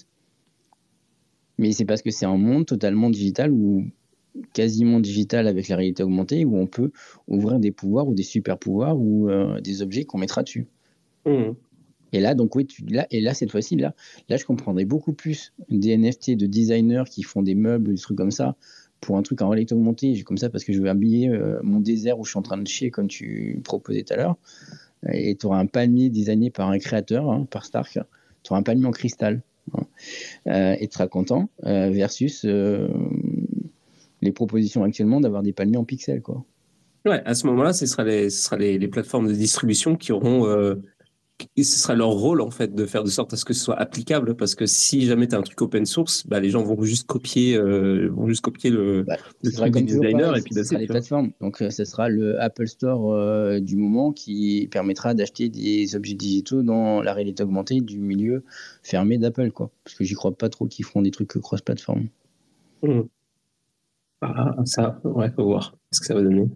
Mais c'est parce que c'est un monde totalement digital, ou quasiment digital avec la réalité augmentée, où on peut ouvrir des pouvoirs ou des super pouvoirs ou euh, des objets qu'on mettra dessus. Mmh. Et là, donc oui, tu, là, et là cette fois-ci, là, là, je comprendrais beaucoup plus des N F T de designers qui font des meubles, des trucs comme ça, pour un truc en réalité augmentée, comme ça, parce que je veux habiller euh, mon désert où je suis en train de chier, comme tu proposais tout à l'heure. Et tu auras un palmier designé par un créateur, hein, par Stark. Tu auras un palmier en cristal. Hein, euh, et tu seras content, euh, versus euh, les propositions actuellement d'avoir des palmiers en pixels, quoi. Ouais, à ce moment-là, ce sera les, ce sera les, les plateformes de distribution qui auront, euh, et ce sera leur rôle en fait de faire de sorte à ce que ce soit applicable, parce que si jamais tu as un truc open source, bah, les gens vont juste copier, euh, vont juste copier le, Bah, le ce sera truc des comme toujours designers pareil, et puis ce that's sera it, les tu vois. plateformes. Donc, euh, ce sera le Apple Store euh, du moment qui permettra d'acheter des objets digitaux dans la réalité augmentée du milieu fermé d'Apple, quoi. Parce que j'y crois pas trop qu'ils feront des trucs cross-platform. Mmh. Ah, ça, ouais, faut voir ce que ça va donner.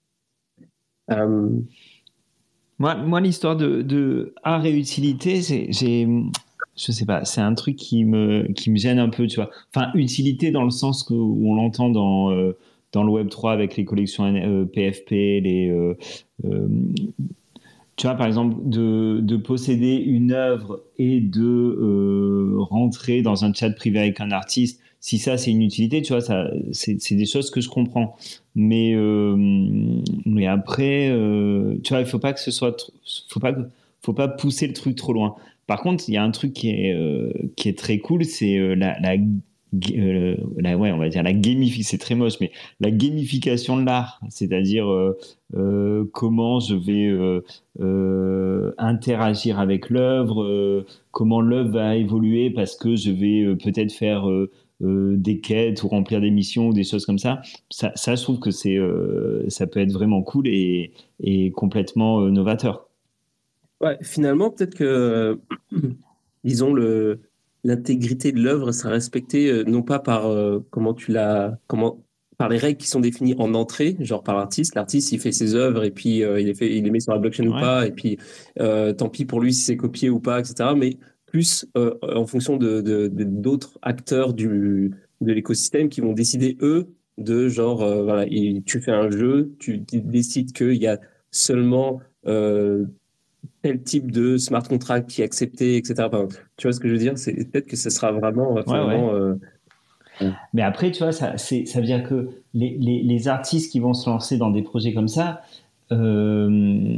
Euh, Moi, moi l'histoire de, de art et utilité, c'est, j'ai, je sais pas, c'est un truc qui me, qui me gêne un peu, tu vois. Enfin, utilité dans le sens que, où on l'entend dans, euh, dans le Web trois avec les collections euh, P F P, les, euh, euh, tu vois, par exemple, de, de posséder une œuvre et de euh, rentrer dans un chat privé avec un artiste, si ça c'est une utilité, tu vois, ça, c'est, c'est des choses que je comprends. Mais, euh, mais après, euh, tu vois, il faut pas que ce soit, trop- faut pas, faut pas pousser le truc trop loin. Par contre, il y a un truc qui est, euh, qui est très cool, c'est euh, la, la, euh, la, ouais, on va dire la gamification, c'est très moche, mais la gamification de l'art, c'est-à-dire euh, euh, comment je vais euh, euh, interagir avec l'œuvre, euh, comment l'œuvre va évoluer parce que je vais euh, peut-être faire euh, euh, des quêtes ou remplir des missions ou des choses comme ça. Ça, ça je trouve que c'est, euh, ça peut être vraiment cool et, et complètement euh, novateur. ouais, finalement, peut-être que, euh, disons, le, l'intégrité de l'œuvre sera respectée euh, non pas par euh, comment tu l'as, comment, par les règles qui sont définies en entrée, genre par l'artiste. L'artiste, il fait ses œuvres et puis euh, il les fait, il les met sur la blockchain ou Ouais. pas, et puis euh, tant pis pour lui si c'est copié ou pas, et cetera. Mais plus euh, en fonction de, de, de- d'autres acteurs du, de l'écosystème qui vont décider eux de genre, euh, voilà, et tu fais un jeu, tu d- décides qu'il y a seulement euh, tel type de smart contract qui est accepté, et cetera. Enfin, tu vois ce que je veux dire? C'est peut-être que ce sera vraiment euh, Ouais, ouais. finalement. euh, Mais après, tu vois, ça, c'est, ça veut dire que les, les, les artistes qui vont se lancer dans des projets comme ça, euh,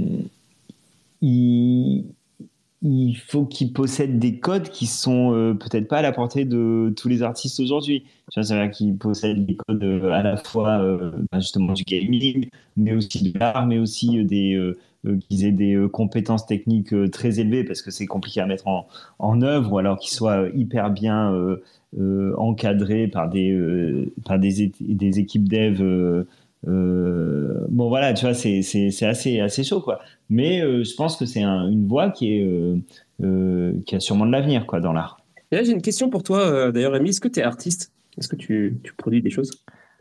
ils, il faut qu'ils possèdent des codes qui sont euh, peut-être pas à la portée de tous les artistes aujourd'hui. Tu vois, ça veut dire qu'ils possèdent des codes euh, à la fois euh, bah, justement du gaming, mais aussi de l'art, mais aussi euh, des euh, euh, qu'ils aient des euh, compétences techniques euh, très élevées parce que c'est compliqué à mettre en, en œuvre, ou alors qu'ils soient hyper bien euh, euh, encadrés par des euh, par des, é- des équipes dev. Euh, euh, bon voilà, tu vois, c'est c'est c'est assez assez chaud quoi. Mais euh, je pense que c'est un, une voie qui est euh, euh, qui a sûrement de l'avenir quoi dans l'art. Et là, j'ai une question pour toi, euh, d'ailleurs, Rémi. Est-ce que tu es artiste? Est-ce que tu, tu produis des choses?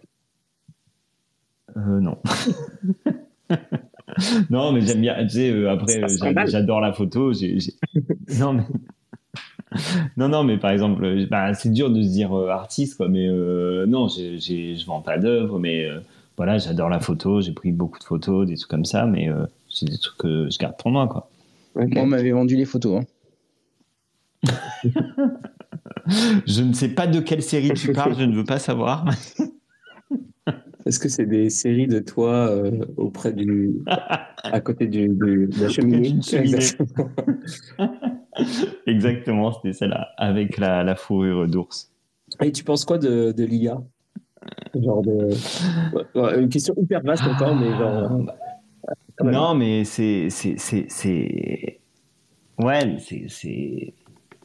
Euh, non. Non, mais j'aime bien. Tu sais, euh, après, Ça euh, j'a- scandale. j'adore la photo. J'ai, j'ai... Non, mais non, non, mais par exemple, euh, bah, c'est dur de se dire euh, artiste, quoi. Mais euh, non, j'ai, j'ai, je vends pas d'œuvres, mais euh, voilà, j'adore la photo. J'ai pris beaucoup de photos, des trucs comme ça, mais euh, c'est des trucs que je garde pour moi, quoi. Ok. Moi, on m'avait vendu les photos. Hein. Je ne sais pas de quelle série tu parles, je ne veux pas savoir. Est-ce que c'est des séries de toi euh, auprès du, à côté du, du- de la cheminée? d'une cheminée. Exactement. Exactement, c'était celle-là, avec la, la fourrure d'ours. Et tu penses quoi de, de l'I A? Genre de... ouais, ouais, une question hyper vaste encore, mais genre... euh, quand même. Non, mais c'est, c'est, c'est, c'est... Ouais, c'est, c'est...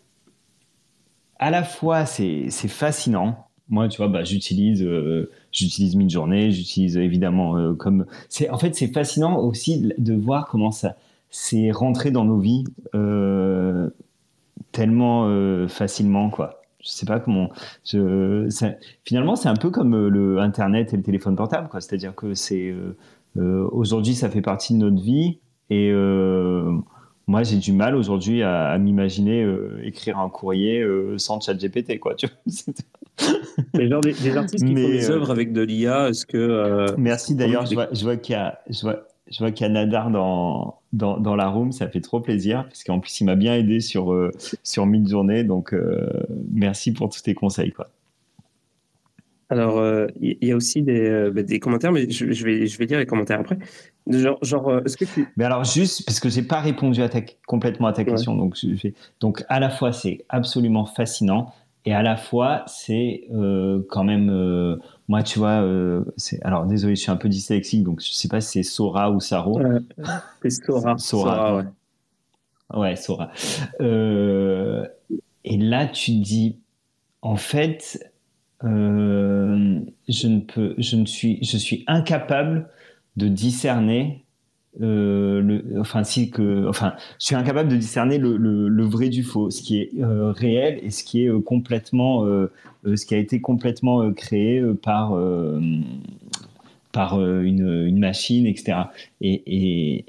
À la fois, c'est, c'est fascinant. Moi, tu vois, bah, j'utilise, euh, j'utilise Midjourney, j'utilise évidemment euh, comme... C'est, en fait, c'est fascinant aussi de voir comment ça s'est rentré dans nos vies euh, tellement euh, facilement, quoi. Je sais pas comment. Je, ça- finalement, c'est un peu comme euh, le Internet et le téléphone portable, quoi. C'est-à-dire que c'est euh, euh, aujourd'hui, ça fait partie de notre vie et euh, moi, j'ai du mal aujourd'hui à, à m'imaginer euh, écrire un courrier euh, sans ChatGPT, quoi. Tu vois. C'est- Mais genre des, des artistes qui font Mais des euh, œuvres avec de l'I A, est-ce que... euh, merci comment d'ailleurs. tu Je vois, je vois qu'il y a, je vois, je vois qu'il y a Nadar dans, dans, dans la room. Ça fait trop plaisir parce qu'en plus, il m'a bien aidé sur, euh, sur Midjourney. Donc, euh, merci pour tous tes conseils, quoi. Alors, euh, il y, y a aussi des, euh, bah, des commentaires, mais je, je vais, je vais lire les commentaires après. Genre, genre euh, est-ce que tu... Mais alors juste parce que j'ai pas répondu à ta, complètement à ta Ouais. question, donc je fais- donc à la fois c'est absolument fascinant et à la fois c'est euh, quand même euh, moi tu vois euh, c'est alors désolé je suis un peu dyslexique donc je sais pas si c'est Sora ou Saro. Euh, c'est Sora. Sora, Sora, ouais. ouais. Ouais, Sora. Euh, et là tu dis en fait euh, je ne peux je ne suis je suis incapable de discerner euh, le, enfin, si que, enfin, je suis incapable de discerner le, le, le vrai du faux, ce qui est euh, réel et ce qui est euh, complètement, euh, euh, ce qui a été complètement euh, créé euh, par euh, par euh, une, une machine, et cetera. Et, et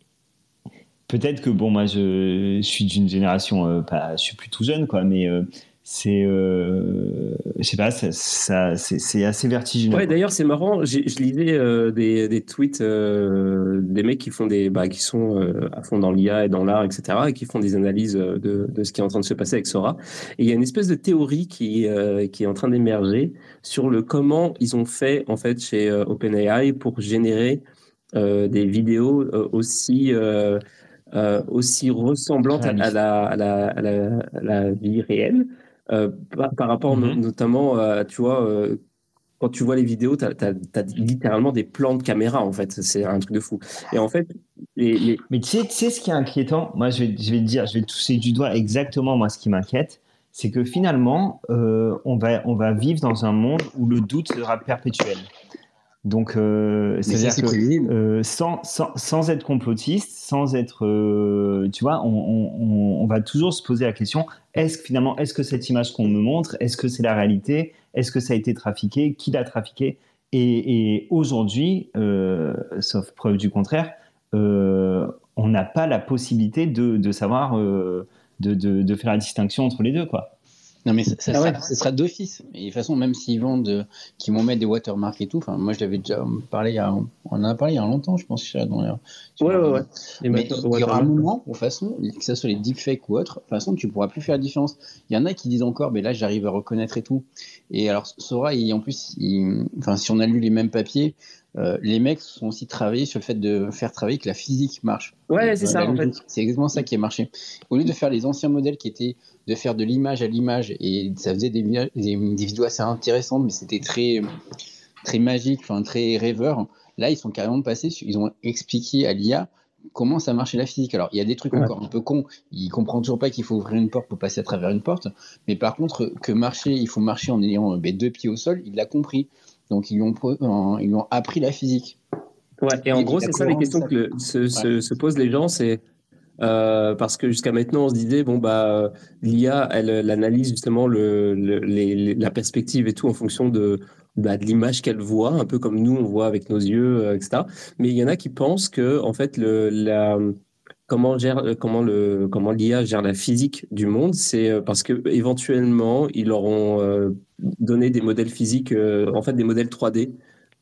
peut-être que bon, moi, je, je suis d'une génération, euh, pas, je suis plus tout jeune, quoi, mais euh, c'est, euh, je sais pas, ça, ça c'est, c'est assez vertigineux. Ouais, Quoi. d'ailleurs, c'est marrant. j'ai- Je lisais euh, des, des tweets euh, des mecs qui font des, bah, qui sont euh, à fond dans l'I A et dans l'art, et cetera, et qui font des analyses euh, de, de ce qui est en train de se passer avec Sora. Et il y a une espèce de théorie qui, euh, qui est en train d'émerger sur le comment ils ont fait en fait chez euh, OpenAI pour générer euh, des vidéos euh, aussi euh, euh, aussi ressemblantes à, à Réaliste. la, à, la, à, la, à la vie réelle. Euh, par, par rapport no- Mm-hmm. notamment, à, tu vois, euh, quand tu vois les vidéos, tu as, littéralement des plans de caméra, en fait. C'est un truc de fou. Et en fait, les, les... Mais tu sais, tu sais ce qui est inquiétant? Moi, je vais, je vais te dire, je vais te toucher du doigt exactement moi ce qui m'inquiète, c'est que finalement, euh, on va, on va vivre dans un monde où le doute sera perpétuel. Donc, euh, Mais ça, c'est-à-dire c'est que prévisible. euh, sans, sans, sans être complotiste, sans être, euh, tu vois, on, on, on va toujours se poser la question, est-ce que finalement, est-ce que cette image qu'on me montre, est-ce que c'est la réalité? Est-ce que ça a été trafiqué? Qui l'a trafiqué? Et, et aujourd'hui, euh, sauf preuve du contraire, euh, on n'a pas la possibilité de, de savoir, euh, de, de, de faire la distinction entre les deux, quoi. Non, mais ça, ça, Ah ouais. sera, ça sera d'office. Et de toute façon, même s'ils vendent, euh, qu'ils vont mettre des watermarks et tout, enfin, moi je l'avais déjà parlé il y a, on en a parlé il y a longtemps, je pense, dans les, sur Ouais, la- ouais, ouais. Les Mais water- il y aura un watermarks. moment, de toute façon, que ce soit les deepfakes ou autre, de toute façon, tu pourras plus faire la différence. Il y en a qui disent encore, mais là, j'arrive à reconnaître et tout. Et alors, Sora, il, en plus, il, enfin, si on a lu les mêmes papiers, euh, les mecs sont aussi travaillés sur le fait de faire travailler que la physique marche. Ouais, Et, c'est euh, ça, la en fait. logique. C'est exactement ça qui a marché. Au lieu de faire les anciens modèles qui étaient de faire de l'image à l'image, et ça faisait des, des, des vidéos assez intéressantes, mais c'était très, très magique, enfin, très rêveur. Là, ils sont carrément passés, sur- ils ont expliqué à l'I A comment ça marchait la physique. Alors, il y a des trucs Ouais. encore un peu cons. Il comprend toujours pas qu'il faut ouvrir une porte pour passer à travers une porte. Mais par contre, que marcher, il faut marcher en ayant ben, deux pieds au sol, il l'a compris. Donc, ils lui ont, euh, ils lui ont appris la physique. Ouais, et en Et, gros, et la c'est ça les cohérence questions de que le- se, se, Ouais. se posent les gens, c'est euh, parce que jusqu'à maintenant, on se disait, bon, bah, l'I A, elle, elle analyse justement le, le- les, les- la perspective et tout en fonction de, bah, de l'image qu'elle voit, un peu comme nous, on voit avec nos yeux, euh, et cetera. Mais il y en a qui pensent que, en fait, le, la, comment gère, euh, comment le, comment l'I A gère la physique du monde, c'est euh, parce que éventuellement, ils leur ont euh, donné des modèles physiques, euh, en fait, des modèles trois D.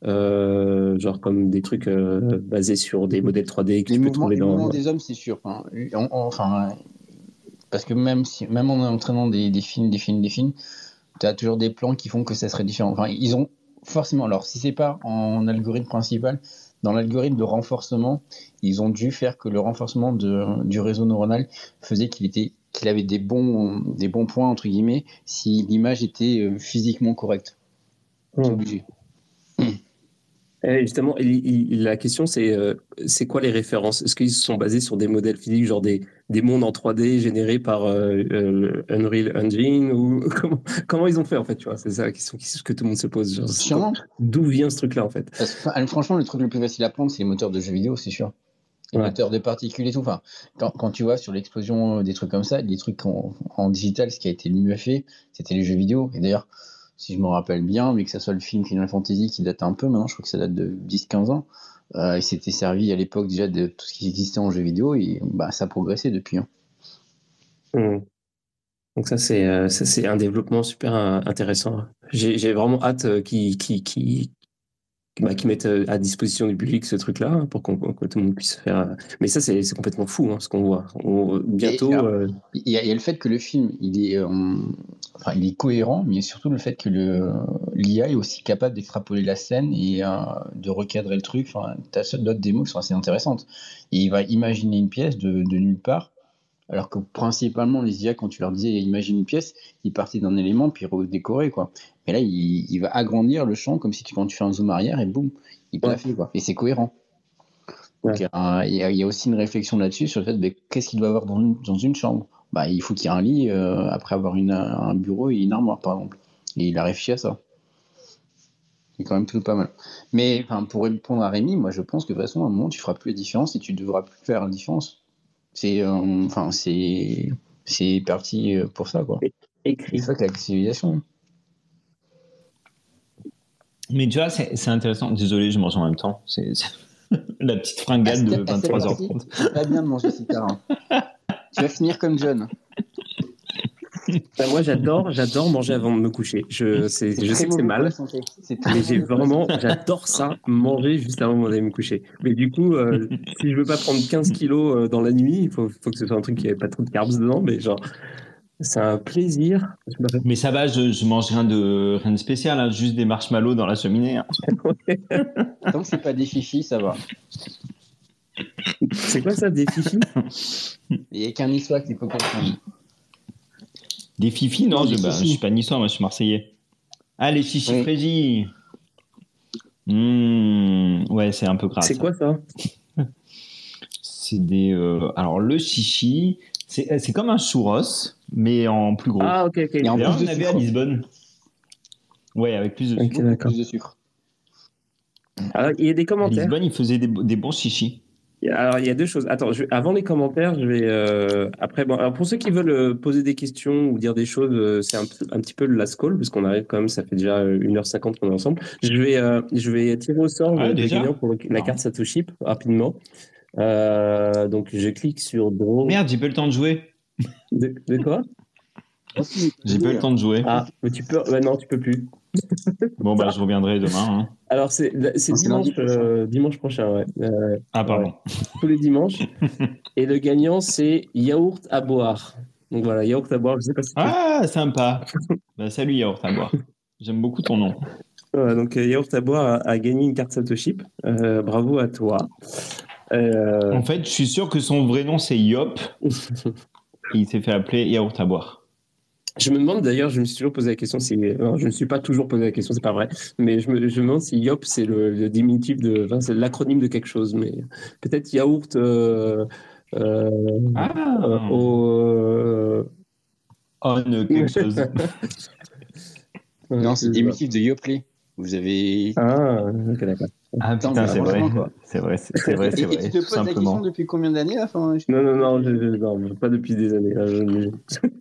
Euh, genre comme des trucs euh, basés sur des modèles trois D que Les tu peux mouvements, trouver les mouvements dans... des hommes, c'est sûr. Enfin, on- on- enfin, parce que même, si, même en entraînant des, des films, des films, des films, tu as toujours des plans qui font que ça serait différent. Enfin, ils ont forcément. Alors, si c'est pas en algorithme principal, dans l'algorithme de renforcement, ils ont dû faire que le renforcement de, du réseau neuronal faisait qu'il était, qu'il avait des bons, des bons points, entre guillemets, si l'image était euh, physiquement correcte. C'est Mmh. obligé. Et justement, il- il- la question, c'est euh, c'est quoi les références? Est-ce qu'ils se sont basés sur des modèles physiques, genre des, des mondes en trois D générés par euh, euh, Unreal Engine ou comment, comment ils ont fait en fait, tu vois? C'est ça la question qui- que tout le monde se pose. Genre, c'est- Sûrement. d'où vient ce truc-là en fait? Parce que, enfin, franchement, le truc le plus facile à prendre, c'est les moteurs de jeux vidéo, c'est sûr. Les Ouais. moteurs de particules et tout. Enfin, quand, quand tu vois sur l'explosion euh, des trucs comme ça, les trucs en, en digital, ce qui a été le mieux fait, c'était les jeux vidéo. Et d'ailleurs, si je me rappelle bien, mais que ça soit le film Final Fantasy qui date un peu maintenant, je crois que ça date de dix quinze ans, euh, il s'était servi à l'époque déjà de tout ce qui existait en jeux vidéo et bah, ça a progressé depuis. Hein. Mmh. Donc ça c'est euh, ça c'est un développement super euh, intéressant. J'ai j'ai vraiment hâte euh, qu'ils qu'ils qu'ils bah, qu'ils mettent euh, à disposition du public ce truc-là hein, pour qu'on que tout le monde puisse faire. euh, Mais ça c'est c'est complètement fou hein, ce qu'on voit. On- Et bientôt. alors, euh, il y, a il y a le fait que le film, il est, euh, enfin, il est cohérent, mais surtout le fait que le, l'I A est aussi capable d'extrapoler la scène et euh, de recadrer le truc. Enfin, tu as d'autres démos qui sont assez intéressantes. Et il va imaginer une pièce de, de nulle part, alors que principalement les I A, quand tu leur disais imagine une pièce, ils partaient d'un élément puis redécoraient, quoi. Mais là, il, il va agrandir le champ comme si tu, quand tu fais un zoom arrière et boum, il te l'a Ouais. fait, quoi. Et c'est cohérent. Donc, Ouais. il y a- il y, a- il y a aussi une réflexion là-dessus sur le fait de qu'est-ce qu'il doit avoir dans une, dans une chambre. Bah, il faut qu'il y ait un lit euh, après avoir une, un bureau et une armoire, par exemple. Et il a réfléchi à ça. C'est quand même plutôt pas mal. Mais enfin, pour répondre à Rémi, moi je pense que de toute façon, à un moment, tu feras plus la différence et tu devras plus faire la différence. C'est euh, enfin, c'est c'est parti euh, pour ça, quoi. É- C'est Écrit. ça que la civilisation. Mais tu vois, c'est c'est intéressant. Désolé, je mange en même temps. C'est c'est la petite À fringale de cette, à cette vingt-trois heures heure-ci, trente. c'est pas bien de manger si tard. Hein. Tu vas finir comme John. Bah, moi j'adore j'adore manger avant de me coucher. Je c'est C'est je très sais que c'est mauvais pour la mal. santé. C'est très Mais j'ai mauvais pour la vraiment, santé. j'adore ça, manger juste avant d'aller me coucher. Mais du coup, euh, si je veux pas prendre quinze kilos euh, dans la nuit, il faut, faut que ce soit un truc qui n'ait pas trop de carbs dedans, mais genre, c'est un plaisir. Je me Mais ça va, je, je mange rien de, rien de spécial, hein, juste des marshmallows dans la cheminée. Hein. Tant que c'est pas des chichis, ça va. C'est quoi ça, des fifis? Il n'y a qu'un niçois qui peut comprendre. Des fifis, non, Non, je, des bah, je chichis. suis pas niçois, moi je suis marseillais. Ah, les chichis Oui. frégis. Mmh, ouais, c'est un peu grave. C'est ça. quoi ça? C'est des. euh, alors, le chichi, c'est c'est comme un churros, mais en plus gros. Ah, ok, ok. Et en D'ailleurs, plus on de avait à sucre. Lisbonne. Ouais, avec plus de Ok, sucre. Beaucoup d'accord. plus de sucre. Alors, il y a des À commentaires. Lisbonne, ils faisaient des, des bons chichis. Alors, il y a deux choses. Attends, je vais- avant les commentaires, je vais. euh, Après, bon, alors pour ceux qui veulent euh, poser des questions ou dire des choses, euh, c'est un, p- un petit peu le last call, parce qu'on arrive quand même, ça fait déjà euh, une heure cinquante qu'on est ensemble. Je vais, euh, je vais tirer au sort Ah, le, le déjà gagnant pour le- la Marrant. carte Satoshi rapidement. Euh, donc, je clique sur Draw. Merde, j'ai pas eu le temps de jouer. De, de quoi? J'ai pas eu le temps de jouer. Ah, mais tu peux. Ouais, non, tu peux plus. Bon, bah, je reviendrai demain. Hein. Alors, c'est c'est Non, c'est lundi dimanche, prochain. euh, dimanche prochain, ouais. Euh, Ah, pardon. tous les dimanches. Et le gagnant, c'est Yaourt à boire. Donc voilà, Yaourt à boire, je sais pas si tu... Ah, sympa. Bah, salut, Yaourt à boire. J'aime beaucoup ton nom. Voilà, donc euh, Yaourt à boire a, a gagné une carte Satoshi. Euh, bravo à toi. Euh, En fait, je suis sûr que son vrai nom, c'est Yop. Et il s'est fait appeler Yaourt à boire. Je me demande d'ailleurs, je me suis toujours posé la question, si, non, je ne me suis pas toujours posé la question, c'est pas vrai, mais je me, je me demande si Yop c'est le, le diminutif de, enfin, c'est l'acronyme de quelque chose, mais peut-être Yaourt euh, euh, Ah, euh, au. euh, on quelque chose. Non, c'est je sais diminutif de Yoplait. Vous avez. pas. Ah, ok, d'accord. Ah, Putain, putain, mais c'est vrai. franchement, quoi. C'est vrai, c'est c'est vrai, Et, c'est et vrai. tu te Tout poses la question simplement. depuis combien d'années là enfin, je- Non, non, non, je, je- non, pas depuis des années. Là, je-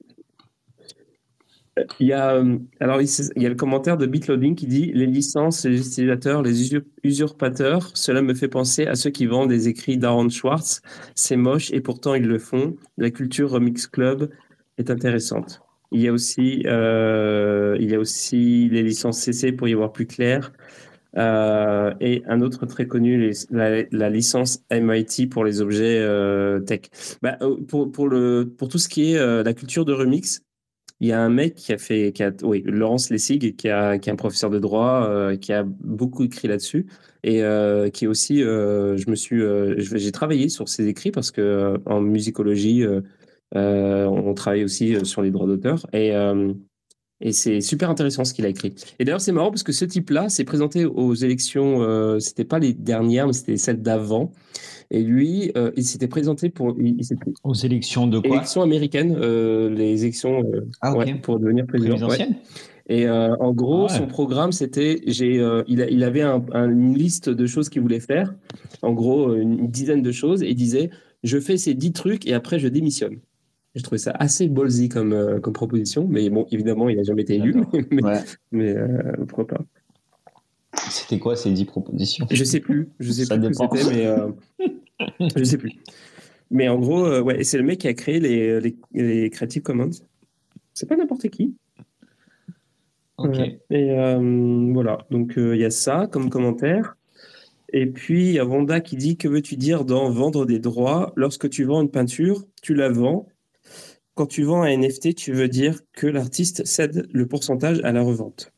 Il y a, euh, alors, il il y a le commentaire de Bitloading qui dit les licences, les utilisateurs, les usur- usurpateurs, cela me fait penser à ceux qui vendent des écrits d'Aaron Schwartz. C'est moche et pourtant ils le font. La culture Remix Club est intéressante. Il y a aussi, euh, il y a aussi les licences C C pour y voir plus clair. Euh, et un autre très connu, les- la, la licence M I T pour les objets euh, tech. Bah, euh, pour, pour, le, pour tout ce qui est euh, la culture de remix, Il y a un mec qui a fait, qui a, oui, Laurence Lessig, qui, a, qui est un professeur de droit, euh, qui a beaucoup écrit là-dessus, et euh, qui est aussi, euh, je me suis, euh, je- j'ai travaillé sur ses écrits parce que euh, en musicologie, euh, euh, on travaille aussi euh, sur les droits d'auteur, et, euh, et c'est super intéressant ce qu'il a écrit. Et d'ailleurs, c'est marrant parce que ce type-là s'est présenté aux élections, euh, c'était pas les dernières, mais c'était celles d'avant. Et lui, euh, il s'était présenté pour, il, il s'était- Aux élections de quoi? élections américaines, euh, les élections, euh, Ah, ok. ouais, pour devenir président. Ouais. Présidentielle? Et euh, en gros, Ah ouais. son programme, c'était, j'ai, euh, il, a- il avait un- un- une liste de choses qu'il voulait faire, en gros, une, une dizaine de choses, et il disait, je fais ces dix trucs et après je démissionne. Je trouvais ça assez ballsy comme, euh, comme proposition, mais bon, évidemment, il n'a jamais été élu, J'adore. mais, mais, Ouais. mais, euh, pourquoi pas. C'était quoi ces dix propositions? Je sais plus, je sais Ça plus ce que dépend. c'était, mais euh, je sais plus. Mais en gros, euh, ouais, c'est le mec qui a créé les, les, les Creative Commons. C'est pas n'importe qui. Ok. Ouais. Et euh, voilà, donc euh, il y a ça comme commentaire. Et puis il y a Vonda qui dit, que veux-tu dire dans vendre des droits? Lorsque tu vends une peinture, tu la vends. Quand tu vends un N F T, tu veux dire que l'artiste cède le pourcentage à la revente.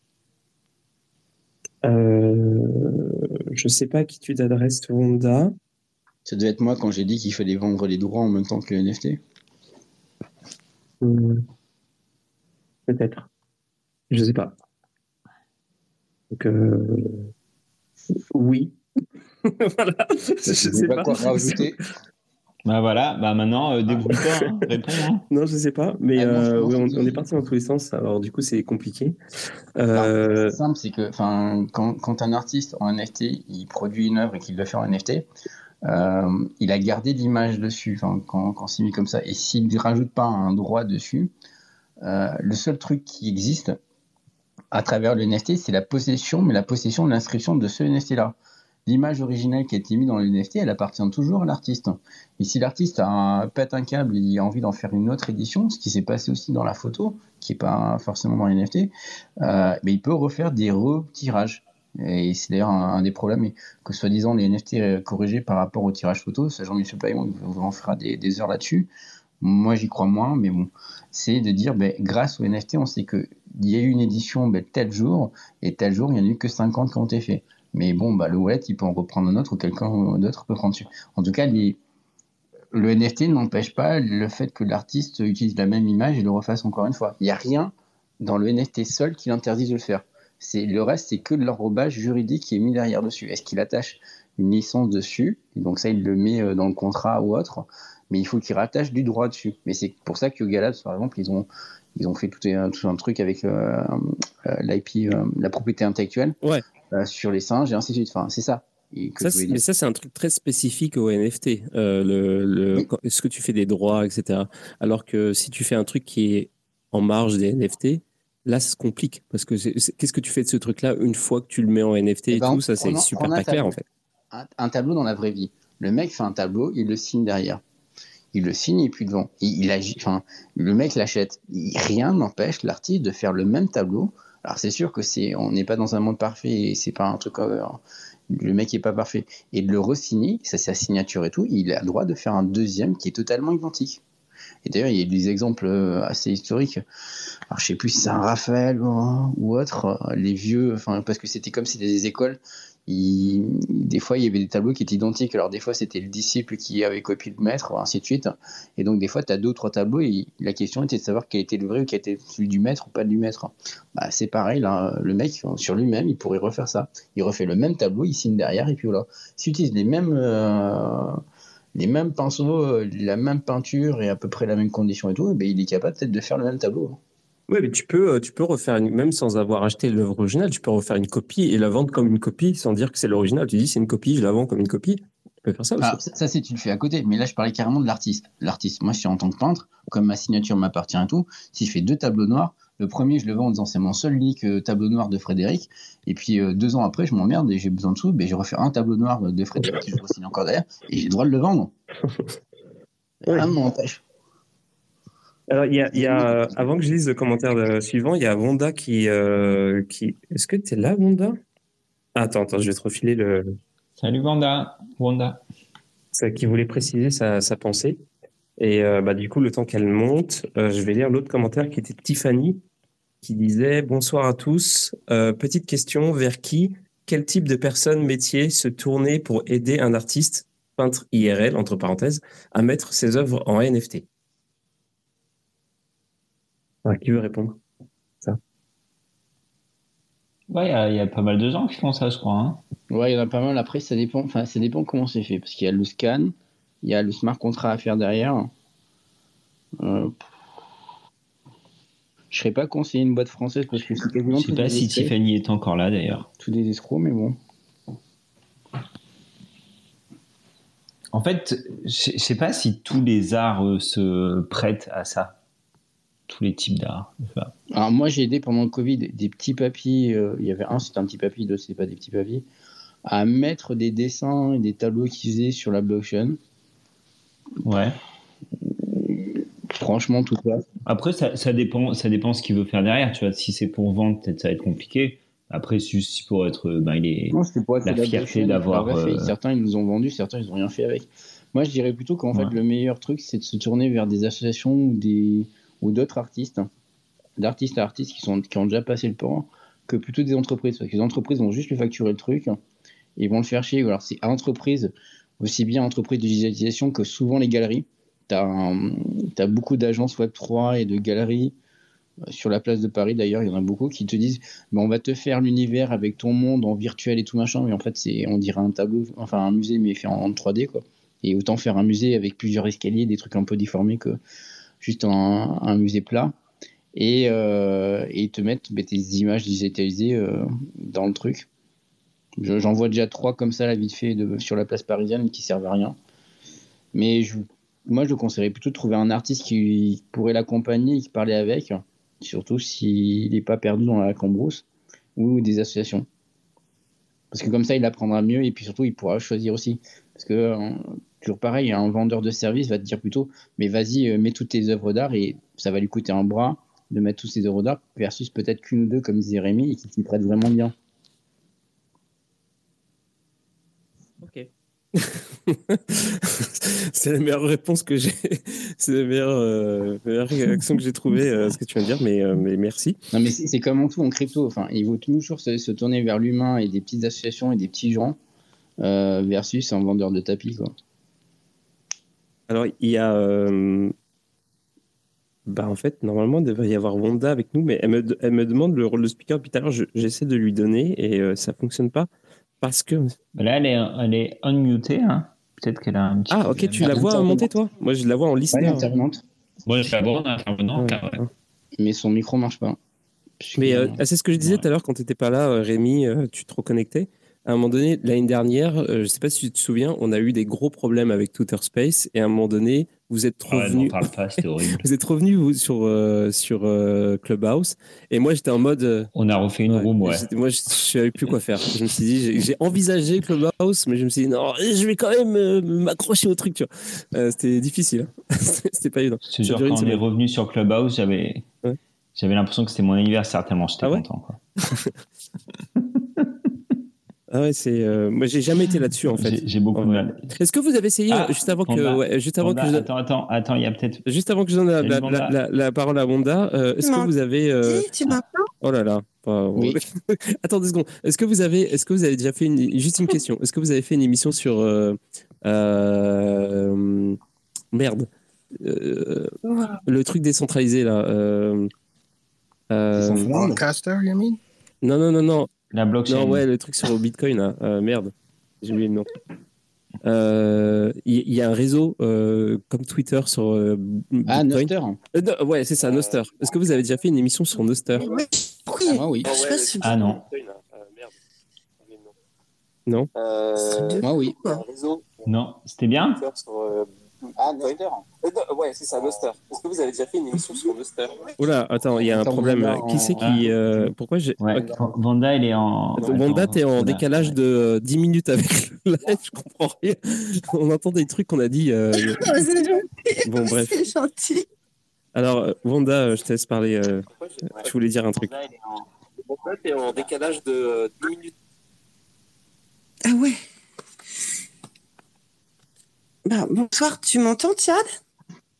Euh, je sais pas à qui tu t'adresses, Vonda. Ça devait être moi quand j'ai dit qu'il fallait vendre les droits en même temps que le N F T. Hum, peut-être. Je sais pas. Donc, euh, oui. Voilà. Je Je sais sais pas pas. quoi rajouter. Bah voilà, bah maintenant, euh, débrouille-toi, hein, réponds. Hein. Non, je sais pas. Mais Ah, non, euh, non, oui, c'est on, on est difficile. parti dans tous les sens. Alors, du coup, c'est compliqué. Enfin, Euh, c'est simple, c'est que enfin, quand, quand un artiste en N F T, il produit une œuvre et qu'il doit faire un N F T, euh, il a gardé l'image dessus, enfin, quand, quand c'est mis comme ça. Et s'il ne rajoute pas un droit dessus, euh, le seul truc qui existe à travers le N F T, c'est la possession, mais la possession de l'inscription de ce N F T-là. L'image originale qui a été mise dans le N F T, elle appartient toujours à l'artiste. Et si l'artiste a un, pète un câble et il a envie d'en faire une autre édition, ce qui s'est passé aussi dans la photo, qui n'est pas forcément dans le N F T, euh, mais il peut refaire des retirages. Et c'est d'ailleurs un, un des problèmes que soi-disant les N F T corrigés par rapport au tirage photo, ça Jean-Michel Paillon vous en fera des, des heures là-dessus. Moi j'y crois moins, mais bon, c'est de dire ben, grâce au N F T, on sait qu'il y a eu une édition ben, tel jour, et tel jour il n'y en a eu que cinquante qui ont été faits. Mais bon, bah, le wallet, il peut en reprendre un autre ou quelqu'un d'autre peut prendre dessus. En tout cas, les... le N F T n'empêche pas le fait que l'artiste utilise la même image et le refasse encore une fois. Il n'y a rien dans le N F T seul qui l'interdise de le faire. C'est... Le reste, c'est que de l'enrobage juridique qui est mis derrière dessus. Est-ce qu'il attache une licence dessus? Et donc ça, il le met dans le contrat ou autre. Mais il faut qu'il rattache du droit dessus. Mais c'est pour ça que Yoga Labs, par exemple, ils ont, ils ont fait tout un, tout un truc avec euh, euh, l'I P, euh, la propriété intellectuelle. Ouais. Euh, sur les singes et ainsi de suite. Enfin, c'est ça. Et que Ça, je voulais c'est- dire. mais ça, c'est un truc très spécifique au N F T. Euh, le, le, Oui. quand- est-ce que tu fais des droits, et cetera. Alors que si tu fais un truc qui est en marge des N F T, là, ça se complique. Parce que c'est- c'est- qu'est-ce que tu fais de ce truc-là une fois que tu le mets en N F T et, Eh ben, tout? Ça, c'est prenons- super prenons un pas clair, tableau. en fait. Un, un tableau dans la vraie vie. Le mec fait un tableau, il le signe derrière. Il le signe et puis devant. Il, il agit, enfin, le mec l'achète. Il- rien n'empêche l'artiste de faire le même tableau. Alors c'est sûr que c'est, on n'est pas dans un monde parfait et c'est pas un truc. Euh, le mec est pas parfait. Et de le re-signer, ça c'est sa signature et tout, il a le droit de faire un deuxième qui est totalement identique. Et d'ailleurs, il y a des exemples euh, assez historiques. Alors, je sais plus si c'est un Raphaël ou, ou autre, euh, les vieux, enfin, parce que c'était comme si c'était des écoles. Il, des fois, il y avait des tableaux qui étaient identiques. Alors, des fois, c'était le disciple qui avait copié le maître, ainsi de suite. Et donc, des fois, tu as deux ou trois tableaux et la question était de savoir quel était le vrai ou quel était celui du maître ou pas du maître. Bah, c'est pareil, là, le mec, sur lui-même, il pourrait refaire ça. Il refait le même tableau, il signe derrière et puis voilà. S'il utilise les mêmes. Euh, les mêmes pinceaux, la même peinture et à peu près la même condition et tout, ben il est capable peut-être de faire le même tableau. Oui, mais tu peux, euh, tu peux refaire, une, même sans avoir acheté l'œuvre originale, tu peux refaire une copie et la vendre comme une copie sans dire que c'est l'original. Tu dis c'est une copie, je la vends comme une copie. Tu peux faire ça aussi. Alors, ça, ça, c'est tu le fais à côté, mais là je parlais carrément de l'artiste. L'artiste, moi je suis en tant que peintre, comme ma signature m'appartient et tout, si je fais deux tableaux noirs, le premier je le vends en disant c'est mon seul unique euh, tableau noir de Frédéric, et puis euh, deux ans après je m'emmerde et j'ai besoin de sous, ben, je refais un tableau noir de Frédéric que je re-signe encore derrière et j'ai le droit de le vendre. Rien ne m'empêche. Alors, il y a, il y a, avant que je lise le commentaire de- suivant, il y a Vonda qui, euh, qui... Est-ce que tu es là, Vonda? Ah, attends, attends, je vais te refiler le... Salut Wanda. Wanda. Ça, qui voulait préciser sa, sa pensée. Et euh, bah, du coup, le temps qu'elle monte, euh, je vais lire l'autre commentaire qui était Tiffany, qui disait: Bonsoir à tous. Euh, petite question, vers qui, quel type de personne, métier se tourner pour aider un artiste, peintre I R L, entre parenthèses, à mettre ses œuvres en N F T? Ah, qui veut répondre? Ça. Ouais, il y, a- il y a pas mal de gens qui font ça, je crois. Hein. Ouais, il y en a pas mal. Après, ça dépend, enfin, ça dépend comment c'est fait. Parce qu'il y a le scan, il y a le smart contract à faire derrière. Euh, je serais pas conseiller une boîte française parce que c'est quasiment Je sais tout pas des si escrocs. Tiffany est encore là, d'ailleurs. Tous des escrocs, mais bon. En fait, je je sais pas si tous les arts euh, se prêtent à ça. Tous les types d'arts. je sais pas. Alors moi, j'ai aidé pendant le Covid des petits papis. euh, il y avait un, c'était un petit papy, d'autres, c'était pas des petits papis, à mettre des dessins et des tableaux qu'ils faisaient sur la blockchain. Ouais. Franchement, tout ça. Après, ça, ça dépend, ça dépend ce qu'il veut faire derrière. Tu vois, si c'est pour vendre, peut-être ça va être compliqué. Après, c'est juste pour être, euh, ben, il est Non, c'était pour être la de la fierté blockchain, d'avoir. leur vrai fait. euh, Certains, ils nous ont vendu, certains, ils ont rien fait avec. Moi, je dirais plutôt qu'en Ouais. fait, le meilleur truc, c'est de se tourner vers des associations ou des ou d'autres artistes, d'artistes à artistes qui sont qui ont déjà passé le temps, que plutôt des entreprises. Parce que les entreprises vont juste lui facturer le truc, et ils vont le faire chier. Ou alors, c'est à entreprise, aussi bien entreprise de digitalisation que souvent les galeries. T'as un- t'as beaucoup d'agences web trois et de galeries euh, sur la place de Paris d'ailleurs, il y en a beaucoup qui te disent bah, on va te faire l'univers avec ton monde en virtuel et tout machin, mais en fait c'est on dirait un tableau, enfin un musée mais fait en trois D quoi. Et autant faire un musée avec plusieurs escaliers, des trucs un peu déformés que juste un, un musée plat. Et, euh, et te mettre bah, tes images digitalisées euh, dans le truc. Je- J'en vois déjà trois comme ça là vite fait de, sur la place parisienne qui servent à rien. Mais je, moi je conseillerais plutôt de trouver un artiste qui pourrait l'accompagner et qui parlait avec, surtout s'il n'est pas perdu dans la cambrousse, ou des associations. Parce que comme ça, il apprendra mieux et puis surtout, il pourra choisir aussi. Parce que, euh, toujours pareil, un vendeur de service va te dire plutôt, mais vas-y, euh, mets toutes tes œuvres d'art et ça va lui coûter un bras de mettre toutes ses œuvres d'art versus peut-être qu'une ou deux, comme disait Rémi, et qui s'y prêtent vraiment bien. Ok. C'est la meilleure réponse que j'ai. C'est la meilleure, euh, meilleure réaction que j'ai trouvée à ce que tu viens de dire, mais, euh, mais merci. Non, mais c'est c'est comme en tout en crypto. Enfin, il vaut toujours se, se tourner vers l'humain et des petites associations et des petits gens euh, versus un vendeur de tapis, quoi. Alors, il y a. euh, Bah, en fait, normalement, il devrait y avoir Wanda avec nous, mais elle me, de- elle me demande le rôle de speaker depuis tout à l'heure. je- J'essaie de lui donner et euh, ça fonctionne pas parce que. Bah là, elle est, elle est unmutée. Hein. Peut-être qu'elle a un petit Ah, problème. ok, tu la vois monter, toi? Moi, je la vois en Ouais, listener. intervenante. Moi, je la vois en intervenant. Ouais, car, ouais. ouais. Mais son micro marche pas. Mais euh, Excusez-moi. ah, c'est ce que je disais Ouais. tout à l'heure quand tu n'étais pas là, euh, Rémi, euh, tu te reconnectais. À un moment donné, l'année dernière, euh, je ne sais pas si tu te souviens, on a eu des gros problèmes avec Twitter Space et à un moment donné, vous êtes Ah ouais, m'en revenu, parle pas, c'était horrible. vous êtes revenu vous, sur, euh, sur euh, Clubhouse et moi j'étais en mode. euh, On a refait une ouais, room, ouais. j'étais- Moi je ne savais plus quoi faire. Je me suis dit, j'ai- j'ai envisagé Clubhouse, mais je me suis dit non, je vais quand même euh, m'accrocher au truc. Tu vois. Euh, c'était difficile. Hein. C'était pas évident. Je te Ça a jure, duré une quand on est semaine. revenu sur Clubhouse, j'avais Ouais. j'avais l'impression que c'était mon anniversaire tellement j'étais Ah ouais content. Quoi. Ah ouais, c'est. euh, Moi, j'ai jamais été là-dessus en fait. J'ai j'ai beaucoup En de vrai. mal. Est-ce que vous avez essayé Ah, juste avant que, Vanda, ouais, juste avant Vanda, que je, attends, attends, attends, il y a peut-être. juste avant que je donne la, Salut, la, Vanda. la, la, la parole à Wanda, euh, est-ce Tu que m'entends? vous avez. euh, Si, tu m'entends? Oh là là. Enfin, Oui. Attends deux secondes. Est-ce que vous avez, est-ce que vous avez déjà fait une, juste une question. Est-ce que vous avez fait une émission sur euh, euh, merde, euh, Wow. le truc décentralisé là. Euh, C'est euh, son flingue. Broadcaster, you mean? non non non non La blockchain. non ouais le truc sur le Bitcoin là. Euh, merde, j'ai oublié le nom. Euh, Il y, y a un réseau euh, comme Twitter sur euh, Ah, Bitcoin. Noster. Euh, non, ouais, c'est ça, Noster. Est-ce que vous avez déjà fait une émission sur Noster? Oui, oui. Ah, moi, oui. Je sais pas si Ah non. Non. c'est Moi, oui. quoi. Non, c'était bien. Ah, Noster. Euh, no- ouais, c'est ça, Noster. Est-ce que vous avez déjà fait une émission sur Noster? Oula, attends, il y a un Attends, problème. Wanda Qui c'est en- qui. euh, Pourquoi j'ai. Ouais. Ok. Vanda, elle est en. Wanda, Attends, t'es en voilà. décalage de euh, dix minutes avec le live, je comprends rien. On entend des trucs qu'on a dit. euh, Oh, c'est gentil. Bon, bref. C'est gentil. Alors, euh, Wanda, euh, je te laisse parler. euh, Tu voulais dire un truc. Wanda, elle est en- Wanda, t'es en décalage de euh, dix minutes. Ah ouais. Bah, bonsoir, tu m'entends, Tchad?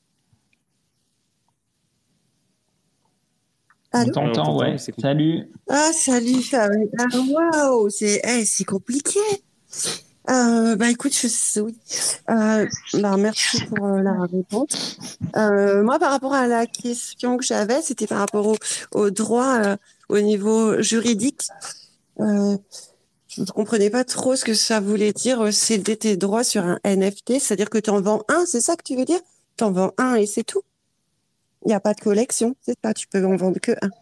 On Ouais, Allô on t'entend, t'entend, ouais. mais c'est compliqué. Salut. Ah, salut, Fabrice. Ah, waouh, c'est eh, c'est compliqué. Euh, bah écoute, je, oui. Euh, bah, merci pour euh, la réponse. Euh, moi, par rapport à la question que j'avais, c'était par rapport au, au droit euh, au niveau juridique. Euh, je ne comprenais pas trop ce que ça voulait dire euh, céder tes droits sur un N F T, c'est-à-dire que tu en vends un, c'est ça que tu veux dire? Tu en vends un et c'est tout. Il n'y a pas de collection, c'est ça, tu peux en vendre que un.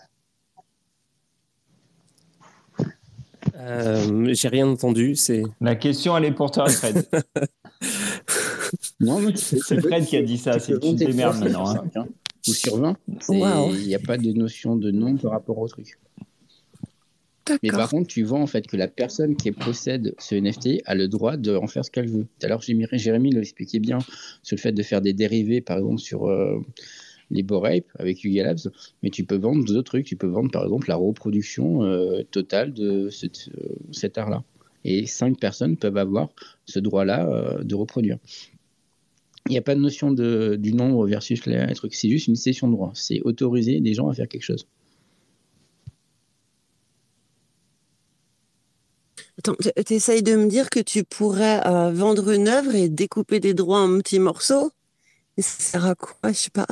Euh, j'ai rien entendu. C'est La question, elle est pour toi, Fred. Non, mais tu peux, C'est tu peux- Fred qui a dit ça. tu C'est peux tu vendre te tes droits démerdes sur maintenant. Hein. cinq, hein, ou sur vingt. Waouh. Il n'y a pas de notion de nom par rapport au truc. Mais par D'accord. contre, tu vois en fait que la personne qui possède ce N F T a le droit d'en faire ce qu'elle veut. Tout à l'heure, Jérémy Jérémy l'expliquait bien sur le fait de faire des dérivés, par exemple, sur euh, les Bored Ape avec Yuga Labs. Mais tu peux vendre d'autres trucs. Tu peux vendre, par exemple, la reproduction euh, totale de cette, euh, cet art-là. Et cinq personnes peuvent avoir ce droit-là euh, de reproduire. Il n'y a pas de notion de, du nombre versus les trucs. C'est juste une cession de droit. C'est autoriser des gens à faire quelque chose. Attends, tu essayes de me dire que tu pourrais euh, vendre une œuvre et découper des droits en petits morceaux? Et ça sert à quoi? Je sais pas.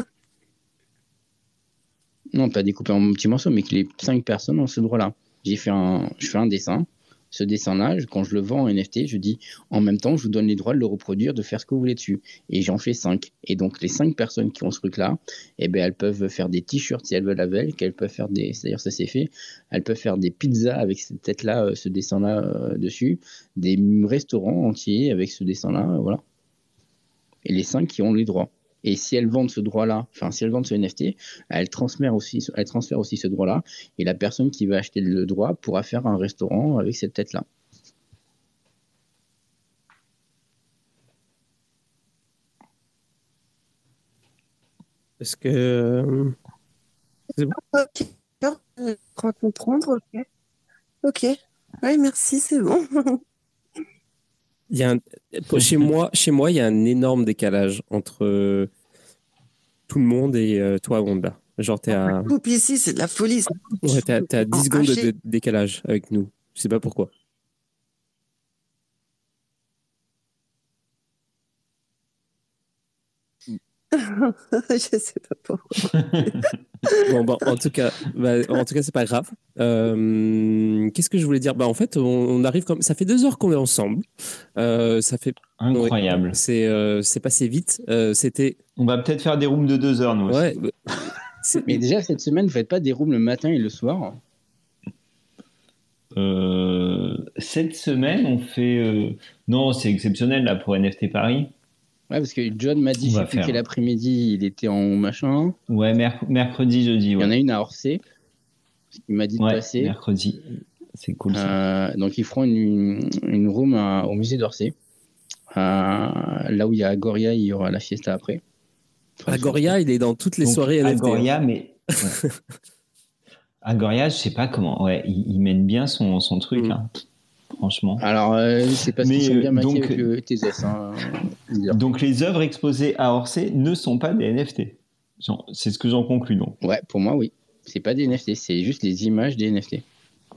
Non, pas découpé en petits morceaux, mais que les cinq personnes ont ce droit-là. J'ai fait un, je fais un dessin. Ce dessin-là, quand je le vends en N F T, je dis en même temps, je vous donne les droits de le reproduire, de faire ce que vous voulez dessus. Et j'en fais cinq. Et donc, les cinq personnes qui ont ce truc-là, eh ben, elles peuvent faire des t-shirts si elles veulent avec, qu'elles peuvent faire des, c'est-à-dire ça c'est fait, elles peuvent faire des pizzas avec cette tête-là, euh, ce dessin-là euh, dessus, des restaurants entiers avec ce dessin-là, euh, voilà. Et les cinq qui ont les droits. Et si elles vendent ce droit-là, enfin si elles vendent ce N F T, elles transfèrent aussi, elles transfèrent aussi ce droit-là, et la personne qui va acheter le droit pourra faire un restaurant avec cette tête-là. Parce que euh, c'est bon. Ok, d'accord, je crois comprendre. Ok. Ok. Oui, merci, c'est bon. Il y a un- chez moi, chez moi, il y a un énorme décalage entre euh, tout le monde et euh, toi, Wanda. Genre, t'es à, Coupe ici, c'est de la folie. ça. ouais, t'es à, t'es à dix En secondes de, H D. de décalage avec nous. Je sais pas pourquoi. Je sais pas pourquoi. Bon, bah, en tout cas, bah, en tout cas, c'est pas grave. Euh, qu'est-ce que je voulais dire? Bah, en fait, on, on arrive comme ça fait deux heures qu'on est ensemble. Euh, ça fait Incroyable. ouais, c'est euh, c'est passé vite. Euh, C'était On va peut-être faire des rooms de deux heures, nous aussi. ouais. bah, c'est- Mais déjà, cette semaine, vous faites pas des rooms le matin et le soir? Euh, cette semaine, on fait. euh, Non, c'est exceptionnel là pour N F T Paris. Ouais, parce que John m'a dit, On je va sais plus faire. quel après-midi, il était en machin. Ouais, merc- mercredi, jeudi. Il y en a Ouais, une à Orsay. Il m'a dit de ouais passer. mercredi. C'est cool ça. Euh, donc, ils feront une, une, une room à- au musée d'Orsay. Euh, là où il y a Agoria, il y aura la fiesta après. Enfin, Agoria, il est dans toutes les Donc, soirées N F T. hein. Agoria, mais. ouais. Agoria, je sais pas comment. Ouais, il, il mène bien son, son truc, Mm. hein, franchement. Alors, euh, c'est parce Mais, qu'ils sont bien euh, maqués donc- avec le T S. Hein, dire. Donc, les œuvres exposées à Orsay ne sont pas des N F T. J'en- C'est ce que j'en conclus, donc. Ouais, pour moi, oui. C'est pas des N F T, c'est juste les images des N F T.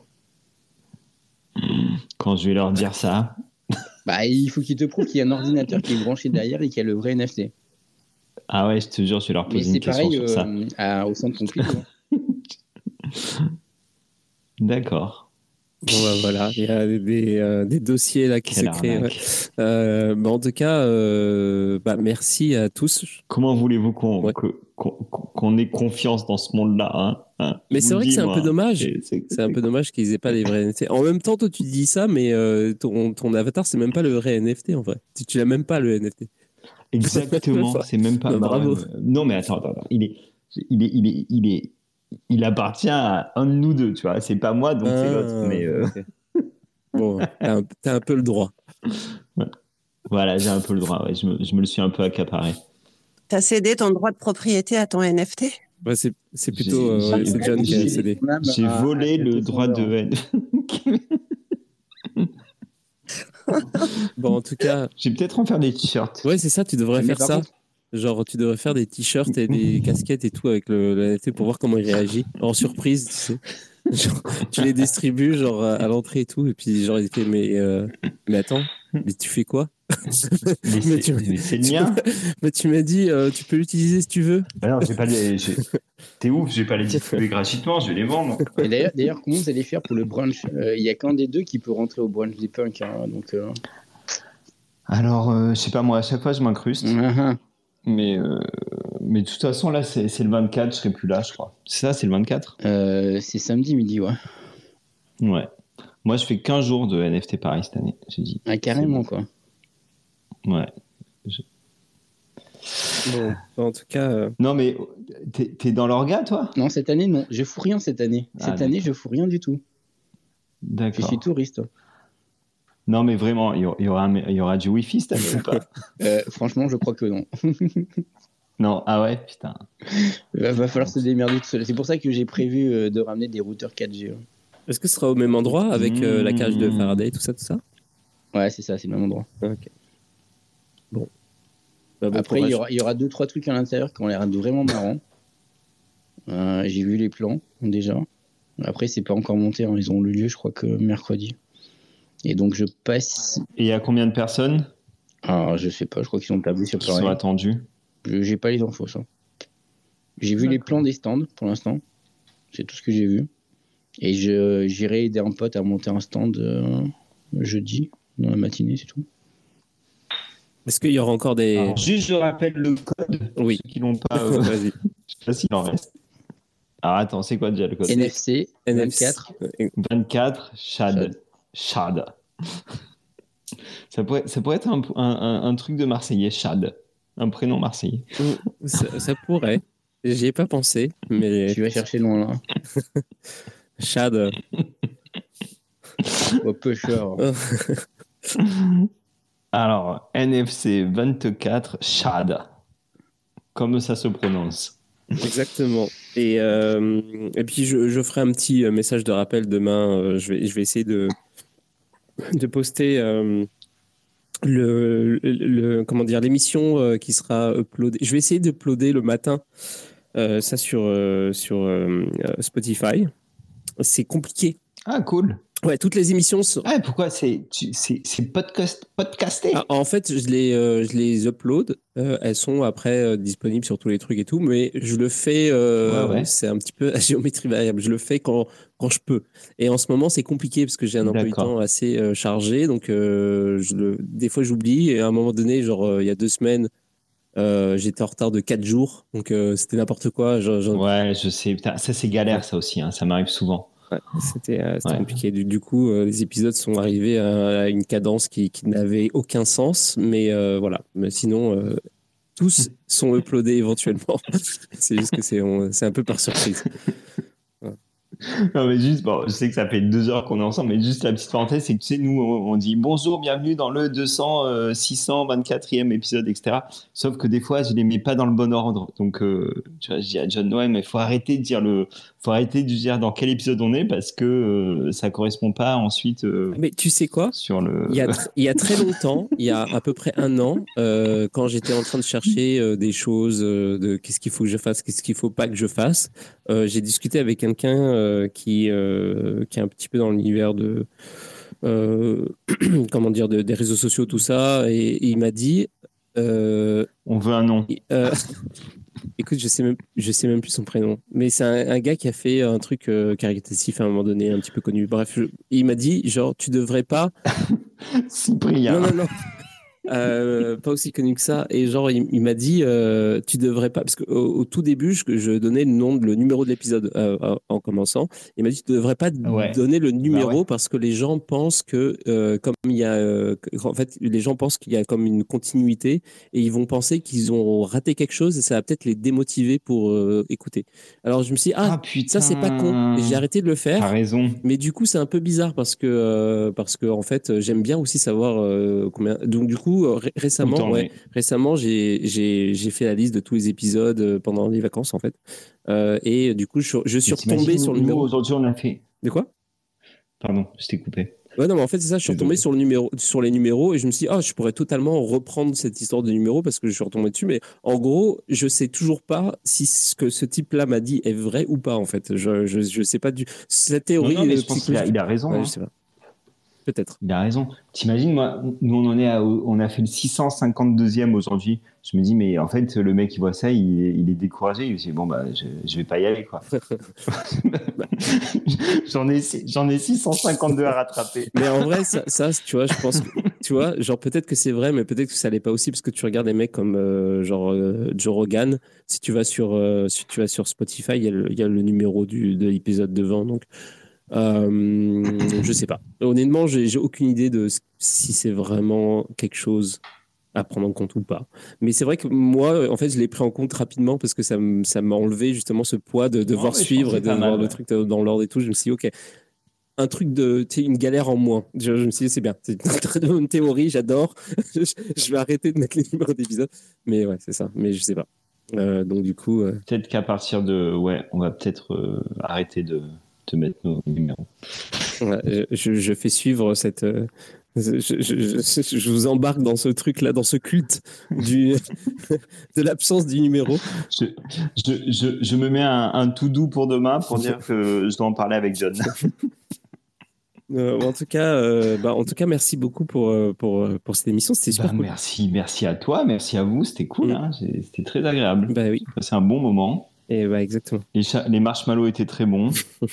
Quand je vais leur dire ça. Bah, il faut qu'ils te prouvent qu'il y a un ordinateur qui est branché derrière et qu'il y a le vrai N F T. Ah ouais, je te jure, je vais leur Mais poser une c'est question pareil sur ça. euh, à- au centre Pompidou. hein. D'accord. Bon, bah, voilà, il y a des, des, euh, des dossiers là qui Quelle se créent. arnaque. ouais. Euh, bah, en tout cas, euh, bah, merci à tous. Comment voulez-vous qu'on Ouais. que- qu'on qu'on ait confiance dans ce monde-là, hein, hein Mais Je c'est vous vrai le que dis, c'est un moi. peu dommage. C'est- c'est- C'est un peu dommage qu'ils aient pas les vrais N F T. En même temps, toi, tu dis ça, mais euh, ton, ton avatar, c'est même pas le vrai N F T en vrai. Tu, tu l'as même pas le N F T. Exactement, c'est même pas. Bah, bah, bravo. ouais, mais- non, mais attends, attends, attends. Il est, il est, il est, il est, il appartient à un de nous deux, tu vois. C'est pas moi, donc c'est l'autre. Ah, Mais euh, ok. Bon, t'as un, t'as un peu le droit. voilà, j'ai un peu le droit. Ouais, je, me, je me le suis un peu accaparé. T'as cédé ton droit de propriété à ton N F T? Ouais, c'est, c'est J'ai- plutôt euh, j'ai- ouais, c'est John qui a j'ai- cédé. J'ai À- volé à le Château droit de Fondeur. N. Bon, en tout cas, J'ai peut-être en faire des t-shirts. ouais, c'est ça, tu devrais Mais faire par ça. contre, Genre, tu devrais faire des t-shirts et des casquettes et tout avec le, le N F T pour voir comment il réagit. En surprise, tu sais. Genre, tu les distribues genre à, à l'entrée et tout, et puis genre il fait mais euh, mais attends, mais tu fais quoi? Mais mais, c'est tu, mais c'est le tu- mien. mais tu m'as dit euh, tu peux l'utiliser si tu veux. Bah non, j'ai pas les. j'ai- T'es ouf, je vais pas les distribuer gratuitement, je vais les vendre. Et d'ailleurs, d'ailleurs, comment vous allez faire pour le brunch? Euh, Il y a qu'un des deux qui peut rentrer au brunch des punks, hein, donc. euh, Alors, euh, je sais pas, moi, à chaque fois, je m'incruste. mhm. Mais, euh, mais de toute façon, là, c'est c'est le vingt-quatre, je serai plus là, je crois. C'est ça, c'est le vingt-quatre? Euh, c'est samedi midi, ouais. Ouais. Moi, je fais quinze jours de N F T Paris cette année, j'ai dit. Ah, carrément, quoi. Ouais. Je- Bon, en tout cas, euh, Non, mais t'es t'es dans l'orga, toi? Non, cette année, non. Je fous rien cette année. Ah, Cette année, d'accord. je fous rien du tout. Je D'accord. suis touriste. Non, mais vraiment, il y aura, il y aura, un- il y aura du Wi-Fi cette année ou pas? Euh, franchement, je crois que non. Non, ah ouais, putain. Va, va falloir se démerder tout seul. C'est pour ça que j'ai prévu euh, de ramener des routeurs quatre G. ouais. est-ce que ce sera au même endroit avec euh, la cage de Mmh. Faraday, tout ça, tout ça? Ouais, c'est ça, c'est le même endroit. Ok. Bon. Bah, bon Après, il courage. y, aura, il y aura deux, trois trucs à l'intérieur qui ont l'air vraiment marrants. Euh, j'ai vu les plans déjà. Après, c'est pas encore monté. hein. Ils ont le lieu, je crois que mercredi. Et donc, je passe. Et il y a combien de personnes Ah, je sais pas, je crois qu'ils ont tablé sur qui sont Paris. attendues? Je- J'ai pas les infos, ça. J'ai vu les plans des stands pour l'instant. C'est tout ce que j'ai vu. Et je, j'irai aider un pote à monter un stand euh, jeudi, dans la matinée, c'est tout. Est-ce qu'il y aura encore des. Alors, juste, je rappelle le code. Oui. Ceux qui l'ont pas. euh, Vas-y. Je sais pas s'il en reste. Alors, attends, c'est quoi déjà le code? N F C N F C. vingt-quatre. vingt-quatre, Chad. Chad. Ça pourrait, ça pourrait être un, un, un- un truc de Marseillais, Chad. Un prénom marseillais. Ça, ça pourrait. J'y ai pas pensé, mais. Tu vas chercher loin là. Chad. euh, Au pusher. Alors, N F C vingt-quatre, Chad. Comme ça se prononce. Exactement. Et, euh, et puis, je, je ferai un petit euh, message de rappel demain. Euh, je, vais, je vais essayer de, de poster euh, le, le, le- comment dire, l'émission euh, qui sera uploadée. Je vais essayer d'uploader le matin euh, ça sur, euh, sur euh, Spotify. C'est compliqué. Ah, cool. Ouais, toutes les émissions sont. Ah, pourquoi c'est, tu- c'est, c'est podcast, podcasté? Ah, en fait, je les, euh, je les upload. Euh, elles sont après euh, disponibles sur tous les trucs et tout, mais je le fais. euh, Ouais, ouais. C'est un petit peu à géométrie variable. Je le fais quand, quand je peux. Et en ce moment, c'est compliqué parce que j'ai un emploi du D'accord. temps assez euh, chargé. Donc, euh, je le... des fois, j'oublie. Et à un moment donné, genre, euh, il y a deux semaines, euh, j'étais en retard de quatre jours. Donc, euh, c'était n'importe quoi. Genre, genre- Ouais, je sais. Putain, ça, c'est galère, ça aussi. hein, Ça m'arrive souvent. Ouais, c'était euh, c'était Ouais. compliqué. Du, du coup, euh, les épisodes sont arrivés à, à une cadence qui, qui n'avait aucun sens. Mais euh, voilà. Mais sinon, euh, tous sont uploadés éventuellement. C'est juste que c'est on- c'est un peu par surprise. Non, mais juste, bon, je sais que ça fait deux heures qu'on est ensemble, mais juste la petite parenthèse, c'est que tu sais, nous, on on dit bonjour, bienvenue dans le deux cents, euh, six cent vingt-quatrième épisode, et cetera. Sauf que des fois, je les mets pas dans le bon ordre. Donc, euh, tu vois, je dis à John, ouais, mais faut arrêter de dire le, faut arrêter de dire dans quel épisode on est parce que euh, ça correspond pas ensuite euh, Mais tu sais quoi? sur le. Il y, a tr- il y a très longtemps, il y a à peu près un an, euh, quand j'étais en train de chercher euh, des choses, euh, de qu'est-ce qu'il faut que je fasse, qu'est-ce qu'il faut pas que je fasse, euh, j'ai discuté avec quelqu'un euh, qui, euh, qui est un petit peu dans l'univers de, euh, comment dire, de- des réseaux sociaux, tout ça, et, et il m'a dit, euh, On veut un nom. euh, écoute, je sais même, je sais même plus son prénom, mais c'est un, un gars qui a fait un truc euh, caritatif à un moment donné, un petit peu connu. Bref, je- il m'a dit, genre, tu devrais pas. Cyprien. Non, non, non. Euh, pas aussi connu que ça. Et genre, il, il m'a dit, euh, tu devrais pas, parce qu'au au tout début, je, je donnais le nom, le numéro de l'épisode euh, euh, en commençant. Il m'a dit, tu devrais pas Ouais. donner le numéro Bah ouais. parce que les gens pensent que, euh, comme il y a, euh, que- en fait, les gens pensent qu'il y a comme une continuité et ils vont penser qu'ils ont raté quelque chose et ça va peut-être les démotiver pour euh, écouter. Alors je me suis dit, ah, Ah, putain. ça c'est pas con. Et j'ai arrêté de le faire. T'as raison. Mais du coup, c'est un peu bizarre parce que, euh, parce que en fait, j'aime bien aussi savoir euh, combien. Donc, du coup, euh, ré- récemment, Autant, ouais, mais- récemment j'ai, j'ai, j'ai fait la liste de tous les épisodes euh, pendant les vacances, en fait. Euh, et du coup, je, je suis Mais t'imagines, retombé sur le nous, numéro. Aujourd'hui, on a fait. De quoi? Pardon, je t'ai coupé. Ouais, non, mais en fait, c'est ça. Je suis retombé sur, le numéro, sur les numéros et je me suis dit, ah, je pourrais totalement reprendre cette histoire de numéro parce que je suis retombé dessus. Mais en gros, je sais toujours pas si ce que ce type-là m'a dit est vrai ou pas, en fait. Je, je, je sais pas du. Cette théorie. Non, non, mais euh, je pense qu'il a, il a raison. Ouais, hein. je sais pas. Peut-être. Il a raison. T'imagines, moi, nous, on en est à, on a fait le six cent cinquante-deuxième aujourd'hui. Je me dis, mais en fait, le mec, il voit ça, il, est- il est découragé. Il se dit, bon, bah, je, je vais pas y aller, quoi. j'en ai, j'en ai six cent cinquante-deux à rattraper. Mais en vrai, ça, ça, tu vois, je pense que, tu vois, genre peut-être que c'est vrai, mais peut-être que ça l'est pas aussi parce que tu regardes des mecs comme euh, genre euh, Joe Rogan. Si tu vas sur, euh, si tu vas sur Spotify, il y a le, il y a le numéro du, de l'épisode devant, donc euh, je sais pas. Honnêtement, j'ai, j'ai aucune idée de ce- si c'est vraiment quelque chose à prendre en compte ou pas. Mais c'est vrai que moi, en fait, je l'ai pris en compte rapidement parce que ça, m- ça m'a enlevé justement ce poids de devoir Non, mais je pense suivre que et c'est de pas voir mal, le ouais. truc dans l'ordre et tout. Je me suis dit, ok, un truc de, tu sais, une galère en moins. Je, je me suis dit, c'est bien. C'est une très bonne théorie, j'adore. je, je vais arrêter de mettre les numéros d'épisodes. Mais ouais, c'est ça. Mais je sais pas. Euh, donc du coup, euh, Peut-être qu'à partir de, ouais, on va peut-être euh, arrêter de, de mettre nos numéros. ouais, je, je fais suivre cette. euh, je, je, je, je vous embarque dans ce truc-là, dans ce culte du, de l'absence du numéro. Je, je, je, je me mets un, un tout doux pour demain pour dire que je dois en parler avec John. Euh, en tout cas, euh, bah, en tout cas, merci beaucoup pour euh, pour pour cette émission. C'était super Bah, cool. merci, merci à toi, merci à vous, c'était cool, Mm. hein, j'ai- c'était très agréable. Bah oui. J'ai passé un bon moment. Et bah exactement. Les, cha- les marshmallows étaient très bons.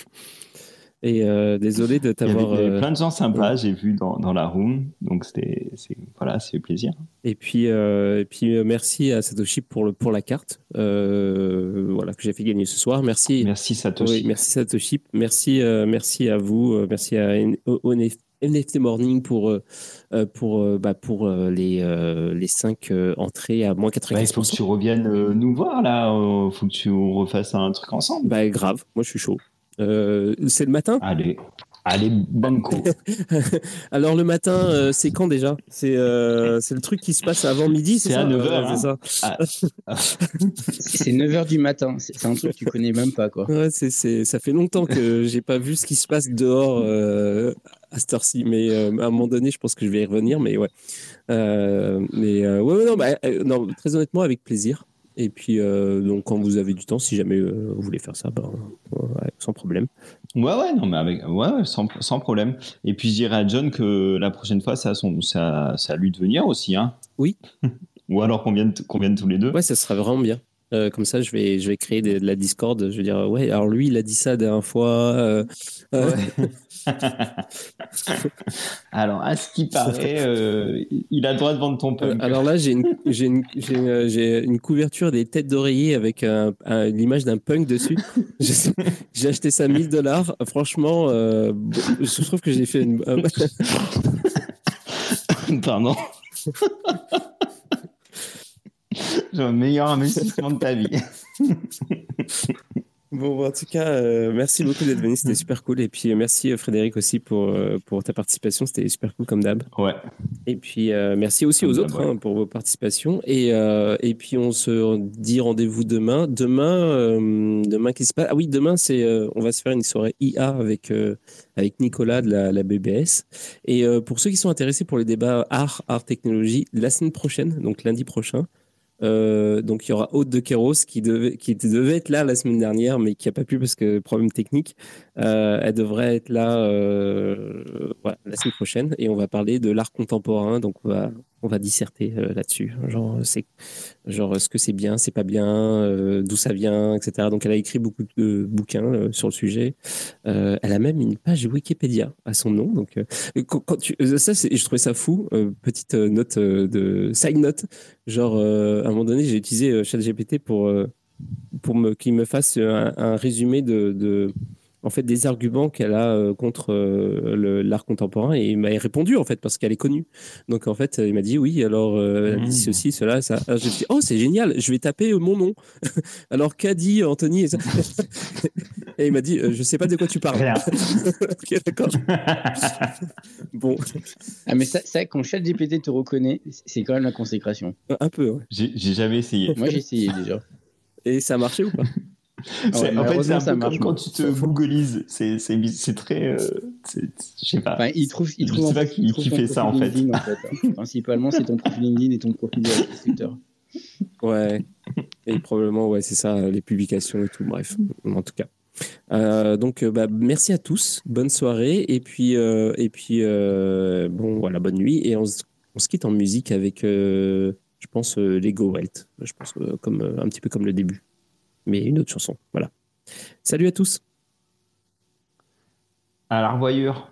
Et euh, désolé de Il y avait, t'avoir. il y avait euh, plein de gens sympas, ouais. j'ai vu dans, dans la room, donc c'était, c'est, voilà, c'est plaisir. Et puis, euh, et puis euh, merci à Satoshi pour, le, pour la carte euh, voilà, que j'ai fait gagner ce soir. Merci. Merci Satoshi. Oui, merci Satoshi. Merci, euh, merci à vous. euh, Merci à N- O- N F T Morning pour, euh, euh, pour, euh, bah, pour euh, les, euh, les cinq euh, entrées à moins Bah, il quatre-vingt-quinze faut pour que cent. tu reviennes euh, nous voir là, il faut que tu refasses un truc ensemble. Bah, grave, moi je suis chaud. Euh, c'est le matin. Allez, allez, banco. Alors le matin, euh, c'est quand déjà c'est, euh, c'est le truc qui se passe avant midi, c'est, C'est ça à neuf heures. Ouais, hein. c'est ça. Ah, C'est neuf heures du matin. C'est c'est un truc que tu connais même pas, quoi. Ouais, c'est, c'est, ça fait longtemps que j'ai pas vu ce qui se passe dehors euh, à cette heure-ci, mais euh, à un moment donné, je pense que je vais y revenir, mais ouais. Euh, mais euh, ouais, ouais, non, bah, euh, non, très honnêtement, avec plaisir. Et puis, euh, donc, quand vous avez du temps, si jamais euh, vous voulez faire ça, bah, ouais, sans problème. Ouais, ouais, non, mais avec, ouais, ouais, sans, sans problème. Et puis je dirais à John que la prochaine fois, c'est à, son, c'est à, c'est à lui de venir aussi. Hein. Oui. Ou alors qu'on vienne, qu'on vienne tous les deux. Ouais, ça serait vraiment bien. Euh, comme ça, je vais, je vais créer des- de la Discord. Je vais dire, ouais, alors lui, il a dit ça la dernière fois. euh, euh, Ouais. Alors, à ce qui paraît, euh, il a le droit de vendre ton Euh, punk. alors là, j'ai une, j'ai une, j'ai une, j'ai une couverture des têtes d'oreiller avec un- un- l'image d'un punk dessus. J'ai j'ai acheté ça mille dollars. Franchement, euh, bon, je trouve que j'ai fait une. euh, Pardon. J'ai un meilleur investissement de ta vie. Bon, en tout cas, euh, merci beaucoup d'être venu. C'était super cool. Et puis, euh, merci euh, Frédéric aussi pour, euh, pour ta participation. C'était super cool comme d'hab. Ouais. Et puis, euh, merci aussi Comme aux d'hab, autres ouais. hein, pour vos participations. Et, euh, et puis, on se dit rendez-vous demain. Demain, euh, demain qu'est-ce qui se passe? Ah oui, demain, c'est, euh, on va se faire une soirée I A avec, euh, avec Nicolas de la, la B B S. Et euh, pour ceux qui sont intéressés pour les débats art, art, technologie, la semaine prochaine, donc lundi prochain, euh, donc il y aura Aude de Kéros qui devait, qui devait être là la semaine dernière, mais qui n'a pas pu parce que problème technique. Euh, elle devrait être là euh, voilà, la semaine prochaine et on va parler de l'art contemporain. Donc on va, on va disserter euh, là-dessus. Genre, c'est, genre, est-ce que c'est bien, c'est pas bien, euh, d'où ça vient, et cetera. Donc elle a écrit beaucoup de bouquins euh, sur le sujet. Euh, elle a même une page Wikipédia à son nom. Donc euh, quand, quand tu, ça, c'est, je trouvais ça fou. Euh, petite note euh, de side note. Genre, euh, à un moment donné, j'ai utilisé euh, ChatGPT pour, euh, pour me, qu'il me fasse un, un résumé de, de, en fait, des arguments qu'elle a euh, contre euh, le, l'art contemporain et il m'a répondu, en fait, parce qu'elle est connue. Donc, en fait, il m'a dit, oui, alors, euh, elle dit ceci, cela, ça. Alors, j'ai dit, oh, c'est génial, je vais taper euh, mon nom. Alors, qu'a dit Anthony et, ça et il m'a dit, euh, je sais pas de quoi tu parles. Rien. Ok, d'accord. Bon. Ah, mais ça, ça, quand ChatGPT te reconnaît, c'est quand même la consécration. Un peu, ouais. J'ai, j'ai jamais essayé. Moi, j'ai essayé déjà. Et ça a marché ou pas? C'est- Ouais, en fait, c'est malheureusement, un ça peu marche comme quand moins. tu te googlises. C'est, c'est, bi- c'est très. euh, c'est- je sais pas. Enfin, il trouve, il Je trouve sais un- pas il qui, trouve qui ton fait ça en profil fait. LinkedIn, en fait. hein. Principalement, c'est ton profil LinkedIn et ton profil de Twitter. Ouais. Et probablement, ouais, c'est ça, les publications et tout. Bref, en tout cas. Euh, donc, euh, bah, merci à tous. Bonne soirée. Et puis, euh, et puis euh, bon, voilà, bonne nuit. Et on, se- on se quitte en musique avec, euh, je pense, euh, Lego Welt. Je pense euh, comme, euh, un petit peu comme le début. Mais une autre chanson. Voilà. Salut à tous. À la revoyure.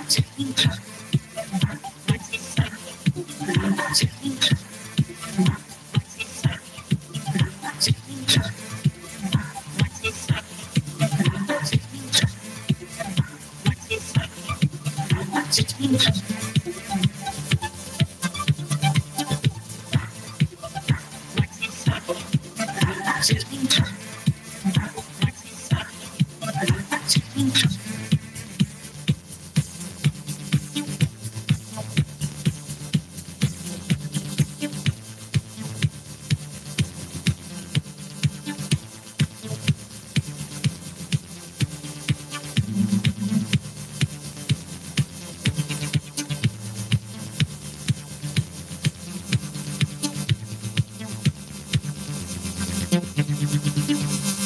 Thank you.